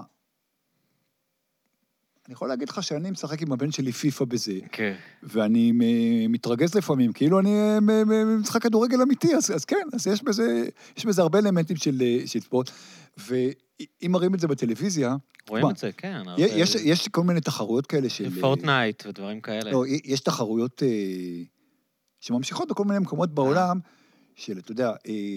אני יכול להגיד לך שאני משחק עם הבן שלי פיפה בזה, כן. ואני מתרגז לפעמים, כאילו אני משחק כדורגל אמיתי, אז, אז כן, אז יש בזה, יש בזה הרבה אלמנטים של, של ספורט, ואם מראים את זה בטלוויזיה, רואים את זה, כן. יש, יש כל מיני תחרויות כאלה של... פורטנייט ודברים כאלה. לא, יש תחרויות שממשיכות בכל מיני מקומות בעולם, של, אתה יודע,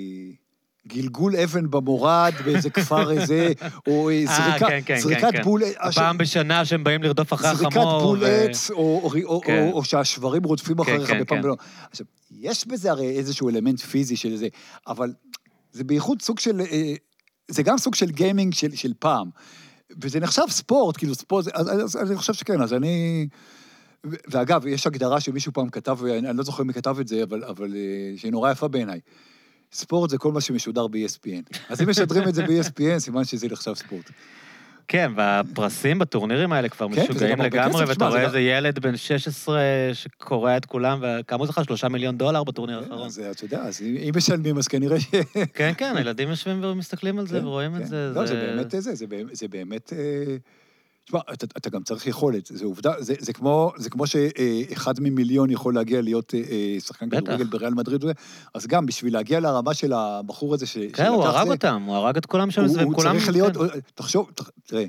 גלגול אבן במורד, באיזה כפר איזה, או זריקת בול... הפעם בשנה שהם באים לרדוף אחרי החמור. זריקת בול עץ, או שהשברים רודפים אחריך בפעם בלא. עכשיו, יש בזה הרי איזשהו אלמנט פיזי של זה, אבל זה בייחוד סוג של... זה גם סוג של גיימינג של פעם. וזה נחשב ספורט, כאילו ספורט, אז, אז, אז אני חושב שכן, אז אני... ואגב, יש הגדרה שמישהו פעם כתב, ואני אני לא זוכר מי כתב את זה, אבל, אבל שהיא נורא יפה בעיניי. ספורט זה כל מה שמשודר ב-E S P N. אז אם משדרים את זה ב-E S P N, סימן שזה נחשב ספורט. כן, והפרסים בטורנירים האלה כבר משוגעים לגמרי, ואתה רואה איזה ילד בן שש עשרה שקורא את כולם, וכמה זכה? שלושה מיליון דולר בטורניר האחרון. אז אתה יודע, אז אם משלמים, אז כנראה ש... כן, כן, הילדים יושבים ומסתכלים על זה, ורואים את זה. לא, זה באמת זה, זה באמת... תשמע, אתה גם צריך יכולת, זה עובדה, זה כמו, זה כמו שאחד ממיליון יכול להגיע להיות שחקן כדורגל בריאל מדריד, אז גם בשביל להגיע לרמה של הבחור הזה, כן, הוא הרג אותם, הוא הרג את כולם שם, הוא צריך להיות, תחשוב, תראה,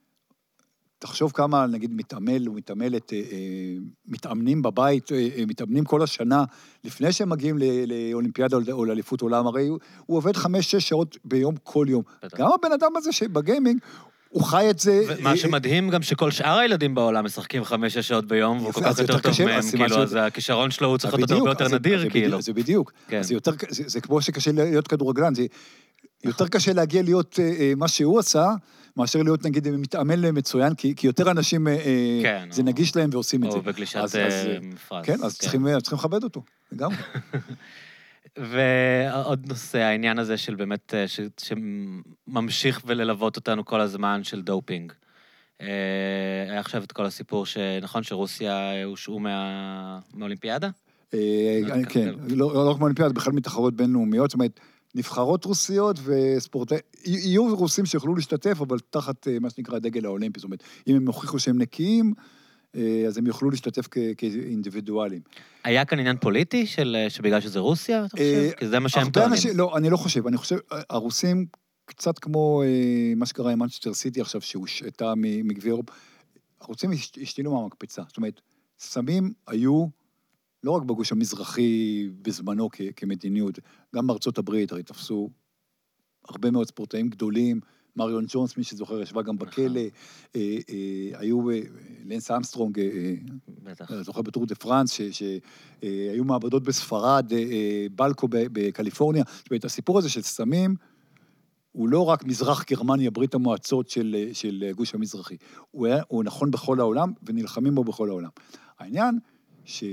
תחשוב כמה, נגיד, מתעמל ומתעמלת, מתאמנים בבית, מתאמנים כל השנה, לפני שהם מגיעים לאולימפיאדה או לאליפות עולם, הרי הוא עובד חמש, שש שעות ביום, כל יום. גם הבן אדם הזה שבגיימינג, הוא חי את זה... מה שמדהים גם שכל שאר הילדים בעולם משחקים חמש, שש שעות ביום, והוא כל כך יותר טוב מהם, כאילו, אז הכישרון שלו הוא צריך להיות הרבה יותר נדיר, כאילו. זה בדיוק. זה כמו שקשה להיות כדורגלן, זה יותר קשה להגיע להיות מה שהוא עשה, מאשר להיות, נגיד, מתאמן מצוין, כי יותר אנשים, זה נגיש להם ועושים את זה. או בגלישת מפרס. כן, אז צריכים לכבד אותו, לגמרי. ועוד נושא, העניין הזה של באמת, שממשיך וללוות אותנו כל הזמן של דופינג. היה עכשיו את כל הסיפור שנכון שרוסיה הושעו מהאולימפיאדה? כן, לא רק מהאולימפיאדה, בכלל מתחרות בינלאומיות, זאת אומרת, נבחרות רוסיות וספורטאים, יהיו רוסים שיוכלו להשתתף, אבל תחת מה שנקרא דגל האולימפי, זאת אומרת, אם הם הוכיחו שהם נקיים, אז הם יוכלו להשתתף כאינדיבידואלים. היה כאן עניין פוליטי שבגלל שזה רוסיה, אתה חושב? כי זה מה שהם טוענים. לא, אני לא חושב. אני חושב, הרוסים, קצת כמו מה שקרה עם מנצ'סטר סיטי עכשיו, שהושעתה מגביע אירופה, הרוסים השתילו מהמקפצה. זאת אומרת, סמים היו לא רק בגוש המזרחי בזמנו כ- כמדיניות, גם בארצות הברית, הרי תפסו הרבה מאוד ספורטאים גדולים, מריון ג'ונס, מי שזוכר, ישבה גם בכלא, אה, אה, היו אה, לנס אמסטרונג, אה, בטח. זוכר בטור דה פרנס, שהיו מעבדות בספרד, אה, אה, בלקו ב- בקליפורניה, זאת אומרת, הסיפור הזה של סמים, הוא לא רק מזרח גרמניה, ברית המועצות של, של גוש המזרחי, הוא, היה, הוא נכון בכל העולם, ונלחמים בו בכל העולם. העניין, שמה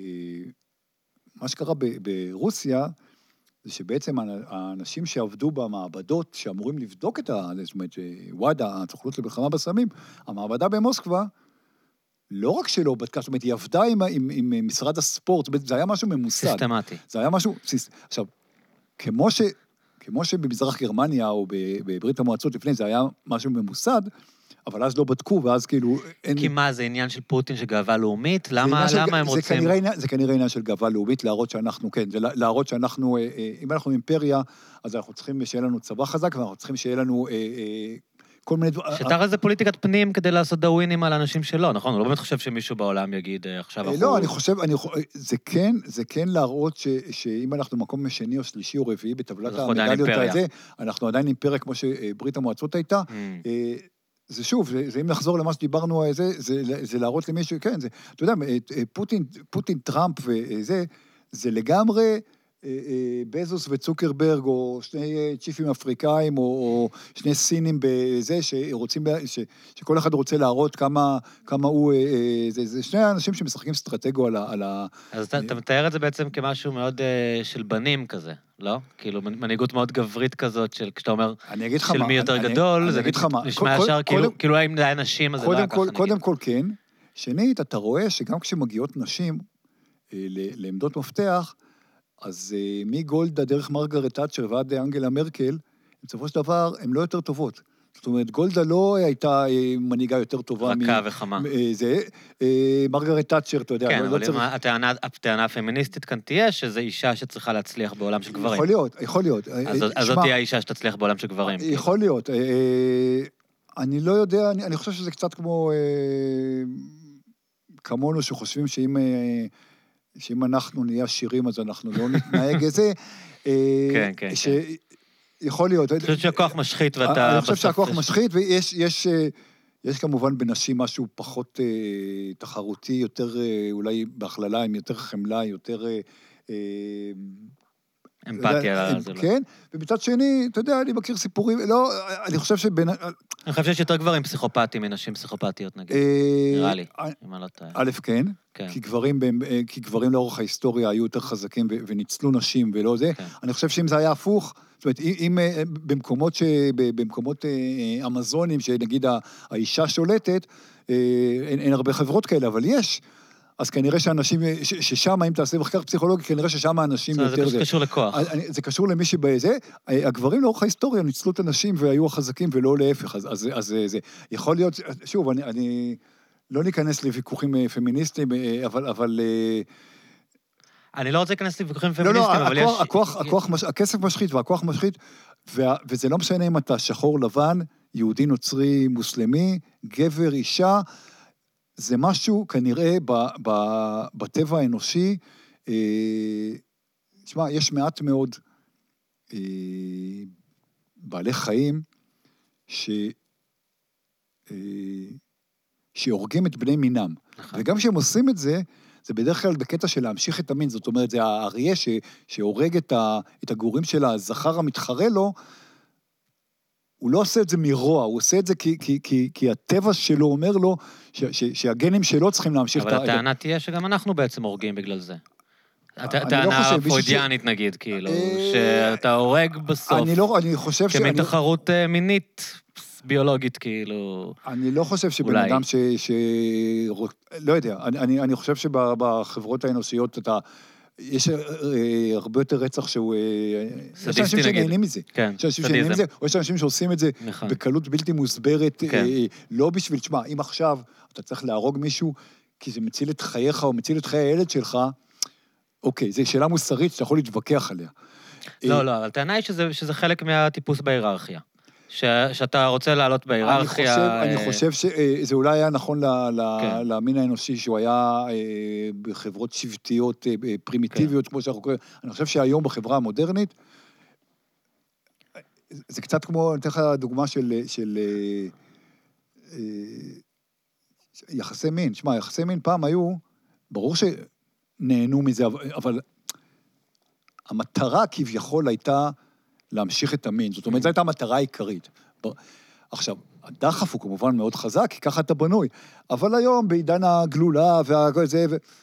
שקרה ב, ברוסיה, זה שבעצם האנשים שעבדו במעבדות, שאמורים לבדוק את ה... זאת אומרת, וואדה, הסוכנות למלחמה בסמים, המעבדה במוסקבה, לא רק שלא בדקה, זאת אומרת, היא עבדה עם, עם, עם משרד הספורט, זאת אומרת, זה היה משהו ממוסד. סיסטמטי. זה היה משהו... עכשיו, כמו ש... כמו שבמזרח גרמניה או בברית המועצות לפני, זה היה משהו ממוסד, אבל אז לא בדקו, ואז כאילו... כי מה, זה עניין של פוטין של גאווה לאומית? למה הם רוצים? זה כנראה עניין של גאווה לאומית, להראות שאנחנו, כן, זה להראות שאנחנו, אם אנחנו אימפריה, אז אנחנו צריכים שיהיה לנו צבא חזק, ואנחנו צריכים שיהיה לנו כל מיני... שתראה זה פוליטיקת פנים כדי לעשות דאווינים על אנשים שלו, נכון? הוא לא באמת חושב שמישהו בעולם יגיד עכשיו... לא, אני חושב, זה כן, זה כן להראות שאם אנחנו מקום שני או שלישי או רביעי בטבלת המדליות הזה, אנחנו עדיין אימפריה כמו שברית המועצות הייתה, זה שוב, זה, זה אם נחזור למה שדיברנו, זה, זה, זה להראות למישהו, כן, זה, אתה יודע, פוטין, פוטין, טראמפ וזה, זה לגמרי בזוס וצוקרברג, או שני צ'יפים אפריקאים, או, או שני סינים בזה, שרוצים, ש, שכל אחד רוצה להראות כמה, כמה הוא, זה, זה שני אנשים שמשחקים סטרטגו על ה... על ה אז אתה, אתה מתאר את זה בעצם כמשהו מאוד של בנים כזה, לא? כאילו, מנהיגות מאוד גברית כזאת, של, כשאתה אומר, של מי יותר גדול, זה נשמע ישר, כאילו, אם זה היה נשים, אז זה לא היה ככה, נגיד. קודם כל כן, שנית, אתה רואה שגם כשמגיעות נשים לעמדות מפתח, אז מגולדה דרך מרגרט תאצ'ר ועד אנגלה מרקל, בסופו של דבר, הן לא יותר טובות. זאת אומרת, גולדה לא הייתה מנהיגה יותר טובה. רכה וחמה. זה, מרגרט תאצ'ר, אתה יודע. כן, אבל אם הטענה הפמיניסטית כאן תהיה, שזו אישה שצריכה להצליח בעולם של גברים. יכול להיות, יכול להיות. אז זאת תהיה האישה שתצליח בעולם של גברים. יכול להיות. אני לא יודע, אני חושב שזה קצת כמו, כמונו שחושבים שאם... שאם אנחנו נהיה עשירים, אז אנחנו לא נתנהג איזה. כן, כן. שיכול להיות. אני חושב שהכוח משחית ואתה... אני חושב שהכוח משחית, ויש יש כמובן בנשים משהו פחות תחרותי, יותר אולי בהכללה, עם יותר חמלה, יותר... אמפתיה. כן, ובצד שני, אתה יודע, אני מכיר סיפורים, לא, אני חושב שבין... אני חושב שיש יותר גברים פסיכופטיים מנשים פסיכופטיות, נגיד. נראה לי, אם אני לא טועה. א', כן, כי גברים, כי גברים לאורך ההיסטוריה היו יותר חזקים וניצלו נשים ולא זה. אני חושב שאם זה היה הפוך, זאת אומרת, אם במקומות ש... במקומות אמזונים, שנגיד האישה שולטת, אין הרבה חברות כאלה, אבל יש. אז כנראה שאנשים, ששם, אם תעשה מחקר פסיכולוגי, כנראה ששם האנשים יותר... זה קשור לכוח. זה קשור למי שבזה. הגברים לאורך ההיסטוריה ניצלו את הנשים והיו החזקים ולא להפך. אז זה יכול להיות, שוב, אני לא ניכנס לוויכוחים פמיניסטיים, אבל... אני לא רוצה להיכנס לוויכוחים פמיניסטיים, אבל יש... הכסף משחית והכוח משחית, וזה לא משנה אם אתה שחור לבן, יהודי נוצרי מוסלמי, גבר, אישה, זה משהו כנראה בטבע האנושי, תשמע, יש מעט מאוד בעלי חיים שהורגים את בני מינם. וגם כשהם עושים את זה, זה בדרך כלל בקטע של להמשיך את המין, זאת אומרת, זה האריה שהורג את הגורים של הזכר המתחרה לו, הוא לא עושה את זה מרוע, הוא עושה את זה כי, כי, כי, כי הטבע שלו אומר לו ש, ש, שהגנים שלו צריכים להמשיך... אבל הטענה תהיה שגם אנחנו בעצם הורגים בגלל זה. הטענה פרוידיאנית נגיד, כאילו, שאתה הורג בסוף. אני לא, אני חושב ש... כמין תחרות מינית ביולוגית, כאילו... אני לא חושב שבן אדם ש... לא יודע, אני חושב שבחברות האנושיות אתה... יש הרבה יותר רצח שהוא... יש אנשים שנהנים מזה. כן, סדיזם. או יש אנשים שעושים את זה בקלות בלתי מוסברת, לא בשביל, תשמע, אם עכשיו אתה צריך להרוג מישהו, כי זה מציל את חייך או מציל את חיי הילד שלך, אוקיי, זו שאלה מוסרית שאתה יכול להתווכח עליה. לא, לא, אבל טענה היא שזה חלק מהטיפוס בהיררכיה. שאתה רוצה לעלות בהיררכיה... אני חושב שזה אולי היה נכון למין האנושי, שהוא היה בחברות שבטיות פרימיטיביות, כמו שאנחנו קוראים. אני חושב שהיום בחברה המודרנית, זה קצת כמו, אני אתן לך דוגמה של יחסי מין. שמע, יחסי מין פעם היו, ברור שנהנו מזה, אבל המטרה כביכול הייתה להמשיך את המין. זאת אומרת, זו הייתה המטרה העיקרית. עכשיו, הדחף הוא כמובן מאוד חזק, כי ככה אתה בנוי. אבל היום, בעידן הגלולה והכל זה,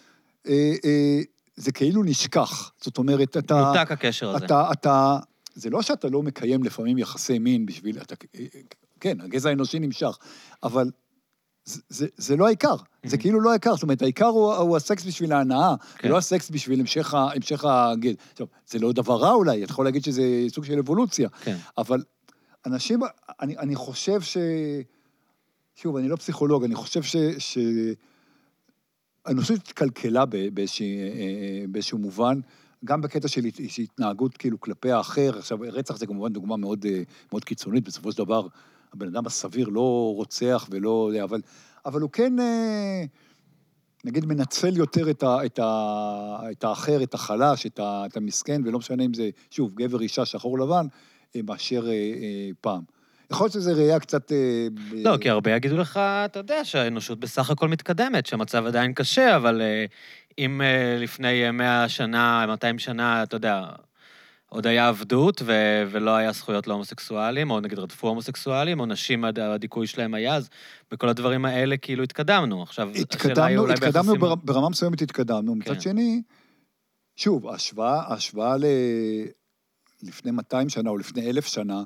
זה כאילו נשכח. זאת אומרת, אתה... נותק הקשר הזה. אתה, אתה, זה לא שאתה לא מקיים לפעמים יחסי מין בשביל... אתה, כן, הגזע האנושי נמשך, אבל זה, זה, זה לא העיקר. זה כאילו לא העיקר. זאת אומרת, העיקר הוא, הוא הסקס בשביל ההנאה, כן. ולא הסקס בשביל המשך, המשך הגזע. עכשיו, זה לא דבר רע אולי, אתה יכול להגיד שזה סוג של אבולוציה, כן. אבל אנשים, אני, אני חושב ש... שוב, אני לא פסיכולוג, אני חושב ש... ש... האנושות התקלקלה באיזשהו, באיזשהו מובן, גם בקטע של התנהגות כאילו כלפי האחר. עכשיו, רצח זה כמובן דוגמה מאוד, מאוד קיצונית, בסופו של דבר, הבן אדם הסביר לא רוצח ולא... אבל, אבל הוא כן, נגיד, מנצל יותר את, ה, את, ה, את האחר, את החלש, את, ה, את המסכן, ולא משנה אם זה, שוב, גבר, אישה, שחור לבן, מאשר פעם. יכול להיות שזה ראייה קצת... לא, כי הרבה יגידו לך, אתה יודע, שהאנושות בסך הכל מתקדמת, שהמצב עדיין קשה, אבל אם לפני מאה שנה, מאתיים שנה, אתה יודע, עוד היה עבדות, ולא היה זכויות להומוסקסואלים, או נגיד רדפו הומוסקסואלים, או נשים, הדיכוי שלהם היה, אז בכל הדברים האלה כאילו התקדמנו. עכשיו, השאלה היא אולי ביחסים... התקדמנו, ברמה מסוימת התקדמנו. מצד שני, שוב, ההשוואה לפני מאתיים שנה, או לפני אלף שנה,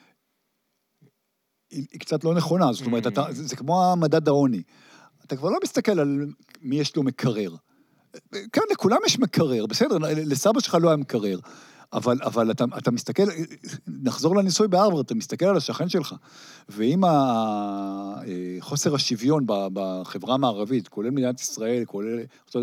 היא קצת לא נכונה, זאת אומרת, אתה, זה, זה כמו המדד העוני. אתה כבר לא מסתכל על מי יש לו מקרר. כן, לכולם יש מקרר, בסדר, לסבא שלך לא היה מקרר, אבל, אבל אתה, אתה מסתכל, נחזור לניסוי בהרווארד, אתה מסתכל על השכן שלך, ואם חוסר השוויון בחברה המערבית, כולל מדינת ישראל, כולל,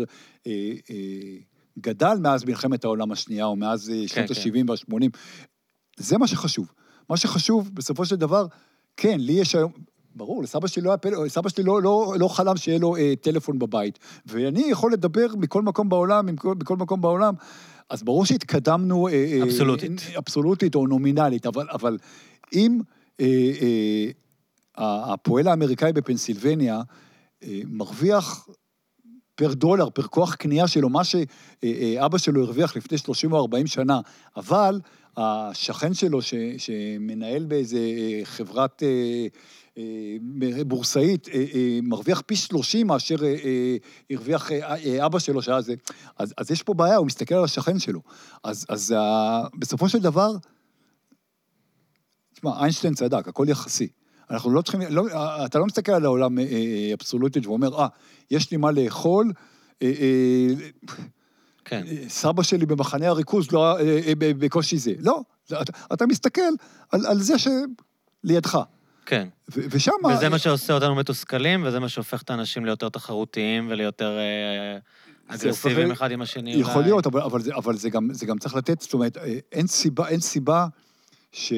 גדל מאז מלחמת העולם השנייה, או מאז שנות ה-שבעים וה-שמונים, זה מה שחשוב. מה שחשוב, בסופו של דבר, כן, לי יש היום, ברור, לסבא שלי לא היה פלאפון, סבא שלי לא, לא, לא חלם שיהיה לו אה, טלפון בבית, ואני יכול לדבר מכל מקום בעולם, מכל מקום בעולם, אז ברור שהתקדמנו... אה, אבסולוטית. אה, אבסולוטית או נומינלית, אבל, אבל אם אה, אה, הפועל האמריקאי בפנסילבניה אה, מרוויח פר דולר, פר כוח קנייה שלו, מה שאבא שלו הרוויח לפני שלושים או ארבעים שנה, אבל... השכן שלו ש, שמנהל באיזה חברת אה, אה, בורסאית, אה, אה, מרוויח פי שלושים מאשר אה, אה, הרוויח אה, אבא שלו שעה זה. אז, אז יש פה בעיה, הוא מסתכל על השכן שלו. אז, אז אה, בסופו של דבר, תשמע, איינשטיין צדק, הכל יחסי. אנחנו לא צריכים, לא, אתה לא מסתכל על העולם אה, אה, אבסולוטית ואומר, אה, יש לי מה לאכול, אה, אה, כן. סבא שלי במחנה הריכוז, לא, בקושי זה. לא, אתה, אתה מסתכל על, על זה שלידך. כן. ו, ושם... וזה מה שעושה אותנו מתוסכלים, וזה מה שהופך את האנשים ליותר תחרותיים, וליותר אה, אגרסיביים אחד עם השני. יכול אולי... להיות, אבל, אבל, זה, אבל זה, גם, זה גם צריך לתת, זאת אומרת, אין סיבה, אין סיבה ש...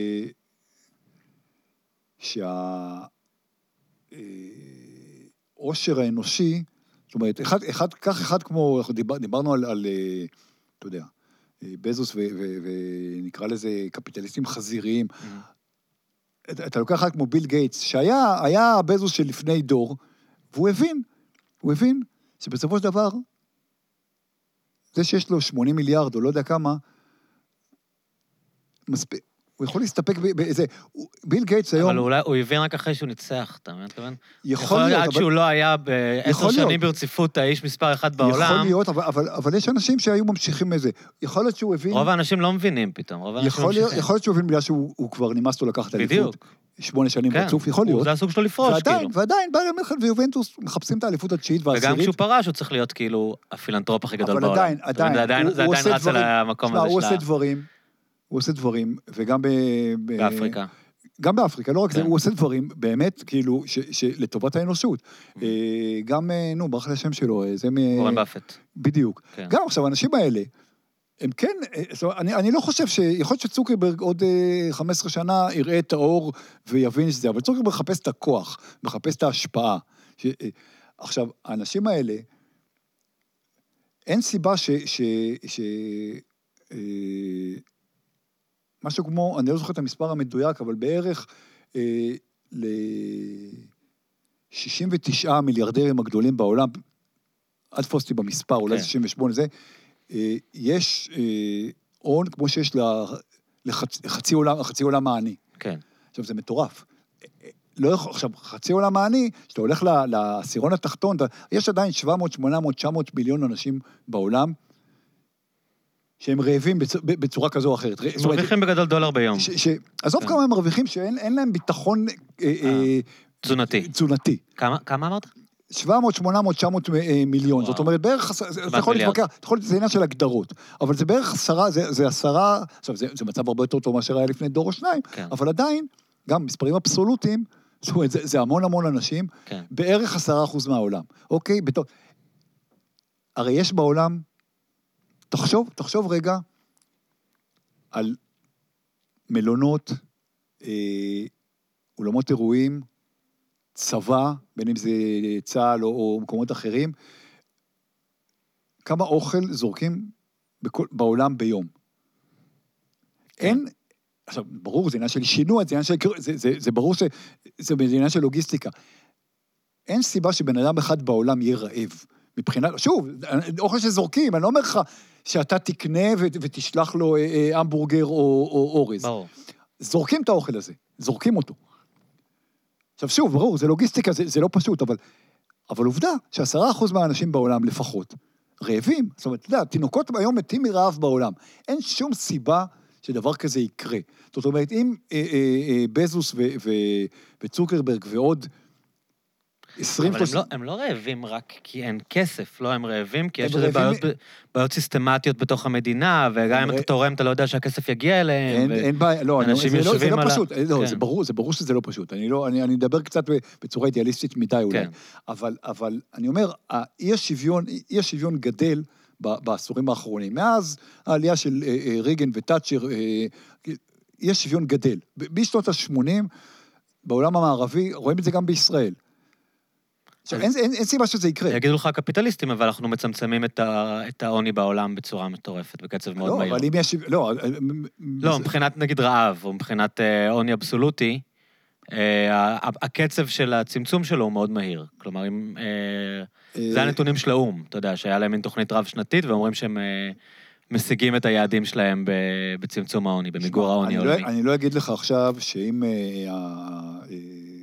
שהעושר האנושי, זאת אומרת, אחד, אחד, כך אחד כמו, דיבר, דיברנו על, על, אתה יודע, בזוס ו, ו, ונקרא לזה קפיטליסטים חזיריים. Mm-hmm. אתה, אתה לוקח אחד כמו ביל גייטס, שהיה, היה בזוס של לפני דור, והוא הבין, הוא הבין שבסופו של דבר, זה שיש לו שמונים מיליארד או לא יודע כמה, מספיק, הוא יכול להסתפק באיזה, ביל גייטס היום... אבל אולי, הוא הבין רק אחרי שהוא ניצח, אתה מבין? יכול, יכול להיות, עד אבל... שהוא לא היה בעשר שנים ברציפות האיש מספר אחד בעולם. יכול להיות, אבל, אבל, אבל יש אנשים שהיו ממשיכים מזה. יכול להיות שהוא הבין... רוב האנשים לא מבינים פתאום, רוב האנשים יכול, ממשיכים. יכול להיות שהוא הבין בגלל שהוא כבר נמאס לו לקחת אליפות. בדיוק. שמונה שנים כן, רצוף, יכול להיות. זה הסוג שלו לפרוש, ועדיין, כאילו. ועדיין, בעיה מלכת ויובנטוס מחפשים את האליפות התשיעית והעשירית. וגם כשהוא פרש, הוא צריך להיות כאילו הפילנטרופ הכי גדול בעולם. אבל עדיין, עדיין, עדיין, זה עדיין רץ על המקום הזה הוא עושה דברים, הוא עושה דברים, וגם באפריקה. גם באפריקה, לא רק זה, הוא עושה דברים, באמת, כאילו, לטובת האנושות. גם, נו, ברח לשם שלו, זה מ... וורן באפט. בדיוק. גם עכשיו, האנשים האלה, הם כן, אני, אני לא חושב ש... יכול להיות שצוקרברג עוד חמש עשרה שנה יראה את האור ויבין שזה, אבל צוקרברג מחפש את הכוח, מחפש את ההשפעה. ש... עכשיו, האנשים האלה, אין סיבה ש... ש... ש... משהו כמו, אני לא זוכר את המספר המדויק, אבל בערך אה, ל-שישים ותשעה מיליארדרים הגדולים בעולם, אל תפוס אותי במספר, אולי שישים ושמונה, זה, אה, יש אה, הון כמו שיש לחצי עולם, חצי עולם העני. כן. עכשיו, זה מטורף. לא יכול, עכשיו, חצי עולם העני, שאתה הולך לעשירון התחתון, יש עדיין שבע מאות, שמונה מאות, תשע מאות מיליון אנשים בעולם, שהם רעבים בצורה כזו או אחרת. מרוויחים בגדול דולר ביום. עזוב כמה הם מרוויחים שאין להם ביטחון תזונתי. תזונתי. כמה אמרת? שבע מאות, שמונה מאות, תשע מאות מיליון. זאת אומרת, בערך, אתה יכול להתווכח, זה עניין של הגדרות, אבל זה בערך עשרה, זה עשרה, עכשיו, זה מצב הרבה יותר טוב מאשר היה לפני דור או שניים, אבל עדיין, גם מספרים אבסולוטיים, זה המון המון אנשים, בערך עשרה אחוז מהעולם. אוקיי? הרי יש בעולם, תחשוב, תחשוב רגע על מלונות, אה, אולמות אירועים, צבא, בין אם זה צה"ל או, או מקומות אחרים, כמה אוכל זורקים בכל, בעולם ביום. כן. אין, עכשיו, ברור, זה עניין של שינוע, זה, של, זה, זה, זה ברור שזה עניין של לוגיסטיקה. אין סיבה שבן אדם אחד בעולם יהיה רעב. מבחינת, שוב, אוכל שזורקים, אני לא אומר לך שאתה תקנה ותשלח לו המבורגר או אורז. ברור. זורקים את האוכל הזה, זורקים אותו. עכשיו שוב, ברור, זה לוגיסטיקה, זה, זה לא פשוט, אבל, אבל עובדה שעשרה אחוז מהאנשים בעולם לפחות רעבים. זאת אומרת, אתה יודע, תינוקות היום מתים מרעב בעולם. אין שום סיבה שדבר כזה יקרה. זאת אומרת, אם אה, אה, אה, בזוס ו, ו, וצוקרברג ועוד עשרים אבל הם לא, הם לא רעבים רק כי אין כסף, לא הם רעבים, כי יש איזה בעיות, בעיות סיסטמטיות בתוך המדינה, וגם אם אתה תורם, אתה לא יודע שהכסף יגיע אליהם. אין, אין בעיה, לא, זה לא פשוט, זה ברור, זה ברור שזה לא פשוט. אני לא, אני, אני מדבר קצת בצורה אידיאליסטית מדי אולי, אבל, אבל אני אומר, אי השוויון, אי השוויון גדל בעשורים האחרונים. מאז העלייה של ריגן וטאצ'ר, אי השוויון גדל. בשנות ה-שמונים, בעולם המערבי, רואים את זה גם בישראל. עכשיו, אין, אין, אין סיבה שזה יקרה. יגידו לך קפיטליסטים, אבל אנחנו מצמצמים את, ה, את העוני בעולם בצורה מטורפת, בקצב מאוד לא, מהיר. אבל אם יש... לא, לא זה... מבחינת נגיד רעב, או מבחינת אה, עוני אבסולוטי, אה, הקצב של הצמצום שלו הוא מאוד מהיר. כלומר, אם, אה, זה הנתונים של האום, אתה יודע, שהיה להם מין תוכנית רב-שנתית, ואומרים שהם אה, משיגים את היעדים שלהם בצמצום העוני, במיגור העוני העולמי. לא, אני לא אגיד לך עכשיו שאם... אה, אה,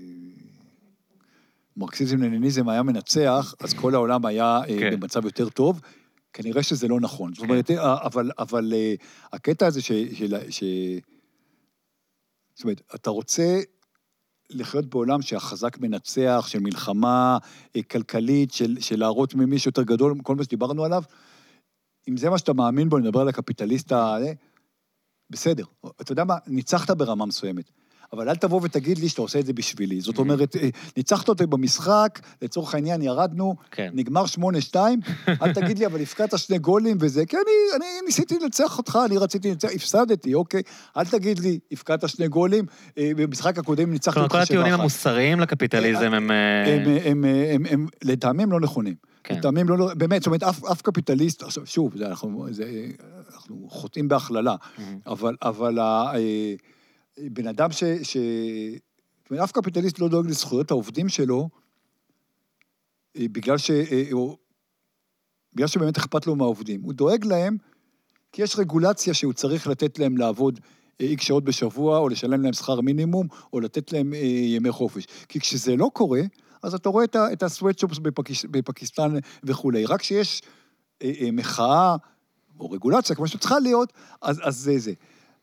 מרקסיזם-לניניזם היה מנצח, אז כל העולם היה כן. במצב יותר טוב, כנראה שזה לא נכון. זאת אומרת, אבל, אבל הקטע הזה ש, של, ש... זאת אומרת, אתה רוצה לחיות בעולם שהחזק מנצח, של מלחמה כלכלית, של, של להראות ממישהו יותר גדול, כל מה שדיברנו עליו, אם זה מה שאתה מאמין בו, נדבר על הקפיטליסט, בסדר. אתה יודע מה? ניצחת ברמה מסוימת. אבל אל תבוא ותגיד לי שאתה עושה את זה בשבילי. זאת אומרת, ניצחת אותי במשחק, לצורך העניין ירדנו, נגמר שמונה שתיים, אל תגיד לי, אבל הפקעת שני גולים וזה, כי אני ניסיתי לנצח אותך, אני רציתי לנצח, הפסדתי, אוקיי? אל תגיד לי, הפקעת שני גולים, במשחק הקודם ניצחת אותך שבע אחת. כל הטיעונים המוסריים לקפיטליזם הם... הם לטעמים לא נכונים. לטעמים לא... באמת, זאת אומרת, אף קפיטליסט, עכשיו, שוב, אנחנו חוטאים בהכללה, אבל... בן אדם ש... ש... אף קפיטליסט לא דואג לזכויות העובדים שלו, בגלל ש... בגלל שבאמת אכפת לו מהעובדים. הוא דואג להם, כי יש רגולציה שהוא צריך לתת להם לעבוד איקס שעות בשבוע, או לשלם להם שכר מינימום, או לתת להם ימי חופש. כי כשזה לא קורה, אז אתה רואה את הסוואטשופס בפקיסטן וכו'. רק כשיש מחאה, או רגולציה, כמו שצריכה להיות, אז, אז זה זה.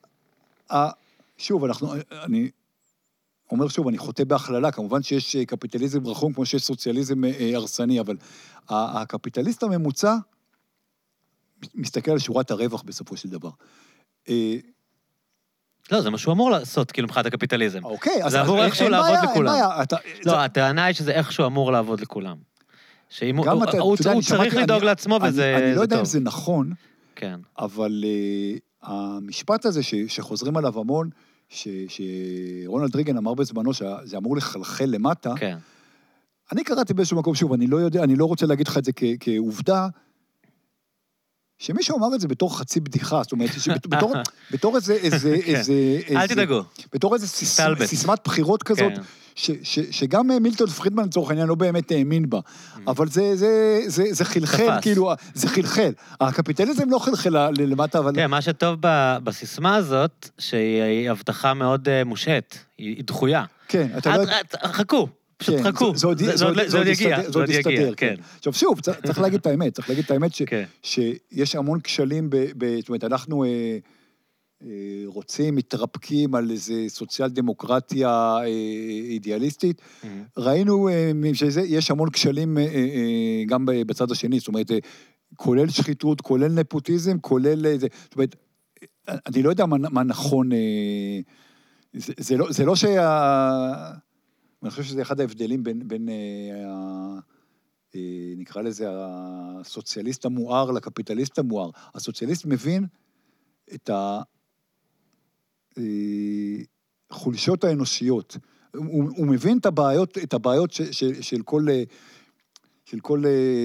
שוב, אנחנו, אני אומר שוב, אני חוטא בהכללה, כמובן שיש קפיטליזם רחום, כמו שיש סוציאליזם הרסני, אבל הקפיטליסט הממוצע מסתכל על שורת הרווח בסופו של דבר. לא, זה מה שהוא אמור לעשות, כאילו, מבחינת הקפיטליזם. אוקיי, אז זה אמור איכשהו לעבוד לכולם. לא, הטענה היא שזה איכשהו אמור לעבוד לכולם. הוא צריך לדאוג לעצמו וזה טוב. אני לא יודע אם זה נכון, כן. אבל uh, המשפט הזה ש, שחוזרים עליו המון, ש, שרונלד ריגן אמר בזמנו שזה אמור לחלחל למטה, כן. אני קראתי באיזשהו מקום, שוב, אני לא יודע, אני לא רוצה להגיד לך את זה כ, כעובדה, שמישהו אמר את זה בתור חצי בדיחה, זאת אומרת, בתור, בתור איזה, איזה, איזה, אל תדאגו. בתור איזה סיסמת בחירות כזאת, ש, ש, שגם מילטון פרידמן לצורך העניין לא באמת האמין בה, אבל זה, זה, זה, זה חלחל, כאילו, זה חלחל. הקפיטליזם לא חלחל למטה, אבל... כן, מה שטוב בסיסמה הזאת, שהיא הבטחה מאוד מושעת, היא דחויה. כן, אתה לא... חכו. פשוט חכו, זה עוד יגיע, זה עוד יגיע, כן. עכשיו שוב, צריך להגיד את האמת, צריך להגיד את האמת שיש המון כשלים, זאת אומרת, אנחנו רוצים, מתרפקים על איזו סוציאל דמוקרטיה אידיאליסטית, ראינו שיש המון כשלים גם בצד השני, זאת אומרת, כולל שחיתות, כולל נפוטיזם, כולל, זאת אומרת, אני לא יודע מה נכון, זה לא שה... אני חושב שזה אחד ההבדלים בין, בין אה, אה, נקרא לזה, הסוציאליסט המואר לקפיטליסט המואר. הסוציאליסט מבין את החולשות האנושיות. הוא, הוא מבין את הבעיות, את הבעיות ש, ש, של כל, של כל,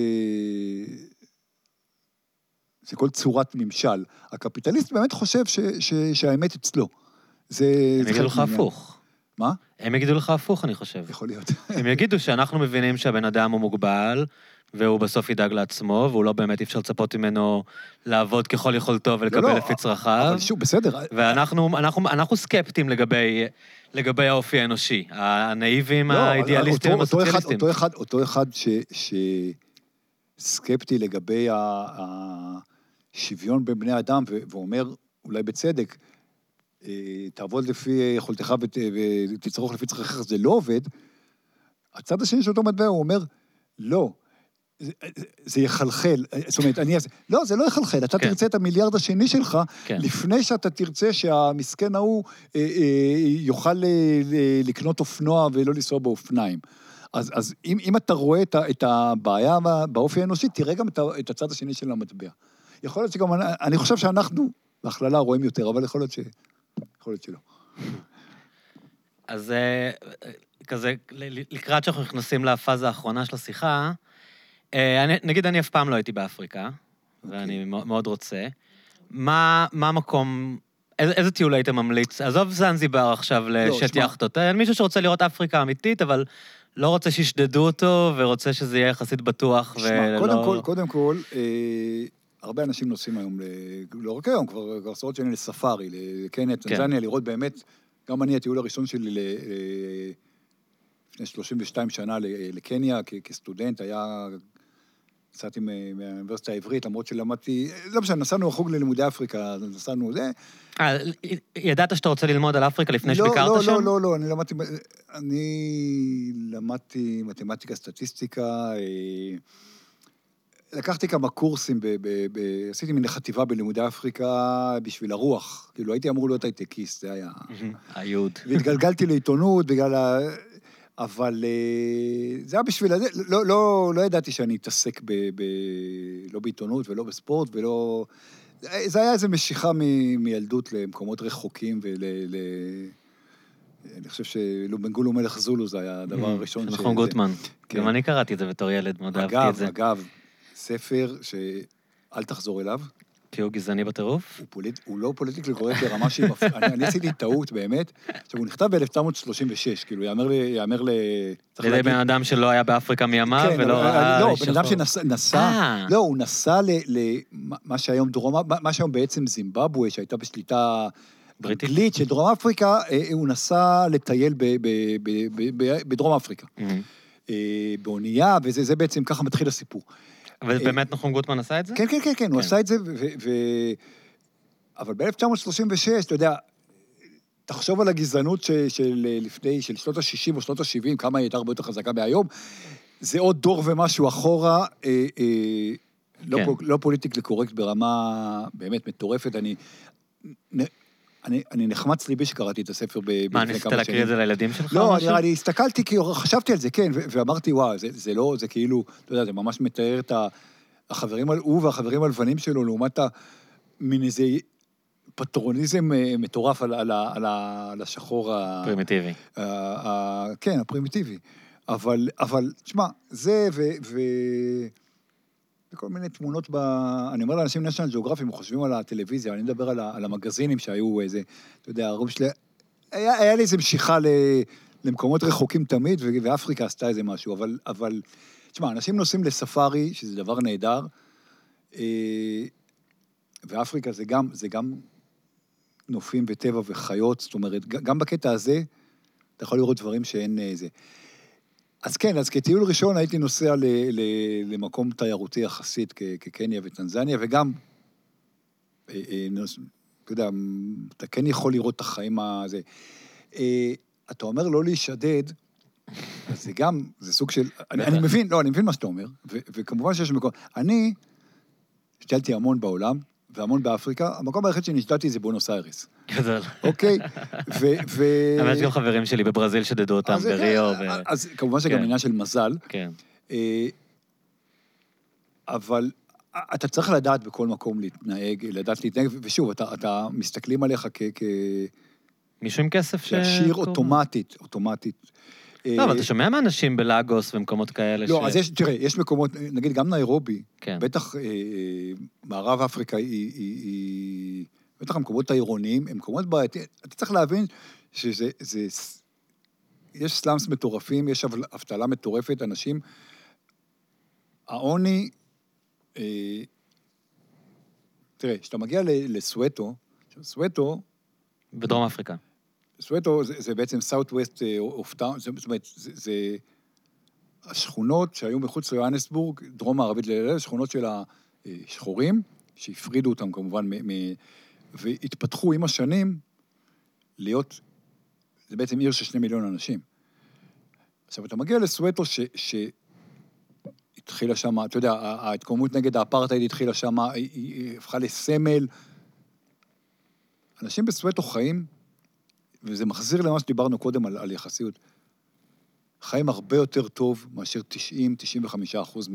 של כל צורת ממשל. הקפיטליסט באמת חושב ש, ש, שהאמת אצלו. זה... הם יגידו לך הפוך. מה? הם יגידו לך הפוך, אני חושב. יכול להיות. הם יגידו שאנחנו מבינים שהבן אדם הוא מוגבל, והוא בסוף ידאג לעצמו, והוא לא באמת אפשר לצפות ממנו לעבוד ככל יכולתו ולקבל לפי צרכיו. אבל שוב, בסדר. ואנחנו אנחנו, אנחנו סקפטים לגבי, לגבי האופי האנושי, הנאיבים, האידיאליסטים, הסוציאליסטים. אותו אחד, אותו אחד שסקפטי לגבי השוויון בין בני אדם, ואומר, אולי בצדק, תעבוד לפי יכולתך ותצרוך לפי צרכיך, זה לא עובד, הצד השני של אותו מטבע, הוא אומר, לא, זה, זה יחלחל, זאת אומרת, אני אעשה, לא, זה לא יחלחל, אתה כן. תרצה את המיליארד השני שלך, כן. לפני שאתה תרצה שהמסכן ההוא אה, אה, יוכל אה, לקנות אופנוע ולא לנסוע באופניים. אז, אז אם, אם אתה רואה את, את הבעיה באופי האנושי, תראה גם את, את הצד השני של המטבע. יכול להיות שגם, אני, אני חושב שאנחנו, בהכללה רואים יותר, אבל יכול להיות ש... יכול להיות שלא. אז כזה, לקראת שאנחנו נכנסים לפאזה האחרונה של השיחה, נגיד אני אף פעם לא הייתי באפריקה, ואני מאוד רוצה. מה המקום, איזה טיול היית ממליץ? עזוב זנזיבר עכשיו לשט יחטות. מישהו שרוצה לראות אפריקה אמיתית, אבל לא רוצה שישדדו אותו, ורוצה שזה יהיה יחסית בטוח. קודם כל, קודם כל, הרבה אנשים נוסעים היום, לא רק היום, כבר עשרות שנים לספארי, לקניה, טנזניה, לראות באמת, גם אני, הטיול הראשון שלי לפני שלושים ושתיים שנה לקניה, כסטודנט, היה קצת מהאוניברסיטה העברית, למרות שלמדתי, לא משנה, נסענו החוג ללימודי אפריקה, נסענו זה. אה, ידעת שאתה רוצה ללמוד על אפריקה לפני שביקרת שם? לא, לא, לא, אני למדתי, אני למדתי מתמטיקה, סטטיסטיקה, לקחתי כמה קורסים, ב, ב, ב, עשיתי מן חטיבה בלימודי אפריקה בשביל הרוח, כאילו הייתי אמור להיות הייטקיסט, זה היה... היוד. והתגלגלתי לעיתונות בגלל ה... אבל זה היה בשביל... לא, לא, לא ידעתי שאני אתעסק ב, ב, לא בעיתונות ולא בספורט ולא... זה היה איזו משיכה מ, מילדות למקומות רחוקים ול... ל... אני חושב שלובנגולו מלך זולו זה היה הדבר הראשון. נכון, גוטמן. גם אני קראתי את זה בתור ילד, מאוד אהבתי את זה. אגב, אגב, ספר שאל תחזור אליו. כי הוא גזעני בטירוף? הוא, פוליט... הוא לא פוליטיקלי קורקט ברמה שהיא מפ... אני, אני עשיתי טעות באמת. עכשיו, הוא נכתב ב-אלף תשע מאות שלושים ושש, כאילו, יאמר לי... יאמר ל... לידי בן אדם שלא היה באפריקה מימיו, כן, ולא ראה... לא, בן אדם שנסע... לא, הוא נסע למה שהיום דרום... מה שהיום בעצם זימבבואה, שהייתה בשליטה... אנגלית של דרום אפריקה, הוא נסע לטייל בדרום אפריקה. באונייה, וזה בעצם ככה מתחיל הסיפור. אבל באמת נחום גוטמן עשה את זה? כן, כן, כן, כן, הוא עשה את זה, אבל ב-אלף תשע מאות שלושים ושש, אתה יודע, תחשוב על הגזענות של לפני, של שנות ה-שישים או שנות ה-שבעים, כמה היא הייתה הרבה יותר חזקה מהיום, זה עוד דור ומשהו אחורה, לא פוליטיקלי קורקט ברמה באמת מטורפת, אני... אני, אני נחמץ ליבי שקראתי את הספר לפני כמה שנים. מה, ניסית להקריא את זה לילדים שלך? לא, אני, אני הסתכלתי, כי חשבתי על זה, כן, ו- ואמרתי, וואו, זה, זה לא, זה כאילו, אתה יודע, זה ממש מתאר את החברים על הוא והחברים הלבנים שלו, לעומת מין איזה פטרוניזם מטורף על, על, על, על השחור פרימיטיבי. ה, ה, ה, כן, הפרימיטיבי. אבל, אבל, תשמע, זה ו... ו וכל מיני תמונות ב... אני אומר לאנשים נשיונל ג'אוגרפים, חושבים על הטלוויזיה, אני מדבר על, ה, על המגזינים שהיו איזה, אתה יודע, הרוב שלי... היה, היה לי איזו משיכה ל, למקומות רחוקים תמיד, ו, ואפריקה עשתה איזה משהו, אבל, אבל, תשמע, אנשים נוסעים לספארי, שזה דבר נהדר, ואפריקה זה גם, זה גם נופים וטבע וחיות, זאת אומרת, גם בקטע הזה, אתה יכול לראות דברים שאין איזה... אז כן, אז כטיול ראשון הייתי נוסע ל, ל, למקום תיירותי יחסית כקניה וטנזניה, וגם, אה, אה, אתה יודע, אתה כן יכול לראות את החיים הזה. אה, אתה אומר לא להישדד, אז זה גם, זה סוג של, אני, אני מבין, לא, אני מבין מה שאתה אומר, ו, וכמובן שיש מקום, אני השתלתי המון בעולם, והמון באפריקה, המקום היחיד שנשתלתי זה בונוס איירס. גדול. אוקיי? ו... ו... אבל יש גם חברים שלי בברזיל שדדו אותם בריו. אז כמובן שגם עניין של מזל. כן. אבל אתה צריך לדעת בכל מקום להתנהג, לדעת להתנהג, ושוב, אתה מסתכלים עליך כ... מישהו עם כסף ש... להשאיר אוטומטית, אוטומטית. לא, אבל אתה שומע מאנשים בלאגוס ומקומות כאלה ש... לא, אז יש, תראה, יש מקומות, נגיד גם ניירובי, כן. בטח מערב אפריקה היא... בטח המקומות העירוניים, הם מקומות בעייתיים, אתה צריך להבין שזה... זה, יש סלאמס מטורפים, יש אבטלה מטורפת, אנשים... העוני... תראה, כשאתה מגיע לסואטו, סואטו... בדרום אפריקה. סואטו זה, זה בעצם Southwest of Town, זאת אומרת, זה, זה השכונות שהיו מחוץ ליוהנסבורג, דרום מערבית ללילה, שכונות של השחורים, שהפרידו אותם כמובן, מ, מ, והתפתחו עם השנים להיות, זה בעצם עיר של שני מיליון אנשים. עכשיו, אתה מגיע לסואטו ש... ש התחילה שם, אתה יודע, ההתקוממות נגד האפרטהייד התחילה שם, היא, היא הפכה לסמל. אנשים בסואטו חיים, וזה מחזיר למה שדיברנו קודם על, על יחסיות, חיים הרבה יותר טוב מאשר תשעים עד תשעים וחמישה אחוז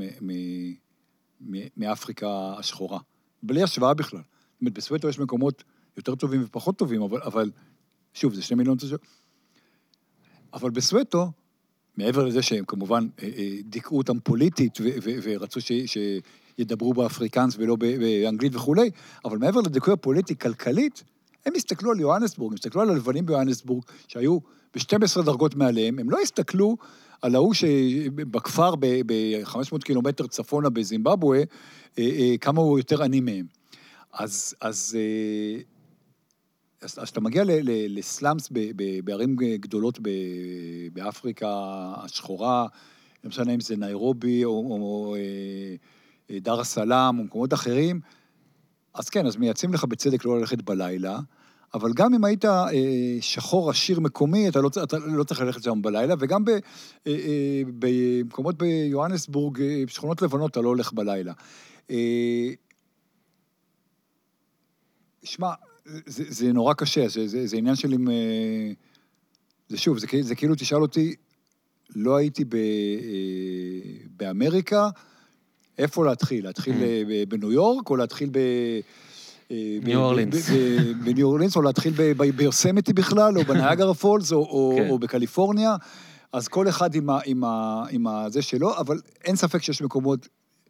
מאפריקה השחורה. בלי השוואה בכלל. זאת אומרת, בסואטו יש מקומות יותר טובים ופחות טובים, אבל, אבל שוב, זה שני מיליון תושבים. אבל בסואטו, מעבר לזה שהם כמובן דיכאו אותם פוליטית, ו- ו- ורצו ש- שידברו באפריקנס ולא באנגלית וכו', אבל מעבר לדיכוי הפוליטי, כלכלית, הם הסתכלו על יוהנסבורג, הם הסתכלו על הלבנים ביוהנסבורג, שהיו ב-שתים עשרה דרגות מעליהם, הם לא הסתכלו על ההוא שבכפר ב-חמש מאות קילומטר צפונה בזימבבואה, כמה הוא יותר עני מהם. אז, אז, אז, אז אתה מגיע לסלאמס בערים גדולות באפריקה השחורה, לא משנה אם זה ניירובי או, או דר הסלאם או מקומות אחרים, אז כן, אז מייצאים לך בצדק לא ללכת בלילה, אבל גם אם היית שחור עשיר מקומי, אתה לא, אתה לא צריך ללכת שם בלילה, וגם ב, במקומות ביוהנסבורג, בשכונות לבנות, אתה לא הולך בלילה. שמע, זה, זה נורא קשה, זה, זה, זה עניין של אם... זה שוב, זה, זה כאילו תשאל אותי, לא הייתי ב, באמריקה, איפה להתחיל? להתחיל בניו יורק, או להתחיל ב... ניו אורלינס. בניו אורלינס, או להתחיל ביוסמטי בכלל, או בניאגרה פולס, או בקליפורניה, אז כל אחד עם זה שלו, אבל אין ספק שיש מקומות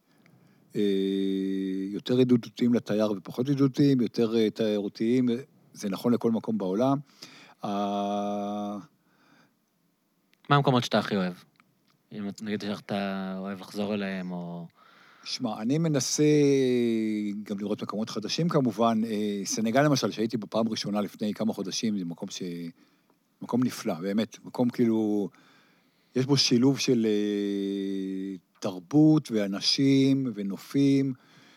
יותר ידידותיים לתייר ופחות ידידותיים, יותר תיירותיים, זה נכון לכל מקום בעולם. מה המקומות שאתה הכי אוהב? אם נגיד שאתה אוהב לחזור אליהם, או... שמע, אני מנסה גם לראות מקומות חדשים כמובן. סנגל למשל, שהייתי בפעם ראשונה לפני כמה חודשים, זה מקום ש... מקום נפלא, באמת. מקום כאילו... יש בו שילוב של תרבות ואנשים ונופים.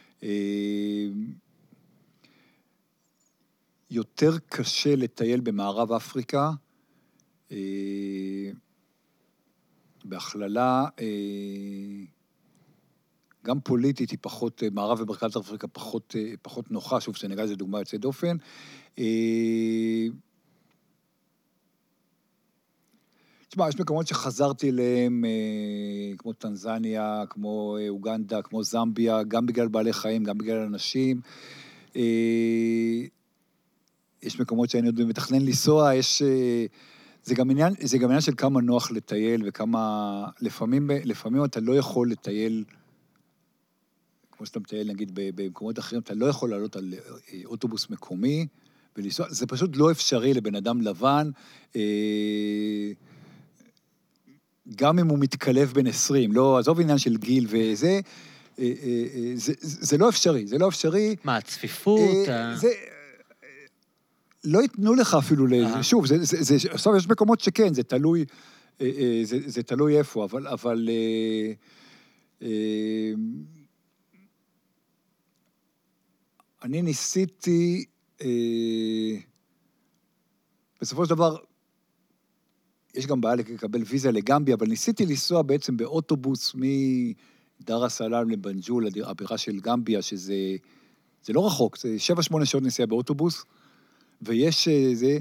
יותר קשה לטייל במערב אפריקה. בהכללה... גם פוליטית היא פחות, מערב ומרכז אפריקה פחות, פחות נוחה, שוב, סנגל זה דוגמה יוצאת דופן. תשמע, יש מקומות שחזרתי אליהם, כמו טנזניה, כמו אוגנדה, כמו זמביה, גם בגלל בעלי חיים, גם בגלל אנשים. יש מקומות שאני עוד מתכנן לנסוע, יש... זה גם עניין, זה גם עניין של כמה נוח לטייל, וכמה... לפעמים, לפעמים אתה לא יכול לטייל, כמו שאתה מטייל, נגיד, במקומות אחרים, אתה לא יכול לעלות על אוטובוס מקומי, ולנסוע, זה פשוט לא אפשרי לבן אדם לבן, גם אם הוא מתקלב בין עשרים, לא, עזוב עניין של גיל וזה, זה, זה לא אפשרי, זה לא אפשרי. מה, הצפיפות? זה... לא ייתנו לך אפילו, שוב, זה, זה, זה, עכשיו יש מקומות שכן, זה תלוי, זה, זה תלוי איפה, אבל, אבל, אני ניסיתי, בסופו של דבר, יש גם בעיה לקבל ויזה לגמביה, אבל ניסיתי לנסוע בעצם באוטובוס מדאר א-סלאם לבנג'ול, הבירה של גמביה, שזה, זה לא רחוק, זה שבע שמונה שעות נסיעה באוטובוס, ויש זה,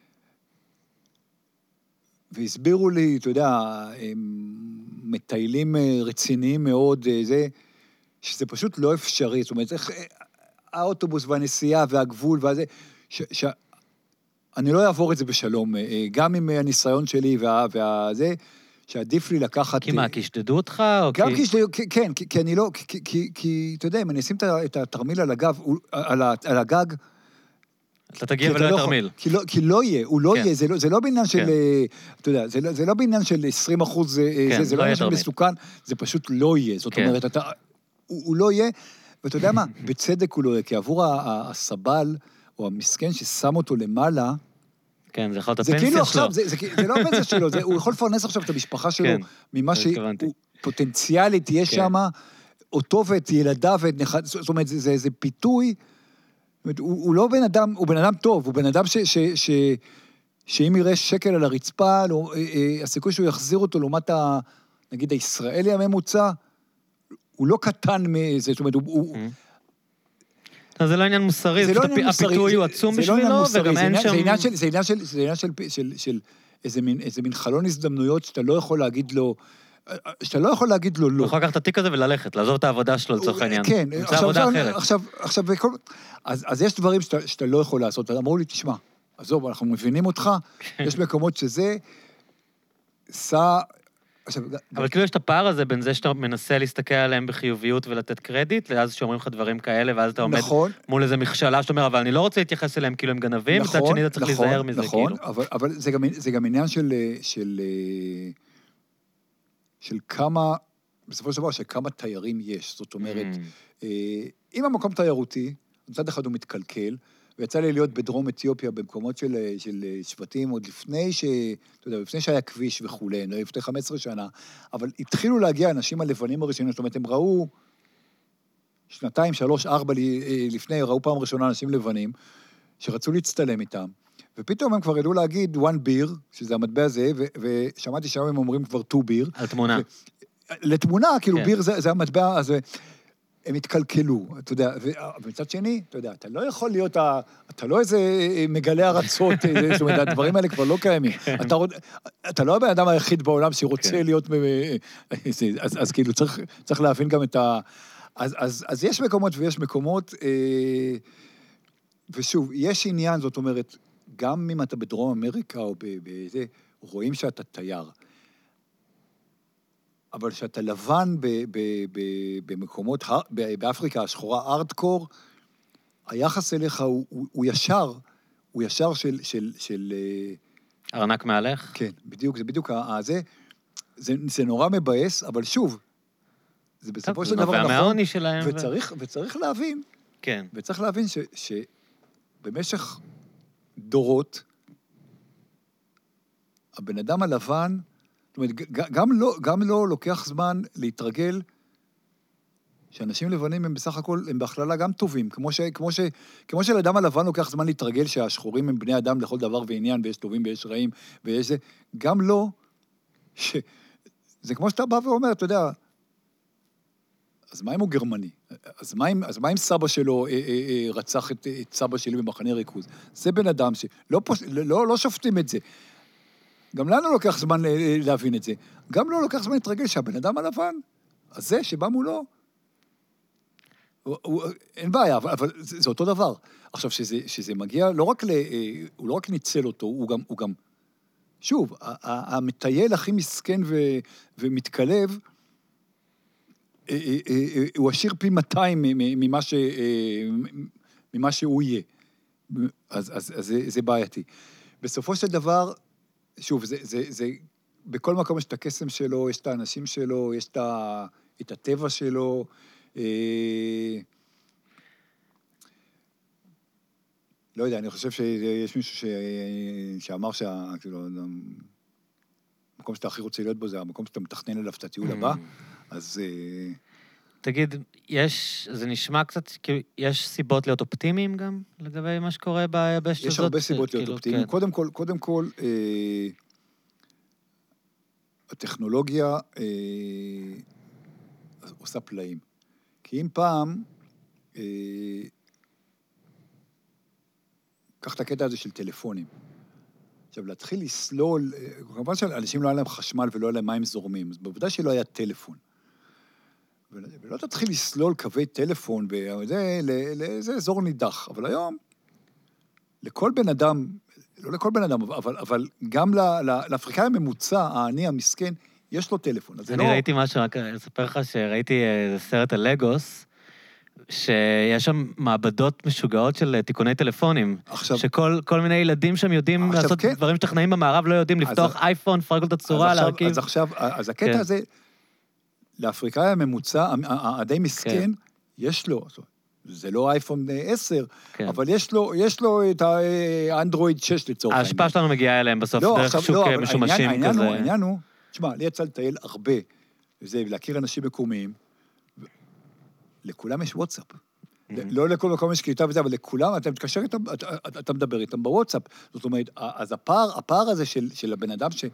והסבירו לי, אתה יודע, מטיילים רציניים מאוד, זה, שזה פשוט לא אפשרי, זאת אומרת, האוטובוס והנסיעה והגבול והזה, ש, ש, אני לא אעבור את זה בשלום, גם עם הניסיון שלי וה, והזה, שעדיף לי לקחת... כי מה, כי השתדו אותך? גם כי השתדו, כן, כי אני לא, כי, כי, כי, אתה יודע, אם אני אשים את התרמיל על הגב, על הגג, אתה תגיע ולא תרמיל. כי לא, כי לא יהיה, הוא לא יהיה, זה לא, זה לא בעניין של, אתה יודע, זה לא, זה לא בעניין של עשרים אחוז, זה, זה לא בעניין של מסוכן, זה פשוט לא יהיה, זאת אומרת, אתה, הוא, הוא לא יהיה, ואתה יודע מה, בצדק הוא לא יהיה, כי עבור הסבל, או המסכן ששם אותו למעלה, כן, זה יכול להיות הפנסיה שלו. זה כאילו עכשיו, זה, זה, זה לא הפנסיה שלו, זה, הוא יכול לפרנס עכשיו את המשפחה שלו, כן, ממה שפוטנציאלית תהיה כן. שם, אותו ואת ילדיו ואת נכד, זאת אומרת, זה, זה, זה פיתוי, הוא, הוא לא בן אדם, הוא בן אדם טוב, הוא בן אדם ש, ש, ש, שאם יראה שקל על הרצפה, לא, אה, אה, הסיכוי שהוא יחזיר אותו לעומת, ה, נגיד, הישראלי הממוצע, הוא לא קטן מזה, זאת אומרת, הוא... הוא זה לא עניין מוסרי, הפיתוי הוא עצום בשבילו, וגם אין שם... זה עניין של איזה מין חלון הזדמנויות שאתה לא יכול להגיד לו, שאתה לא יכול להגיד לו לא. הוא יכול לקחת את התיק הזה וללכת, לעזוב את העבודה שלו לצורך העניין. כן, אז יש דברים שאתה לא יכול לעשות, אמרו לי, תשמע, עזוב, אנחנו מבינים אותך, יש מקומות שזה, סע... אבל כאילו יש את הפער הזה בין זה שאתה מנסה להסתכל עליהם בחיוביות ולתת קרדיט, ואז שאומרים לך דברים כאלה, ואז אתה עומד מול איזה מכשלה, שאתה אומר, אבל אני לא רוצה להתייחס אליהם כאילו הם גנבים, מצד שני אתה צריך להיזהר מזה כאילו. נכון, אבל זה גם עניין של כמה, בסופו של דבר, שכמה תיירים יש. זאת אומרת, אם המקום תיירותי, מצד אחד הוא מתקלקל, ויצא לי להיות בדרום אתיופיה, במקומות של, של שבטים, עוד לפני ש... אתה יודע, לפני שהיה כביש וכו', לפני חמש עשרה שנה, אבל התחילו להגיע אנשים הלבנים הראשונים, זאת אומרת, הם ראו שנתיים, שלוש, ארבע לפני, ראו פעם ראשונה אנשים לבנים, שרצו להצטלם איתם, ופתאום הם כבר ידעו להגיד one beer, שזה המטבע הזה, ו- ושמעתי שם הם אומרים כבר two beer. על תמונה. ו- לתמונה, כאילו, כן. ביר זה, זה המטבע, אז הם התקלקלו, אתה יודע, ומצד שני, אתה יודע, אתה לא יכול להיות, אתה לא איזה מגלה ארצות, זאת אומרת, הדברים האלה כבר לא קיימים. אתה, אתה לא הבן אדם היחיד בעולם שרוצה להיות, אז, אז כאילו צריך, צריך להבין גם את ה... אז, אז, אז יש מקומות ויש מקומות, ושוב, יש עניין, זאת אומרת, גם אם אתה בדרום אמריקה או בזה, רואים שאתה תייר. אבל שאתה לבן ב, ב, ב, במקומות, ב, באפריקה השחורה, ארדקור, היחס אליך הוא, הוא, הוא ישר, הוא ישר של... של, של ארנק מעליך? כן, בדיוק, זה בדיוק, זה, זה, זה נורא מבאס, אבל שוב, זה בסופו של דבר נכון, וצריך, וצריך להבין, כן. וצריך להבין ש, שבמשך דורות, הבן אדם הלבן, זאת אומרת, גם לא, גם לא לוקח זמן להתרגל שאנשים לבנים הם בסך הכל, הם בהכללה גם טובים, כמו ש, כמו ש, כמו שלאדם הלבן לוקח זמן להתרגל שהשחורים הם בני אדם לכל דבר ועניין, ויש טובים ויש רעים, ויש זה, גם לא, ש, זה כמו שאתה בא ואומר, אתה יודע, אז מה אם הוא גרמני? אז מה אם, אז מה אם סבא שלו אה, אה, אה, רצח את, את סבא שלי במחנה ריכוז? זה בן אדם שלא פוש, לא, לא שופטים את זה. גם לנו לוקח זמן להבין את זה. גם לא לוקח זמן להתרגל שהבן אדם הלבן, הזה שבא מולו, אין בעיה, אבל זה אותו דבר. עכשיו, שזה מגיע, לא רק ל... הוא לא רק ניצל אותו, הוא גם... שוב, המטייל הכי מסכן ומתקלב, הוא עשיר פי מאתיים ממה שהוא יהיה. אז זה בעייתי. בסופו של דבר, שוב, זה... בכל מקום יש את הקסם שלו, יש את האנשים שלו, יש את הטבע שלו. לא יודע, אני חושב שיש מישהו שאמר שהמקום שאתה הכי רוצה להיות בו, זה המקום שאתה מתכנן אליו את הטיול הבא, אז... תגיד, יש, זה נשמע קצת, כאילו, יש סיבות להיות אופטימיים גם, לגבי מה שקורה ביבשת הזאת? יש הרבה סיבות להיות אופטימיים. קודם כל, קודם כל, הטכנולוגיה עושה פלאים. כי אם פעם, קח את הקטע הזה של טלפונים. עכשיו, להתחיל לסלול, כמובן שאנשים לא היה להם חשמל ולא היה להם מים זורמים, אז בוודאי שלא היה טלפון. ולא תתחיל לסלול קווי טלפון, זה אזור נידח. אבל היום, לכל בן אדם, לא לכל בן אדם, אבל, אבל גם לאפריקאי הממוצע, העני, המסכן, יש לו טלפון. אני לא... ראיתי משהו, רק אספר לך שראיתי סרט על לגוס, שיש שם מעבדות משוגעות של תיקוני טלפונים, עכשיו, שכל כל מיני ילדים שם יודעים לעשות כן. דברים שטכנאים במערב, לא יודעים לפתוח אז, אייפון, פרק את הצורה, אז להרכיב. אז עכשיו, אז הקטע כן. הזה, לאפריקאי הממוצע, הדי מסכן, כן. יש לו, זה לא אייפון עשר, כן. אבל יש לו, יש לו את האנדרואיד שש לצורך. ההשפעה שלנו מגיעה אליהם בסוף, לא, דרך שוק לא, משומשים העניין, כזה. העניין הוא, העניין הוא, תשמע, לי יצא לטייל הרבה, וזה, להכיר אנשים מקומיים, לכולם יש וואטסאפ. לא לכל מקום יש קליטה וזה, אבל לכולם, אתה מתקשר איתם, אתה מדבר איתם בוואטסאפ. זאת אומרת, אז הפער, הפער הזה של הבן אדם ש...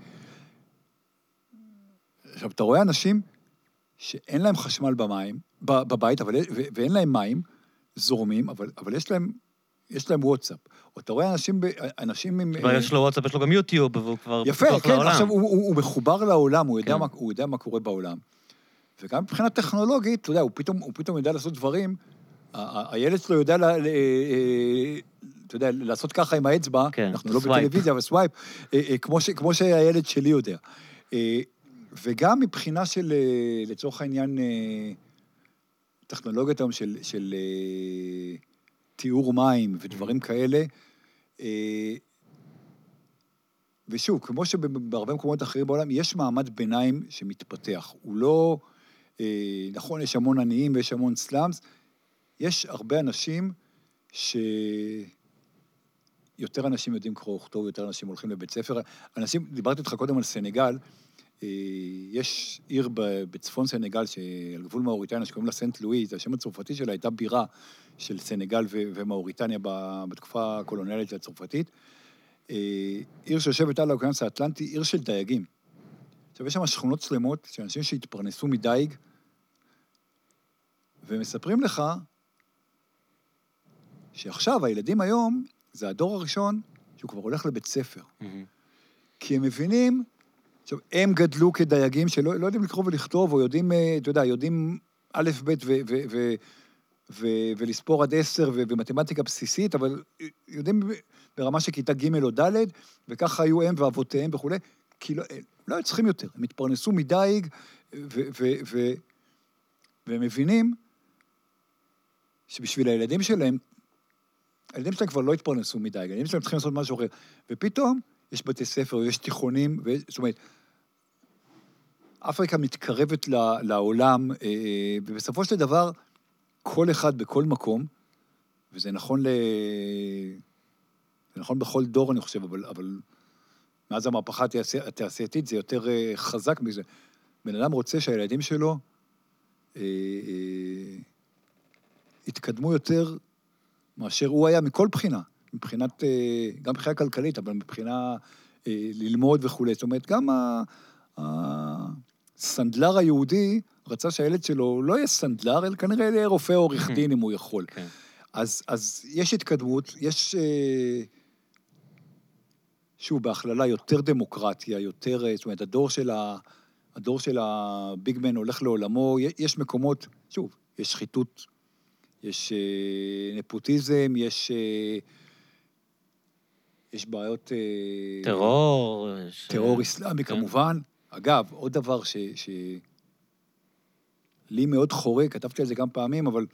עכשיו, אתה רואה אנשים שאין להם חשמל במים, בבית, ואין להם מים זורמים, אבל יש להם, יש להם וואטסאפ. או אתה רואה אנשים, אנשים עם... אבל יש לו וואטסאפ, יש לו גם יוטיוב, והוא כבר יפה, כן, עכשיו הוא מחובר לעולם, הוא יודע מה קורה בעולם. וגם מבחינה טכנולוגית, אתה יודע, הוא פתאום, הוא פתאום יודע לעשות דברים, הילד שלו יודע, אתה יודע, לעשות ככה עם האצבע, אנחנו לא בטלוויזיה, אבל סווייפ, כמו שהילד שלי יודע. וגם מבחינה של, לצורך העניין, טכנולוגיות היום של תיאור מים ודברים כאלה, ושוב, כמו שבהרבה מקומות אחרים בעולם, יש מעמד ביניים שמתפתח. הוא לא... נכון, יש המון עניים ויש המון סלאמס, יש הרבה אנשים שיותר אנשים יודעים קרוא וכתוב, יותר אנשים הולכים לבית ספר. אנשים, דיברתי איתך קודם על סנגל, יש עיר בצפון סנגל, על גבול מאוריטניה, שקוראים לה סנט לואיז, השם הצרפתי שלה הייתה בירה של סנגל ומאוריטניה בתקופה הקולוניאלית הצרפתית. עיר שיושבת על האוקיינוס האטלנטי, עיר של דייגים. עכשיו, יש שם שכונות שלמות של אנשים שהתפרנסו מדייג, ומספרים לך שעכשיו הילדים היום, זה הדור הראשון שהוא כבר הולך לבית ספר. Mm-hmm. כי הם מבינים, עכשיו, הם גדלו כדייגים שלא לא יודעים לקרוא ולכתוב, או יודעים, אתה יודע, יודעים א', ב' ו, ו, ו, ו, ולספור עד עשר ומתמטיקה בסיסית, אבל יודעים ברמה של כיתה ג' או ד', וככה היו הם ואבותיהם וכו', כי לא... לא היו צריכים יותר, הם התפרנסו מדייג, והם מבינים שבשביל הילדים שלהם, הילדים שלהם כבר לא התפרנסו מדייג, הילדים שלהם צריכים לעשות משהו אחר, ופתאום יש בתי ספר, ויש תיכונים, זאת אומרת, אפריקה מתקרבת לעולם, ובסופו של דבר, כל אחד בכל מקום, וזה נכון ל... זה נכון בכל דור, אני חושב, אבל... אבל מאז המהפכה התעשייתית זה יותר חזק מזה. בן אדם רוצה שהילדים שלו אה, אה, יתקדמו יותר מאשר הוא היה מכל בחינה, מבחינת, אה, גם מבחינה כלכלית, אבל מבחינה אה, ללמוד וכו'. זאת אומרת, גם הסנדלר היהודי רצה שהילד שלו לא יהיה סנדלר, אלא כנראה יהיה רופא או עורך דין אם הוא יכול. Okay. אז, אז יש התקדמות, יש... אה, שוב, בהכללה יותר דמוקרטיה, יותר, זאת אומרת, הדור של ה... הדור של הביגמן הולך לעולמו, יש מקומות, שוב, יש שחיתות, יש נפוטיזם, יש... יש בעיות... טרור. טרור אסלאמי, כמובן. אגב, עוד דבר ש... ש... לי מאוד חורה, כתבתי על זה כמה פעמים, אבל...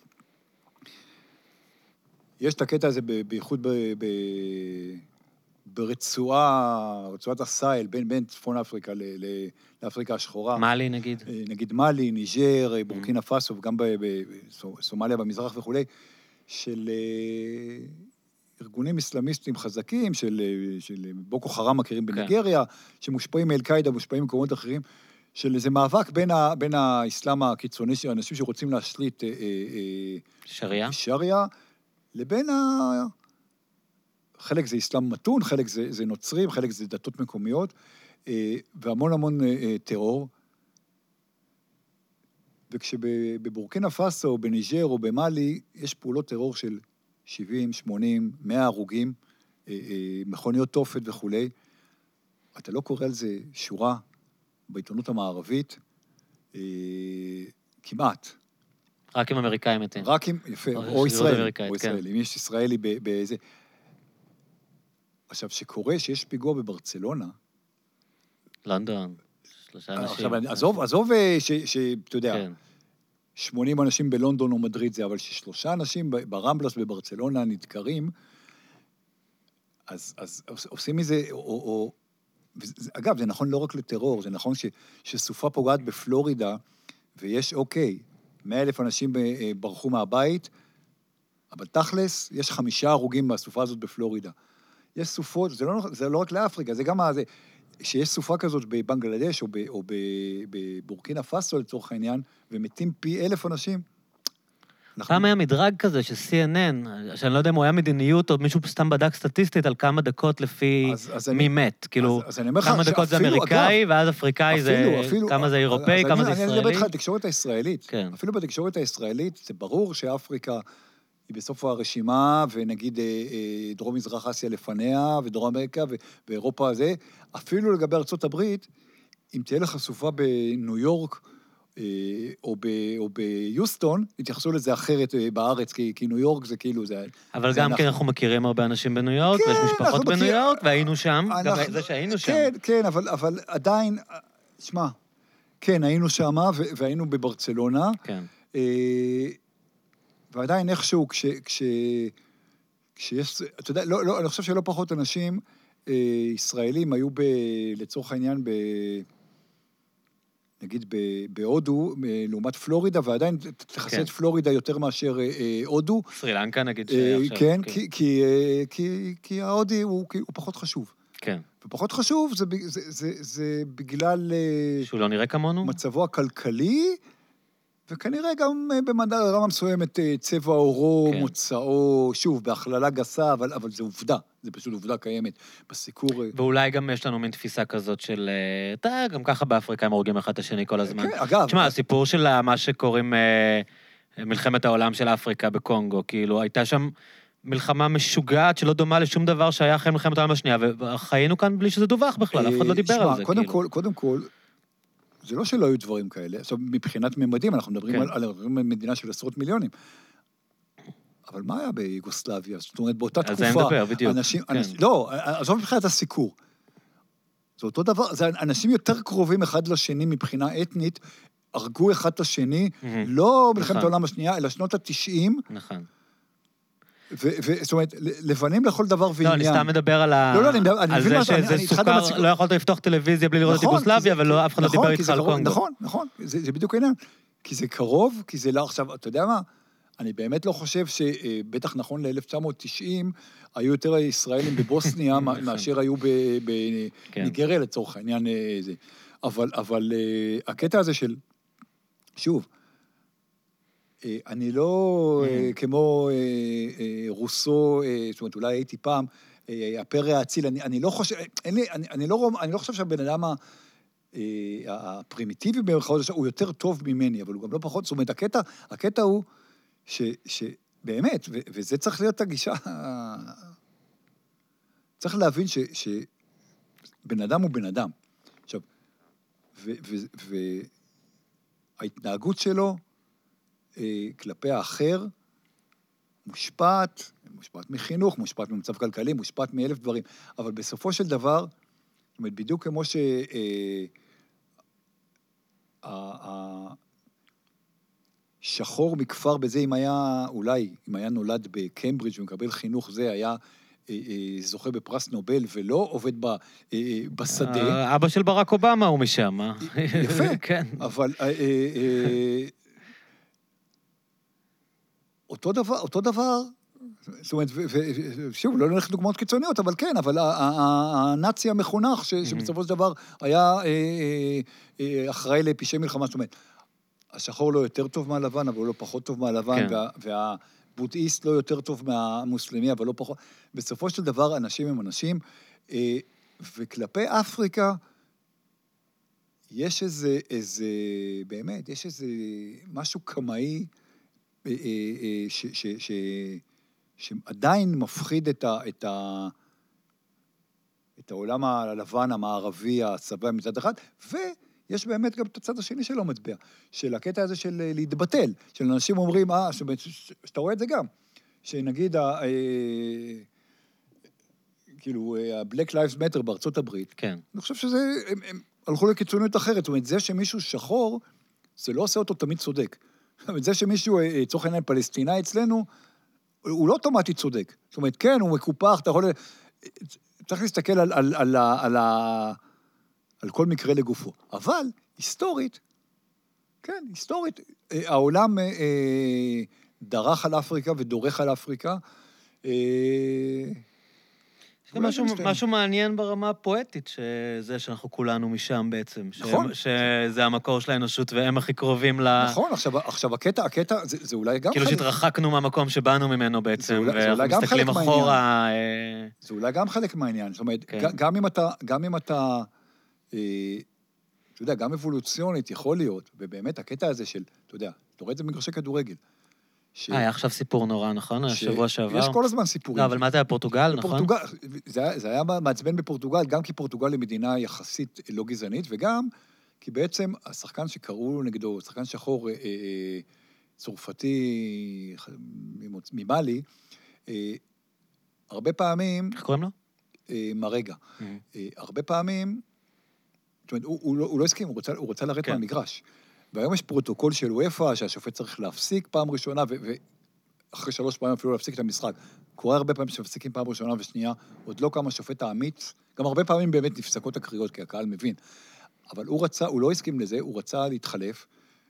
יש את הקטע הזה בייחוד ב... ב... ברצועה, רצועת הסייל, בין, בין צפון אפריקה ל... ל... לאפריקה השחורה. מאלי, נגיד. נגיד מאלי, ניג'ר, בורקינה פאסו, וגם בסומליה במזרח וכו', של... ארגונים אסלאמיסטיים חזקים, של, של בוקו חרם מכירים בניגריה, שמושפעים מאל-קאידה, מושפעים ממקומות אחרים, של איזה מאבק בין, ה, בין האסלאם הקיצוני, של אנשים שרוצים להשליט... שריעה? שריעה, לבין ה... חלק זה אסלאם מתון, חלק זה, זה נוצרים, חלק זה דתות מקומיות, והמון המון טרור. וכשבבורקינה פאסו, או בניג'ר, או במאלי, יש פעולות טרור של... שבעים, שמונים, מאה הרוגים, מכוניות תופת וכו'. אתה לא קורא על זה שורה בעיתונות המערבית, כמעט. רק עם אמריקאים מתים. רק עם, יפה, או ישראלי. או ישראלי. אם יש ישראלי באיזה... עכשיו, שקורה שיש פיגוע בברצלונה... לונדון, שלושה אנשים. עכשיו, עזוב, עזוב שאתה יודע... כן. שמונים אנשים בלונדון או מדריד זה, אבל ששלושה אנשים ברמבלס בברצלונה נדקרים, אז, אז עושים מזה, או, או, אגב, זה נכון לא רק לטרור, זה נכון ש, שסופה פוגעת בפלורידה, ויש, אוקיי, מאה אלף אנשים ברחו מהבית, אבל תכלס, יש חמישה הרוגים מהסופה הזאת בפלורידה. יש סופות, זה לא, זה לא רק לאפריקה, זה גם מה זה... שיש סופה כזאת בבנגלדש או, ב, או ב, בבורקינה פאסו לצורך העניין, ומתים פי אלף אנשים. פעם היה מדרג כזה של סי אן אן, שאני לא יודע אם הוא היה מדיניות, או מישהו סתם בדק סטטיסטית על כמה דקות לפי אז, אז מי אני, מת. כאילו, אז, אז כמה דקות זה אמריקאי, אגב, ואז אפריקאי אפילו, זה, אפילו, כמה זה אירופאי, כמה אני, זה ישראלי. אני מדבר איתך על התקשורת הישראלית. כן. אפילו בתקשורת הישראלית, זה ברור שאפריקה היא בסוף הרשימה, ונגיד דרום מזרח אסיה לפניה, ודרום אמריקה, ואירופה הזה, אפילו לגבי ארצות הברית, אם תהיה לך סופה בניו יורק, או, ב, או ביוסטון, התייחסו לזה אחרת בארץ, כי, כי ניו יורק זה כאילו... זה, אבל זה גם אנחנו... כן אנחנו מכירים הרבה אנשים בניו יורק, כן, ויש משפחות בניו מכיר... יורק, והיינו שם, אנחנו... גם זה שהיינו שם. כן, כן, אבל, אבל עדיין, שמע, כן, היינו שם, והיינו בברצלונה, כן. ועדיין איכשהו, כש, כש, כשיש, אתה יודע, לא, לא, אני חושב שלא פחות אנשים אה, ישראלים היו ב, לצורך העניין ב... נגיד ב, בהודו, לעומת פלורידה, ועדיין תחסה כן. את פלורידה יותר מאשר אה, הודו. סרילנקה נגיד אה, שעכשיו. כן, כן. כי, כי, אה, כי, כי ההודי הוא, הוא פחות חשוב. כן. ופחות חשוב זה, זה, זה, זה בגלל... שהוא לא נראה כמונו? מצבו הכלכלי, וכנראה גם במדע מסוימת צבע אורו, כן. מוצאו, שוב, בהכללה גסה, אבל, אבל זה עובדה, זה פשוט עובדה קיימת בסיקור. ואולי גם יש לנו מין תפיסה כזאת של, אתה גם ככה באפריקה הם הורגים אחד את השני כל הזמן. כן, אגב. תשמע, הסיפור של מה שקוראים מלחמת העולם של אפריקה בקונגו, כאילו, הייתה שם מלחמה משוגעת שלא דומה לשום דבר שהיה אחרי מלחמת העולם השנייה, וחיינו כאן בלי שזה דווח בכלל, אף אחד לא דיבר על זה. קודם כל, קודם כל, זה לא שלא היו דברים כאלה. עכשיו, מבחינת ממדים, אנחנו מדברים כן. על, על מדינה של עשרות מיליונים. אבל מה היה ביוגוסלביה? זאת אומרת, באותה תקופה... על זה נדבר, בדיוק. אנשים, כן. אנשים, לא, עזוב מבחינת הסיקור. זה אותו דבר, זה אנשים יותר קרובים אחד לשני מבחינה אתנית, הרגו אחד לשני, mm-hmm. לא מלחמת נכון. העולם השנייה, אלא שנות ה-תשעים. נכון. זאת אומרת, לבנים לכל דבר ועניין. לא, אני סתם מדבר על ה... לא, לא, אני על זה שזה סוכר, לא יכולת לפתוח טלוויזיה בלי לראות את יוגוסלביה, ולא אף אחד לא דיבר איתך על קונגו. נכון, נכון, זה בדיוק העניין. כי זה קרוב, כי זה לא עכשיו, אתה יודע מה? אני באמת לא חושב שבטח נכון ל-אלף תשע מאות תשעים, היו יותר ישראלים בבוסניה, מאשר היו בניגריה לצורך העניין הזה. אבל הקטע הזה של, שוב, אני לא כמו רוסו, זאת אומרת, אולי הייתי פעם, הפרא האציל, אני לא חושב, אני לא חושב שהבן אדם הפרימיטיבי במרכאות, הוא יותר טוב ממני, אבל הוא גם לא פחות, זאת אומרת, הקטע הוא שבאמת, וזה צריך להיות הגישה, צריך להבין שבן אדם הוא בן אדם. עכשיו, וההתנהגות שלו, כלפי האחר, מושפעת, מושפעת מחינוך, מושפעת ממצב כלכלי, מושפעת מאלף דברים, אבל בסופו של דבר, זאת אומרת, בדיוק כמו ש... שחור מכפר בזה, אם היה, אולי, אם היה נולד בקיימברידג' ומקבל חינוך זה, היה זוכה בפרס נובל ולא עובד בשדה. אבא של ברק אובמה הוא משם. יפה, כן. אבל אותו דבר, אותו דבר, זאת אומרת, ושוב, לא נלך דוגמאות קיצוניות, אבל כן, אבל הנאצי המחונך, שבסופו של דבר היה אחראי לפשעי מלחמה, זאת אומרת, השחור לא יותר טוב מהלבן, אבל הוא לא פחות טוב מהלבן, והבודהיסט לא יותר טוב מהמוסלמי, אבל לא פחות. בסופו של דבר, אנשים הם אנשים, וכלפי אפריקה, יש איזה, איזה, באמת, יש איזה משהו קמאי, ש, ש, ש, שעדיין מפחיד את ה, את ה, את העולם הלבן, המערבי, הצבא מצד אחד, ויש באמת גם את הצד השני של המטבע, של הקטע הזה של להתבטל, של אנשים אומרים, אה, שאתה רואה את זה גם, שנגיד, כאילו, ה-Black Lives Matter בארצות הברית, כן. אני חושב שזה, הם, הם הלכו לקיצוניות אחרת, זאת אומרת, זה שמישהו שחור, זה לא עושה אותו תמיד צודק. זה שמישהו, צורך העניין פלסטיני אצלנו, הוא לא אוטומטית צודק. זאת אומרת, כן, הוא מקופח, אתה יכול... צריך להסתכל על, על, על, על, על כל מקרה לגופו. אבל, היסטורית, כן, היסטורית, העולם דרך על אפריקה ודורך על אפריקה. משהו, משהו מעניין ברמה הפואטית, שזה שאנחנו כולנו משם בעצם. נכון. שזה המקור של האנושות, והם הכי קרובים ל... נכון, עכשיו, עכשיו הקטע, הקטע, זה, זה אולי גם כאילו חלק... שהתרחקנו מהמקום שבאנו ממנו בעצם, אולי, ואנחנו מסתכלים אחורה... זה אולי גם חלק מהעניין. זאת אומרת, כן. גם אם אתה, גם אם אתה, אה, אתה יודע, גם אבולוציונית יכול להיות, ובאמת הקטע הזה של, אתה יודע, אתה רואה את זה במגרשי כדורגל, אה, היה עכשיו סיפור נורא, נכון? השבוע שעבר. יש כל הזמן סיפורים. לא, אבל מה זה היה פורטוגל, נכון? זה היה מעצבן בפורטוגל, גם כי פורטוגל היא מדינה יחסית לא גזענית, וגם כי בעצם השחקן שקראו נגדו, שחקן שחור צורפתי ממאלי, הרבה פעמים... איך קוראים לו? מרגע. הרבה פעמים, זאת אומרת, הוא לא הסכים, הוא רוצה לרדת מהמגרש. והיום יש פרוטוקול של וופא, שהשופט צריך להפסיק פעם ראשונה, ואחרי שלוש פעמים אפילו להפסיק את המשחק. קורה הרבה פעמים שמפסיקים פעם ראשונה ושנייה, עוד לא כמה שופט האמיץ, גם הרבה פעמים באמת נפסקות הקריאות, כי הקהל מבין. אבל הוא רצה, הוא לא הסכים לזה, הוא רצה להתחלף.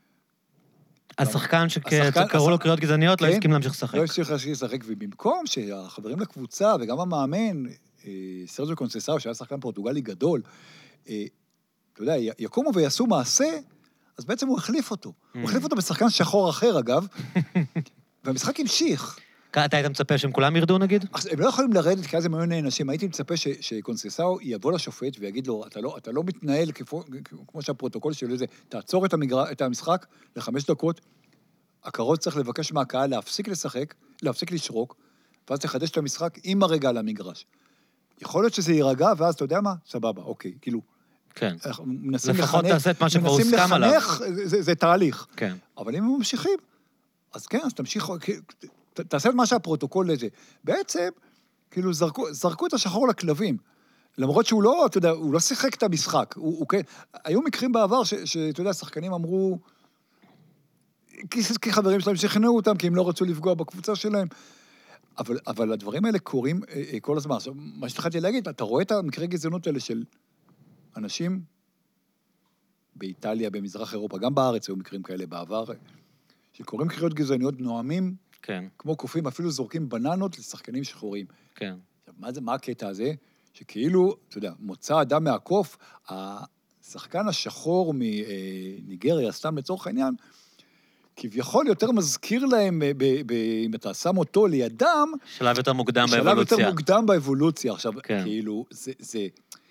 השחקן שקראו לו קריאות גזעניות לא הסכים להמשיך לשחק. לא הסכים לשחק, ובמקום שהחברים לקבוצה, וגם המאמן, סרג'יו קונססאו, שהיה שחקן פורטוגלי גדול, אתה יודע, יקומו ויעשו מעשה, אז בעצם הוא החליף אותו. הוא החליף אותו בשחקן שחור אחר, אגב, והמשחק המשיך. אתה היית מצפה שהם כולם ירדו, נגיד? הם לא יכולים לרדת, כי אז הם היו נאנשים. הייתי מצפה שקונססאו יבוא לשופט ויגיד לו, אתה לא מתנהל כמו שהפרוטוקול שלו זה, תעצור את המשחק לחמש דקות, הכרוז צריך לבקש מהקהל להפסיק לשחק, להפסיק לשרוק, ואז תחדש את המשחק עם הרגע על המגרש. יכול להיות שזה יירגע, ואז אתה יודע מה? סבבה, אוקיי, כאילו, כן. לפחות תעשה את מה שכבר הוסכם עליו. מנסים לחנך, זה, זה תהליך. כן. אבל אם הם ממשיכים, אז כן, אז תמשיך, תעשה את מה שהפרוטוקול לזה. בעצם, כאילו, זרקו, זרקו את השחור לכלבים. למרות שהוא לא, אתה יודע, הוא לא שיחק את המשחק. הוא, הוא כן, היו מקרים בעבר ש, שאתה יודע, שחקנים אמרו, כי, כי חברים שלהם שכנעו אותם, כי הם לא רצו לפגוע בקבוצה שלהם. אבל, אבל הדברים האלה קורים כל הזמן. עכשיו, מה שתחלתי להגיד, אתה רואה את המקרי גזענות האלה של אנשים באיטליה, במזרח אירופה, גם בארץ היו מקרים כאלה בעבר, שקוראים קריאות גזעניות נועמים, כן. כמו קופים, אפילו זורקים בננות לשחקנים שחורים. כן. עכשיו, מה זה, מה הקטע הזה? שכאילו, אתה יודע, מוצא אדם מהקוף, השחקן השחור מניגריה, סתם לצורך העניין, כביכול יותר מזכיר להם, אם אתה שם אותו לידם, שלב יותר מוקדם שלב באבולוציה. שלב יותר מוקדם באבולוציה. עכשיו, כן. כאילו, זה... זה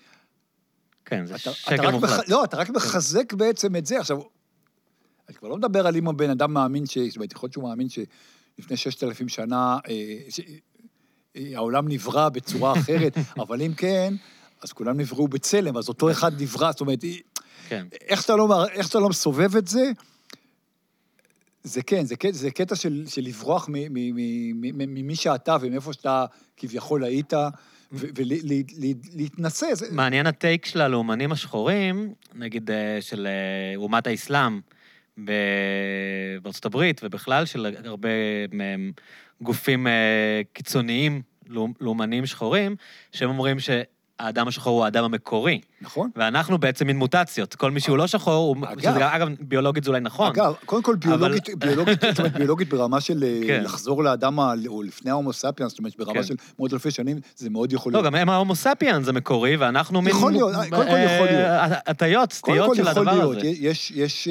כן, זה אתה, שקר אתה מוחלט. בח... לא, אתה רק מחזק כן. בעצם את זה. עכשיו, אני כבר לא מדבר על אם הבן אדם מאמין ש... זאת אומרת, יכול להיות שהוא מאמין שלפני ששת אלפים שנה ש... העולם נברא בצורה אחרת, אבל אם כן, אז כולם נבראו בצלם, אז אותו אחד נברא, זאת אומרת, כן. איך שאתה לא, איך שאתה לא מסובב את זה, זה כן, זה, זה קטע של, של לברוח ממי שאתה ומאיפה שאתה כביכול היית, ולהתנסה. מעניין הטייק של הלאומנים השחורים, נגיד של אומת האסלאם בארצות הברית, ובכלל של הרבה גופים קיצוניים, לאומנים שחורים, שהם אומרים ש... האדם השחור הוא האדם המקורי. נכון. ואנחנו בעצם מין מוטציות. כל מי שהוא לא שחור, אגב, ביולוגית זה אולי נכון. אגב, קודם כל ביולוגית, זאת אומרת, ביולוגית ברמה של לחזור לאדם, או לפני ההומו ספיאנס, זאת אומרת, ברמה של מאות אלפי שנים, זה מאוד יכול להיות. לא, גם הם ההומו ספיאנס זה מקורי, ואנחנו מין... יכול להיות, קודם כל יכול להיות. הטיות, סטיות של הדבר הזה. יש, יש...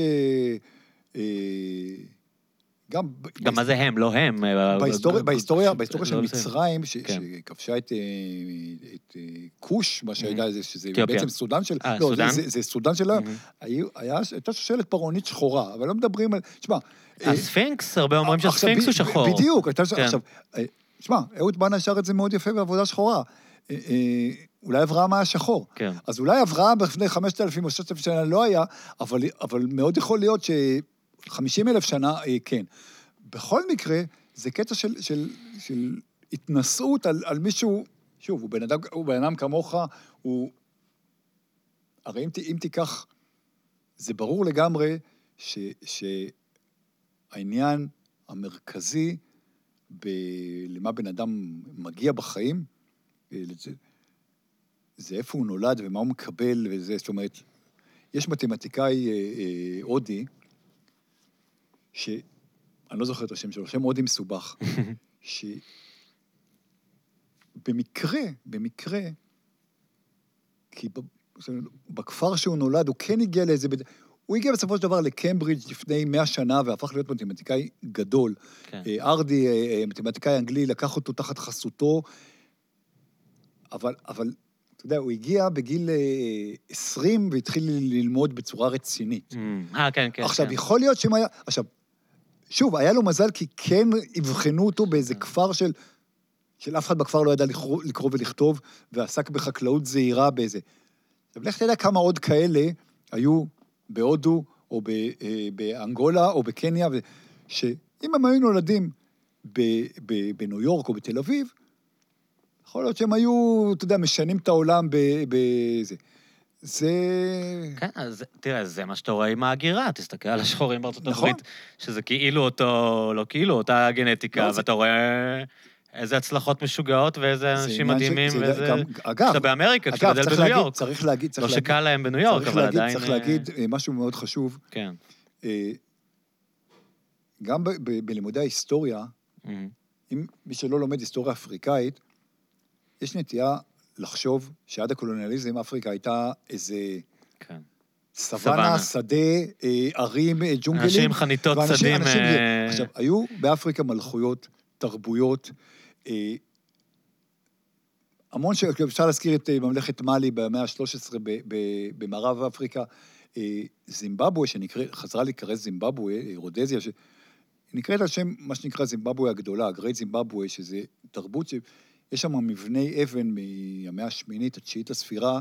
גם... גם מה זה הם, לא הם. בהיסטוריה, בהיסטוריה של מצרים, שכבשה את כוש, מה שהייתה, שזה בעצם סודן של... לא, זה סודן שלה, הייתה שושלת פרעונית שחורה, אבל לא מדברים על... תשמע... הספינקס, הרבה אומרים שהספינקס הוא שחור. בדיוק, עכשיו, תשמע, אהוד בנה שר את זה מאוד יפה בעבודה שחורה. אולי אברהם היה שחור. אז אולי אברהם לפני חמשת אלפים או ששת אלפים שנה לא היה, אבל מאוד יכול להיות ש... חמישים אלף שנה, כן. בכל מקרה, זה קטע של, של, של התנסות על, על מישהו, שוב, הוא בן אדם, הוא בן אדם כמוך, הוא... הרי אם, אם תיקח, זה ברור לגמרי ש, שהעניין המרכזי ב, למה בן אדם מגיע בחיים, זה, זה איפה הוא נולד ומה הוא מקבל, וזה, זאת אומרת, יש מתמטיקאי אה, אה, הודי, שאני לא זוכר את השם שלו, שם מאוד מסובך, שבמקרה, במקרה, כי בכפר שהוא נולד, הוא כן הגיע לאיזה... הוא הגיע בסופו של דבר לקמברידג' לפני מאה שנה, והפך להיות מתמטיקאי גדול. כן. ארדי, מתמטיקאי אנגלי, לקח אותו תחת חסותו, אבל, אבל, אתה יודע, הוא הגיע בגיל עשרים, והתחיל ללמוד בצורה רצינית. אה, כן, כן. עכשיו, יכול להיות שאם היה... עכשיו, שוב, היה לו מזל, כי כן הבחנו אותו באיזה כפר של... של אף אחד בכפר לא ידע לקרוא, לקרוא ולכתוב, ועסק בחקלאות זהירה באיזה... אבל לך תדע כמה עוד כאלה היו בהודו, או באנגולה, או בקניה, שאם הם היו נולדים בניו יורק או בתל אביב, יכול להיות שהם היו, אתה יודע, משנים את העולם בזה. זה... כן, אז תראה, זה מה שאתה רואה עם ההגירה, תסתכל על השחורים בארצות הברית, שזה כאילו אותו, לא כאילו, אותה גנטיקה, ואתה רואה איזה הצלחות משוגעות, ואיזה אנשים מדהימים, ואיזה... אגב, כשאתה באמריקה, כשאתה גדל בניו יורק. צריך להגיד, לא שקל להם בניו יורק, אבל עדיין... צריך להגיד משהו מאוד חשוב. כן. גם בלימודי ההיסטוריה, אם מי שלא לומד היסטוריה אפריקאית, יש נטייה לחשוב שעד הקולוניאליזם אפריקה הייתה איזה כן. סוואנה, שדה, ערים, ג'ונגלים. אנשים חניתות צדים. עכשיו, היו באפריקה מלכויות, תרבויות, המון שאפשר להזכיר את ממלכת מאלי במאה ה-שלוש עשרה במערב אפריקה, זימבבואה, שחזרה להיקרא זימבבואה, רודזיה, שנקראת על שם מה שנקרא זימבבואה הגדולה, הגרייט זימבבואה, שזה תרבות ש... יש שם מבני אבן מהמאה השמינית, התשיעית לספירה,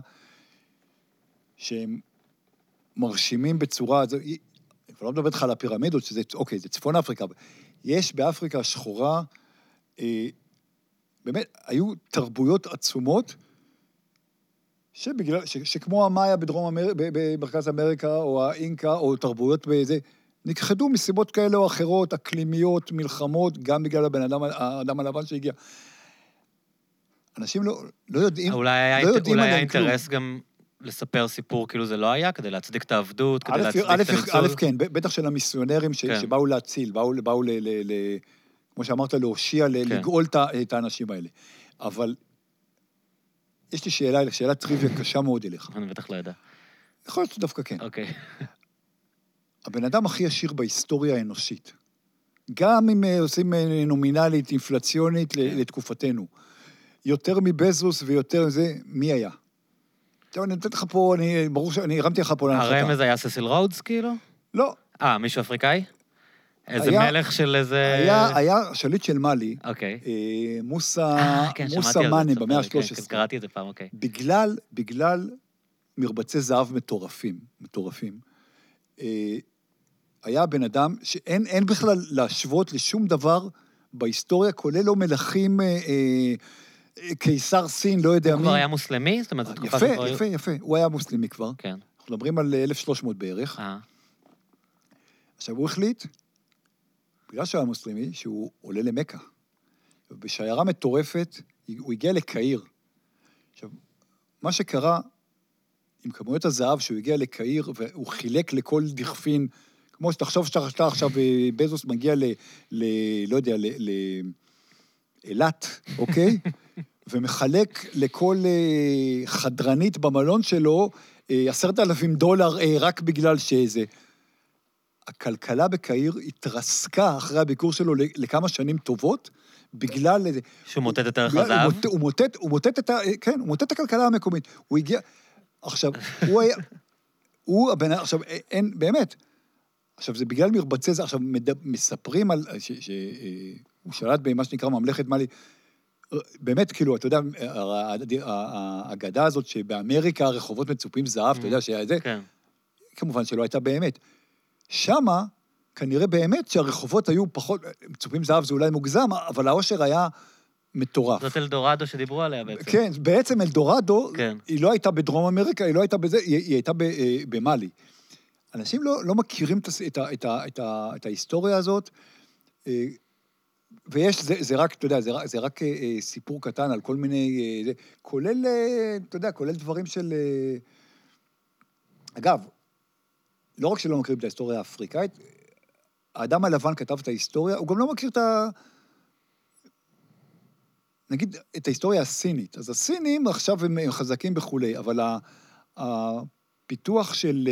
שהם מרשימים בצורה, אני כבר לא מדבר איתך על הפירמידות, שזה, אוקיי, זה צפון אפריקה, יש באפריקה השחורה, אה, באמת, היו תרבויות עצומות, שבגלל, ש, שכמו המאיה בדרום אמר, במרכז אמריקה, או האינקה, או תרבויות באיזה, נכחדו מסיבות כאלה או אחרות, אקלימיות, מלחמות, גם בגלל הבן אדם, האדם הלבן שהגיע. אנשים לא, לא יודעים, אולי היה, לא יודעים אולי היה אינטרס גם לספר סיפור כאילו זה לא היה, כדי להצדיק את העבדות, כדי להצדיק את הניצול. א', כן, בטח של המיסיונרים ש, כן. שבאו להציל, באו, באו ל, ל, ל, כמו שאמרת, להושיע, כן. לגאול את האנשים האלה. אבל יש לי שאלה, שאלה טריוויה קשה מאוד אליך. אני בטח לא יודע. יכול להיות שדווקא כן. אוקיי. הבן אדם הכי עשיר בהיסטוריה האנושית, גם אם עושים נומינלית, אינפלציונית כן. לתקופתנו, יותר מבזוס ויותר זה, מי היה? טוב, אני נתת לך פה, אני, ברור שאני הרמתי לך פה להנחתה. הרמז היה ססיל רודס, כאילו? לא. אה, מישהו אפריקאי? איזה היה, מלך של איזה... היה, היה שליט של מאלי, אוקיי. אה, מוסא, אה, כן, מוסא מאני, במאה ה-שלוש עשרה. כן, קראתי את זה פעם, אוקיי. בגלל, בגלל מרבצי זהב מטורפים, מטורפים, אה, היה בן אדם שאין אין בכלל להשוות לשום דבר בהיסטוריה, כולל לא מלכים, אה, אה, קיסר סין, לא יודע מי. מי. הוא כבר היה מוסלמי? זאת אומרת, זו תקופה יפה, שכבר... יפה, יפה. הוא היה מוסלמי כבר. כן. אנחנו מדברים על אלף ושלוש מאות בערך. אה. עכשיו, הוא החליט, בגלל שהוא היה מוסלמי, שהוא עולה למכה. בשיירה מטורפת, הוא הגיע לקהיר. עכשיו, מה שקרה עם כמויות הזהב, שהוא הגיע לקהיר, והוא חילק לכל דכפין, כמו שתחשוב שאתה עכשיו, בזוס מגיע ל... ל לא יודע, לאילת, אוקיי? ומחלק לכל חדרנית במלון שלו, עשרת אלפים דולר רק בגלל שזה. הכלכלה בקהיר התרסקה אחרי הביקור שלו לכמה שנים טובות, בגלל... שהוא מוטט את ערך הזהב? הוא מוטט, הוא מוטט את ה... כן, הוא מוטט את הכלכלה המקומית. הוא הגיע... עכשיו, הוא היה... הוא הבן... עכשיו, אין... באמת. עכשיו, זה בגלל מרבצי זה... עכשיו, מספרים על... שהוא שלט במה שנקרא ממלכת מאלי. באמת, כאילו, אתה יודע, האגדה הזאת שבאמריקה הרחובות מצופים זהב, אתה יודע שהיה זה... כן. כמובן שלא הייתה באמת. שמה, כנראה באמת שהרחובות היו פחות, מצופים זהב זה אולי מוגזם, אבל האושר היה מטורף. זאת אלדורדו שדיברו עליה בעצם. כן, בעצם אלדורדו, כן. היא לא הייתה בדרום אמריקה, היא לא הייתה בזה, היא, היא הייתה במאלי. אנשים לא, לא מכירים את, את, את, את, את ההיסטוריה הזאת, ויש, זה, זה רק, אתה יודע, זה, זה רק סיפור קטן על כל מיני, זה, כולל, אתה יודע, כולל דברים של... אגב, לא רק שלא מכירים את ההיסטוריה האפריקאית, האדם הלבן כתב את ההיסטוריה, הוא גם לא מכיר את ה... נגיד, את ההיסטוריה הסינית. אז הסינים עכשיו הם חזקים וכולי, אבל הפיתוח של...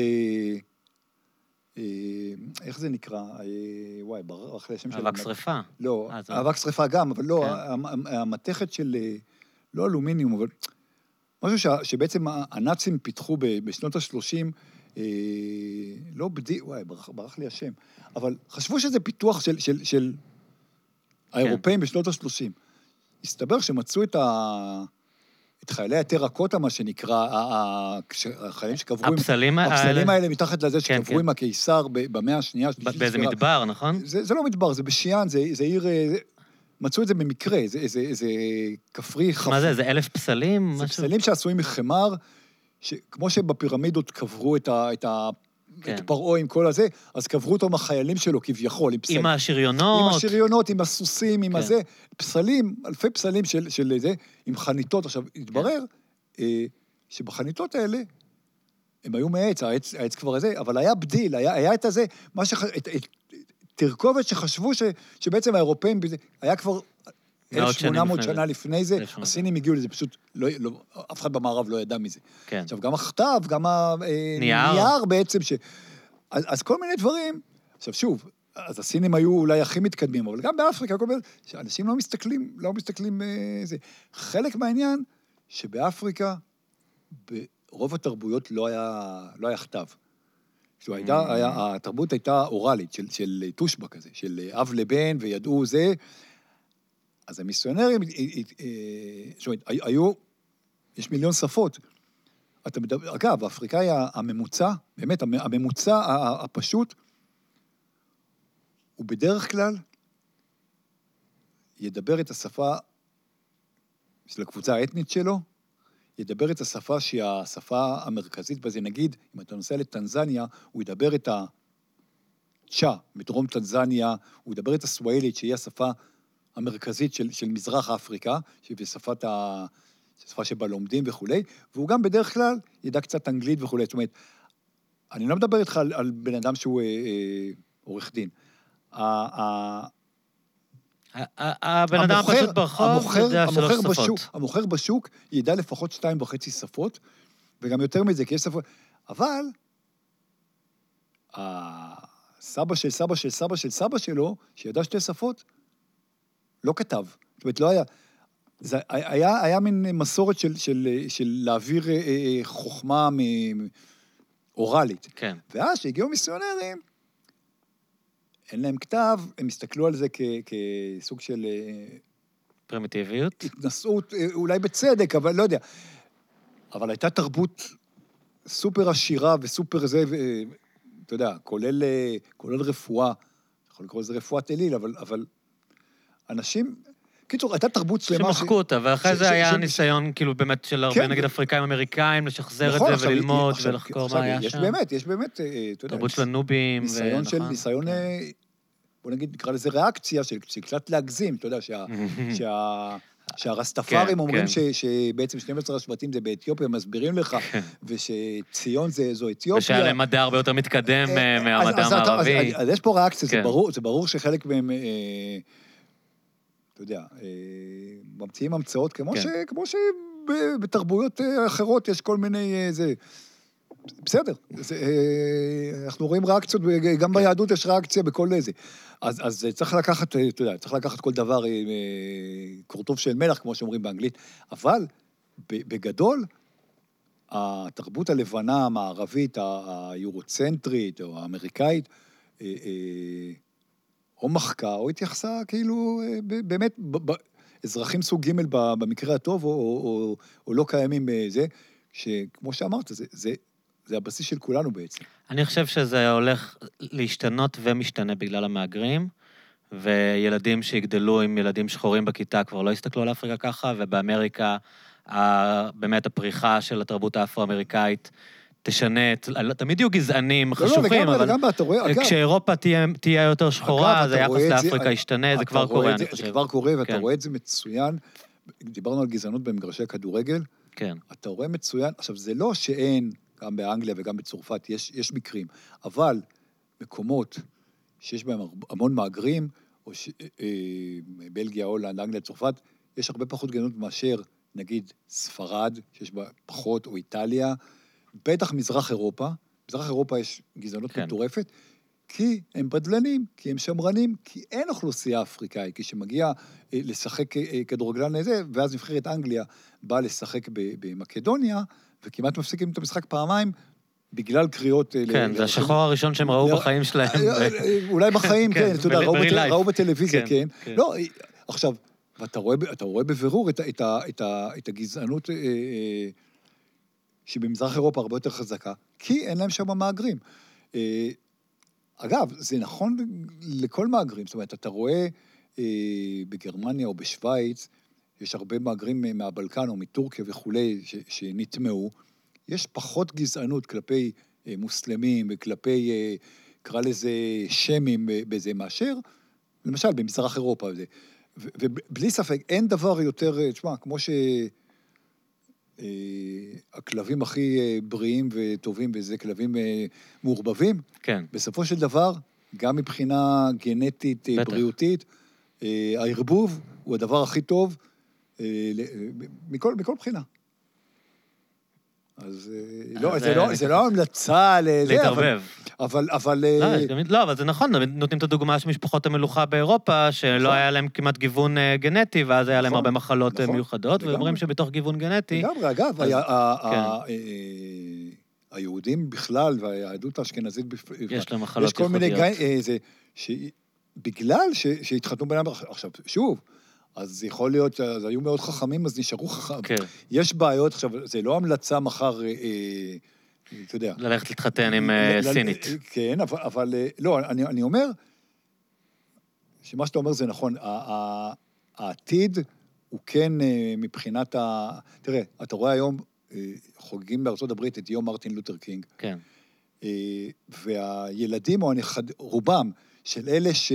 איך זה נקרא? וואי, ברח לי השם של... אבק שריפה. לא, אבק שריפה גם, אבל לא, המתכת של... לא אלומיניום, אבל... משהו שבעצם הנאצים פיתחו בשנות ה-שלושים, לא בדי... וואי, ברח לי השם. אבל חשבו שזה פיתוח של, של, של האירופאים בשנות ה-שלושים. הסתבר שמצאו את, ה... את חיילי הטרקוטה, מה שנקרא, החיילים שקברו... הפסלים האלה. הפסלים האלה מתחת לזה, כן, שקברו כן. עם הקיסר במאה השנייה. באיזה מדבר, נכון? זה, זה לא מדבר, זה בשיאן, זה, זה עיר... זה... מצאו את זה במקרה, זה, זה, זה כפרי חפ... מה זה, זה אלף פסלים? זה משהו? פסלים שעשויים מחמר, שכמו שבפירמידות קברו את ה... את ה... כן. את פרעה עם כל הזה, אז קברו אותו מהחיילים שלו כביכול, עם פסלים. עם השריונות. עם השריונות, עם הסוסים, עם כן. הזה. פסלים, אלפי פסלים של, של זה, עם חניתות. עכשיו, התברר כן. אה, שבחניתות האלה, הם היו מעץ, העץ, העץ כבר הזה, אבל היה בדיל, היה, היה את הזה, מה שח... את, את, תרכובת שחשבו ש, שבעצם האירופאים, היה כבר אלף ושמונה מאות שנה לפני זה, הסינים הגיעו לזה, פשוט לא, לא, אף אחד במערב לא ידע מזה. כן. עכשיו, גם הכתב, גם הנייר בעצם, ש... אז, אז כל מיני דברים, עכשיו שוב, אז הסינים היו אולי הכי מתקדמים, אבל גם באפריקה, כל מיני, שאנשים לא מסתכלים, לא מסתכלים זה. חלק מהעניין, שבאפריקה, ברוב התרבויות לא היה, לא היה כתב. הייתה, היה, התרבות הייתה אורלית, של, של טושבק כזה, של אב לבן, וידעו זה. אז המיסיונרים, זאת אומרת, היו, יש מיליון שפות. אתה מדבר, אגב, האפריקאי הממוצע, באמת, הממוצע הפשוט, הוא בדרך כלל ידבר את השפה של הקבוצה האתנית שלו, ידבר את השפה שהיא השפה המרכזית בזה, נגיד, אם אתה נוסע לטנזניה, הוא ידבר את הצ'ה, בדרום טנזניה, הוא ידבר את הסואלית, שהיא השפה המרכזית של, של מזרח אפריקה, שהיא בשפת ה... שפה שבה לומדים וכולי, והוא גם בדרך כלל ידע קצת אנגלית וכולי, זאת אומרת, אני לא מדבר איתך על, על בן אדם שהוא אה, אה, עורך דין. הבן אדם פשוט ברחוב יודע שלוש שפות. המוכר בשוק ידע לפחות שתיים וחצי שפות, וגם יותר מזה, כי יש שפות. אבל הסבא של סבא של סבא של סבא שלו, שידע שתי שפות, לא כתב. זאת אומרת, לא היה... זה היה, היה מין מסורת של, של, של להעביר חוכמה אורלית. כן. ואז שהגיעו מיסיונרים, אין להם כתב, הם הסתכלו על זה כ, כסוג של... פרימיטיביות? התנסות, אולי בצדק, אבל לא יודע. אבל הייתה תרבות סופר עשירה וסופר זה, אתה יודע, כולל, כולל רפואה, יכול לקרוא לזה רפואת אליל, אבל, אבל אנשים, קיצור, הייתה תרבות שלמה... שמחקו אותה, ואחרי זה היה ניסיון, כאילו, באמת, של הרבה, נגיד, אפריקאים אמריקאים, לשחזר את זה וללמוד ולחקור מה היה שם. יש באמת, יש באמת, אתה יודע... תרבות של הנובים, ניסיון של, ניסיון, בוא נגיד, נקרא לזה ריאקציה, של קצת להגזים, אתה יודע, שה... שהרסטפארים אומרים שבעצם שנים עשר השבטים זה באתיופיה, מסבירים לך, ושציון זו אתיופיה. ושהיה להם מדע הרבה יותר מתקדם מהמדע המערבי. אז יש פה ריאקציה, זה ברור שחלק מהם, אתה יודע, ממציאים המצאות, כמו שבתרבויות אחרות יש כל מיני, זה, בסדר, אנחנו רואים ריאקציות, גם ביהדות יש ריאקציה בכל איזה. אז, אז צריך לקחת, אתה יודע, צריך לקחת כל דבר עם קורטוב של מלח, כמו שאומרים באנגלית, אבל בגדול, התרבות הלבנה, המערבית, היורוצנטרית או האמריקאית, או מחקה, או התייחסה כאילו, באמת, אזרחים סוג ג' במקרה הטוב, או, או, או לא קיימים בזה, שכמו שאמרת, זה, זה, זה הבסיס של כולנו בעצם. אני חושב שזה הולך להשתנות ומשתנה בגלל המאגרים, וילדים שיגדלו עם ילדים שחורים בכיתה כבר לא יסתכלו על אפריקה ככה, ובאמריקה באמת הפריחה של התרבות האפרו-אמריקאית תשנה, תמיד יהיו גזענים חשוכים, אבל כשאירופה תהיה יותר שחורה, אז היחס לאפריקה ישתנה, זה כבר קורה, אני חושב. זה כבר קורה, ואתה רואה את זה מצוין, דיברנו על גזענות במגרשי כדורגל, אתה רואה מצוין, עכשיו זה לא שאין, גם באנגליה וגם בצרפת, יש, יש מקרים, אבל מקומות שיש בהם המון מאגרים, או ש, אה, בלגיה, הולנד, אנגליה, צרפת, יש הרבה פחות גזענות מאשר, נגיד, ספרד, שיש בה פחות, או איטליה, בטח מזרח אירופה, מזרח אירופה יש גזענות כן. מטורפת, כי הם בדלנים, כי הם שמרנים, כי אין אוכלוסייה אפריקאית, כי שמגיע אה, לשחק אה, כדורגלן לזה, ואז נבחרת אנגליה באה לשחק במקדוניה, וכמעט מפסיקים את המשחק פעמיים, בגלל קריאות... כן, זה השחור הראשון שהם ראו בחיים שלהם. אולי בחיים, כן, אתה יודע, ראו בטלוויזיה, כן. לא, עכשיו, ואתה רואה בבירור את הגזענות שבמזרח אירופה הרבה יותר חזקה, כי אין להם שם מאגרים. אגב, זה נכון לכל מאגרים, זאת אומרת, אתה רואה בגרמניה או בשוויץ, יש הרבה מאגרים מהבלקן או מטורקיה וכולי שנטמעו, יש פחות גזענות כלפי מוסלמים וכלפי, קרא לזה שמים בזה מאשר, למשל במזרח אירופה. ובלי ספק, אין דבר יותר, תשמע, כמו שהכלבים הכי בריאים וטובים וזה כלבים מעורבבים, כן. בסופו של דבר, גם מבחינה גנטית, בטח. בריאותית, הערבוב הוא הדבר הכי טוב, מכל, מכל בחינה. אז לא, זה לא, זה לא המלצה לזה, להתערבב. אבל, אבל... לא, אבל זה נכון, נותנים את הדוגמה של משפחות המלוכה באירופה, שלא היה להם כמעט גיוון גנטי, ואז היה להם הרבה מחלות מיוחדות, ואומרים שבתוך גיוון גנטי... לגמרי, אגב, היהודים בכלל, והיהדות האשכנזית... יש להם מחלות ייחודיות. בגלל שהתחתנו בינם... עכשיו, שוב, אז יכול להיות, אז היו מאוד חכמים, אז נשארו חכמים. כן. יש בעיות, עכשיו, זה לא המלצה מחר, אה, אתה יודע. ללכת להתחתן עם סינית. כן, אבל, אבל לא, אני, אני אומר, שמה שאתה אומר זה נכון, העתיד הוא כן מבחינת ה... תראה, אתה רואה היום, חוגגים בארצות הברית את יום מרטין לותר קינג. כן. והילדים, או הנכד, רובם, של אלה ש...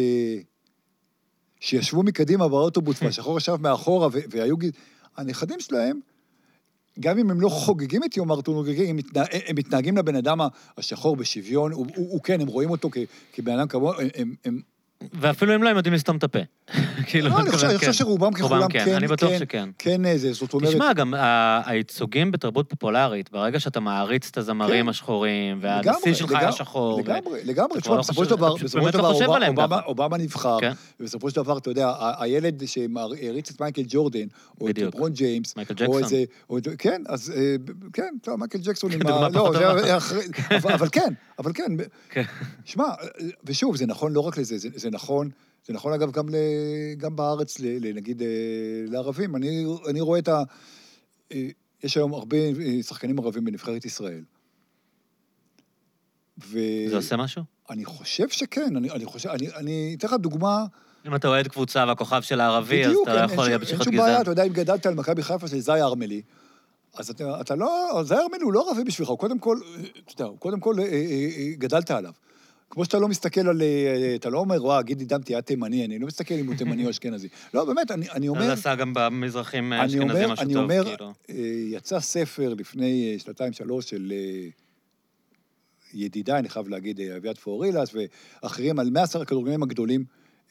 שישבו מקדימה באוטובוס, והשחור ישב מאחורה, והיו... הנכדים שלהם, גם אם הם לא חוגגים את יום מרטין לותר קינג, הם מתנהגים לבן אדם השחור בשוויון, הוא כן, הם רואים אותו כבן אדם כמוהו, הם... ואפילו הם לא יודעים לסתום את הפה. לא, אני חושב שרובם ככולם כן, אני בטוח שכן. כן, זה, זאת אומרת... תשמע, גם הייצוגים בתרבות פופולרית, ברגע שאתה מעריץ את הזמרים השחורים, והנשיא שלך היה שחור... לגמרי, לגמרי. בסופו של דבר, אובמה נבחר, ובסופו של דבר, אתה יודע, הילד שהריץ את מייקל ג'ורדן, או את לברון ג'יימס, מייקל ג'קסון. כן, אז כן, מייקל ג'קסון, אבל כן, אבל כן. שמע, ושוב, זה נכון לא רק לזה, זה נכון, זה נכון אגב גם, גם בארץ, נגיד, לערבים. אני, אני רואה את ה... יש היום הרבה שחקנים ערבים בנבחרת ישראל. ו... זה עושה משהו? אני חושב שכן, אני, אני חושב, אני, אני אתן לך דוגמה... אם אתה אוהד קבוצה והכוכב של הערבי, אז אתה לא יכול להיות בשביל בדיוק, אין שום בעיה, אתה יודע, אם גדלת על מכבי חיפה של זאי ארמלי, אז אתה, אתה לא, זאי ארמלי הוא לא ערבי בשבילך, הוא קודם כל, אתה יודע, קודם כל גדלת עליו. כמו שאתה לא מסתכל על, אתה לא אומר, וואה, גידי דם תהיה תימני, אני לא מסתכל אם הוא תימני או אשכנזי. לא, באמת, אני, אני אומר... זה עשה גם במזרחים אשכנזים משהו טוב, אני אומר, כאילו. יצא ספר לפני שנתיים שלוש של ידידיי, אני חייב להגיד, אביעד פאורילס, ואחרים על מאה הכדורגלנים הגדולים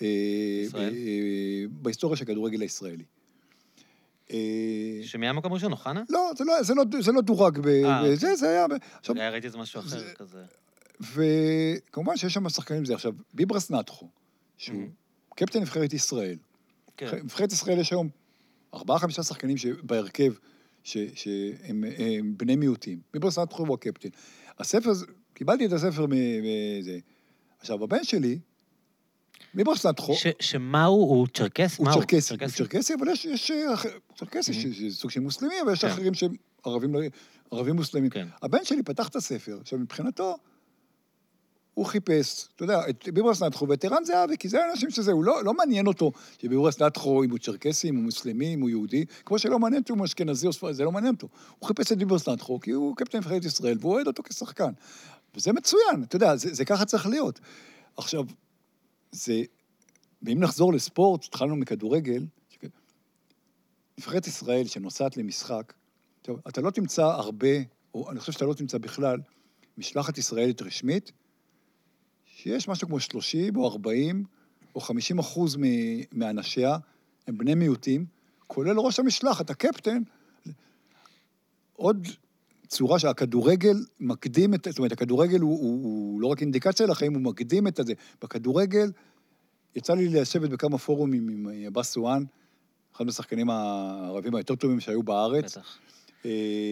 בהיסטוריה של הכדורגל הישראלי. שמי המקום ראשון, אוחנה? לא, זה לא דורג בזה, זה היה... ראיתי איזה משהו אחר כזה. וכמובן שיש שם שחקנים זה. עכשיו, ביברס נתחו, שהוא קפטן נבחרת ישראל. נבחרת ישראל יש היום ארבעה, חמישה שחקנים בהרכב שהם בני מיעוטים. ביברס נתחו הוא הקפטן. הספר, קיבלתי את הספר מזה. עכשיו, הבן שלי, ביברס נתחו... שמה הוא? הוא צ'רקסי? הוא צ'רקסי. הוא צ'רקסי, אבל יש... צ'רקסי, שזה סוג של מוסלמי, אבל יש אחרים שהם ערבים מוסלמים. הבן שלי פתח את הספר, עכשיו מבחינתו, הוא חיפש, אתה יודע, את ביברס נתחו ואת ערן זהבי, כי זה האנשים שזה, הוא לא, לא מעניין אותו שביברס נתחו, אם הוא צ'רקסי, אם הוא מוסלמי, אם הוא יהודי, כמו שלא מעניין אותו, אם הוא אשכנזי או ספרדי, זה לא מעניין אותו. הוא חיפש את ביברס נתחו, כי הוא קפטן נבחרת ישראל, והוא אוהד אותו כשחקן. וזה מצוין, אתה יודע, זה, זה ככה צריך להיות. עכשיו, זה, ואם נחזור לספורט, התחלנו מכדורגל, נבחרת ישראל שנוסעת למשחק, טוב, אתה לא תמצא הרבה, או אני חושב שאתה לא תמצא בכלל, משלחת ישראלית רשמית, שיש משהו כמו שלושים או ארבעים או חמישים אחוז מאנשיה, הם בני מיעוטים, כולל ראש המשלחת, הקפטן, עוד צורה שהכדורגל מקדים את, זאת אומרת, הכדורגל הוא, הוא, הוא לא רק אינדיקציה לחיים, הוא מקדים את זה. בכדורגל, יצא לי לשבת בכמה פורומים עם אבא סואן, אחד מהשחקנים הערבים היותר טובים שהיו בארץ. בטח. אתה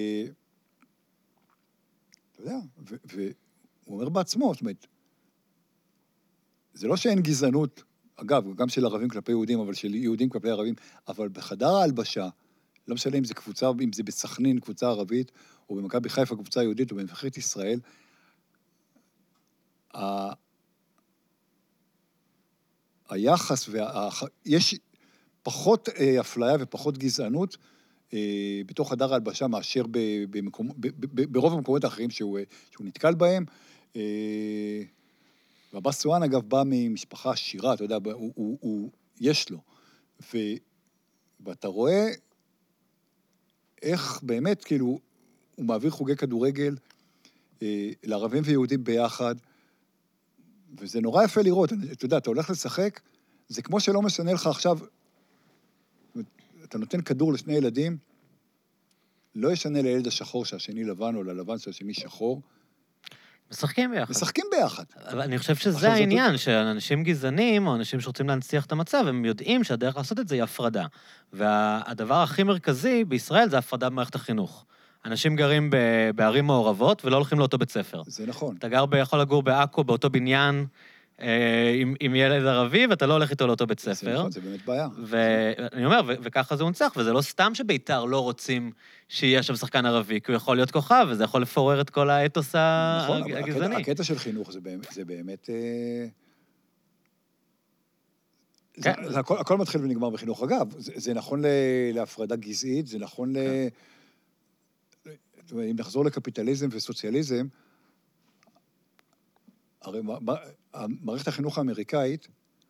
יודע, והוא אומר בעצמו, זאת אומרת, זה לא שאין גזענות, אגב, גם של ערבים כלפי יהודים, אבל של יהודים כלפי ערבים, אבל בחדר ההלבשה, לא משנה אם זה קבוצה, אם זה בסכנין, קבוצה ערבית, או במכבי חיפה, קבוצה יהודית, או בנבחרת ישראל, ה... היחס, וה... יש פחות אפליה ופחות גזענות אה, בתוך חדר ההלבשה, מאשר ב... במקום... ב... ב... ברוב המקומות האחרים שהוא, שהוא נתקל בהם. אה... ואבא סואן, אגב, בא ממשפחה עשירה, אתה יודע, הוא, הוא, הוא, יש לו. ו... ואתה רואה איך באמת, כאילו, הוא מעביר חוגי כדורגל אה, לערבים ויהודים ביחד, וזה נורא יפה לראות. אתה יודע, אתה הולך לשחק, זה כמו שלא משנה לך עכשיו, אתה נותן כדור לשני ילדים, לא ישנה לילד השחור שהשני לבן, או ללבן שהשני שחור, משחקים ביחד. משחקים ביחד. אבל אני חושב שזה העניין, שאנשים גזענים, או אנשים שרוצים להנציח את המצב, הם יודעים שהדרך לעשות את זה היא הפרדה. והדבר הכי מרכזי בישראל זה הפרדה במערכת החינוך. אנשים גרים בערים מעורבות, ולא הולכים לאותו בית ספר. זה נכון. אתה גר יכול לגור בעכו, באותו בניין, עם, עם ילד ערבי, ואתה לא הולך איתו לאותו בית ספר. זה נכון, זה באמת בעיה. ואני אומר, ו- וככה זה מונצח, וזה לא סתם שביתר לא רוצים שיהיה שם שחקן ערבי, כי הוא יכול להיות כוכב, וזה יכול לפורר את כל האתוס נכון, הגזעני. אבל הקטע, הקטע של חינוך זה באמת... זה באמת זה, זה הכל, הכל מתחיל ונגמר בחינוך. אגב, זה, זה נכון להפרדה גזעית, זה נכון ל... אם נחזור לקפיטליזם וסוציאליזם, הרי מערכת החינוך האמריקאית,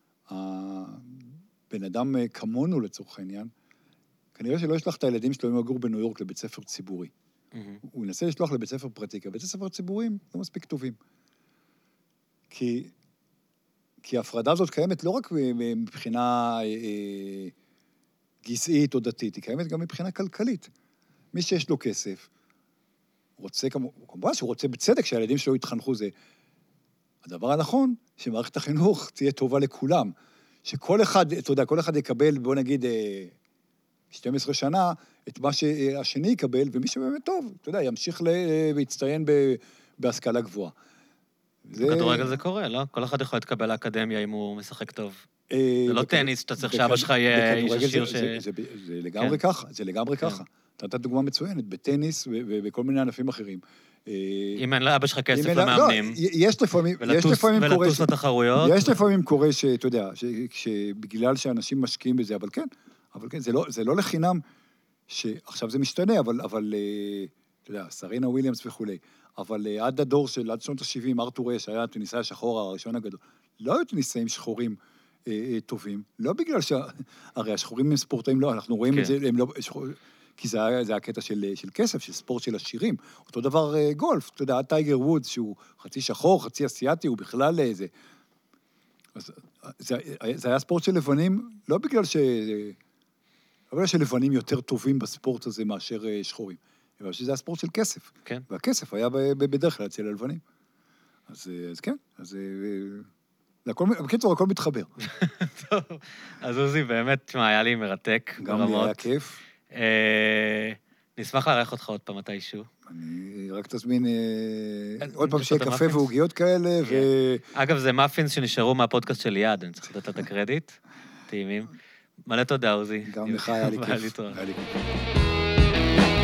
הבן אדם כמונו לצורך העניין, כנראה שלא ישלח את הילדים שלו אם יגור בניו יורק לבית ספר ציבורי. הוא ינסה לשלוח לבית ספר פרטי, כי בית ספר ציבוריים לא מספיק טובים. כי, כי ההפרדה הזאת קיימת לא רק מבחינה אה, גזעית או דתית, היא קיימת גם מבחינה כלכלית. מי שיש לו כסף, רוצה, כמובן שהוא רוצה בצדק שהילדים שלו יתחנכו, זה הדבר הנכון, שמערכת החינוך תהיה טובה לכולם. שכל אחד, אתה יודע, כל אחד יקבל, בוא נגיד, שתים עשרה שנה, את מה שהשני יקבל, ומי שבאמת טוב, אתה יודע, ימשיך להצטיין בהשכלה גבוהה. בכדורגל זה קורה, לא? כל אחד יכול להתקבל לאקדמיה אם הוא משחק טוב. זה לא טניס, שאתה צריך שאבא שלך יהיה איש עשיר ש... זה לגמרי ככה, זה לגמרי ככה. נתת דוגמה מצוינת, בטניס ובכל מיני ענפים אחרים. אם אין לאבא שלך כסף למאמנים. יש לפעמים, יש לפעמים קורה... ולטוס לתחרויות. יש לפעמים קורה שאתה יודע, שבגלל שאנשים משקיעים בזה, אבל כן, אבל כן, זה לא לחינם, שעכשיו זה משתנה, אבל, אתה יודע, סרינה וויליאמס וכולי, אבל עד הדור של, עד שנות ה-שבעים, ארתור אש, היה טניסאי השחור הראשון הגדול, לא היו טניסאים שחורים טובים, לא בגלל ש... הרי השחורים הם ספורטאים, לא, אנחנו רואים את זה, הם לא... כי זה היה, זה היה קטע של, של כסף, של ספורט של השירים. אותו דבר גולף, אתה יודע, טייגר וודס, שהוא חצי שחור, חצי אסיאטי, הוא בכלל איזה... אז, זה, זה היה ספורט של לבנים, לא בגלל ש... לא בגלל שלבנים יותר טובים בספורט הזה מאשר שחורים, אבל שזה היה ספורט של כסף. כן. והכסף היה בדרך כלל אצל הלבנים. אז, אז כן, אז... בקיצור, הכל מתחבר. טוב, אז עוזי, באמת, תשמע, היה לי מרתק. גם לי היה כיף. נשמח לארח אותך עוד פעם מתישהו. אני רק תזמין עוד פעם שיהיה קפה ועוגיות כאלה. אגב, זה מאפינס שנשארו מהפודקאסט של ליעד, אני צריך לתת את הקרדיט. טעימים. מלא תודה, עוזי. גם לך היה לי כיף. היה לי כיף.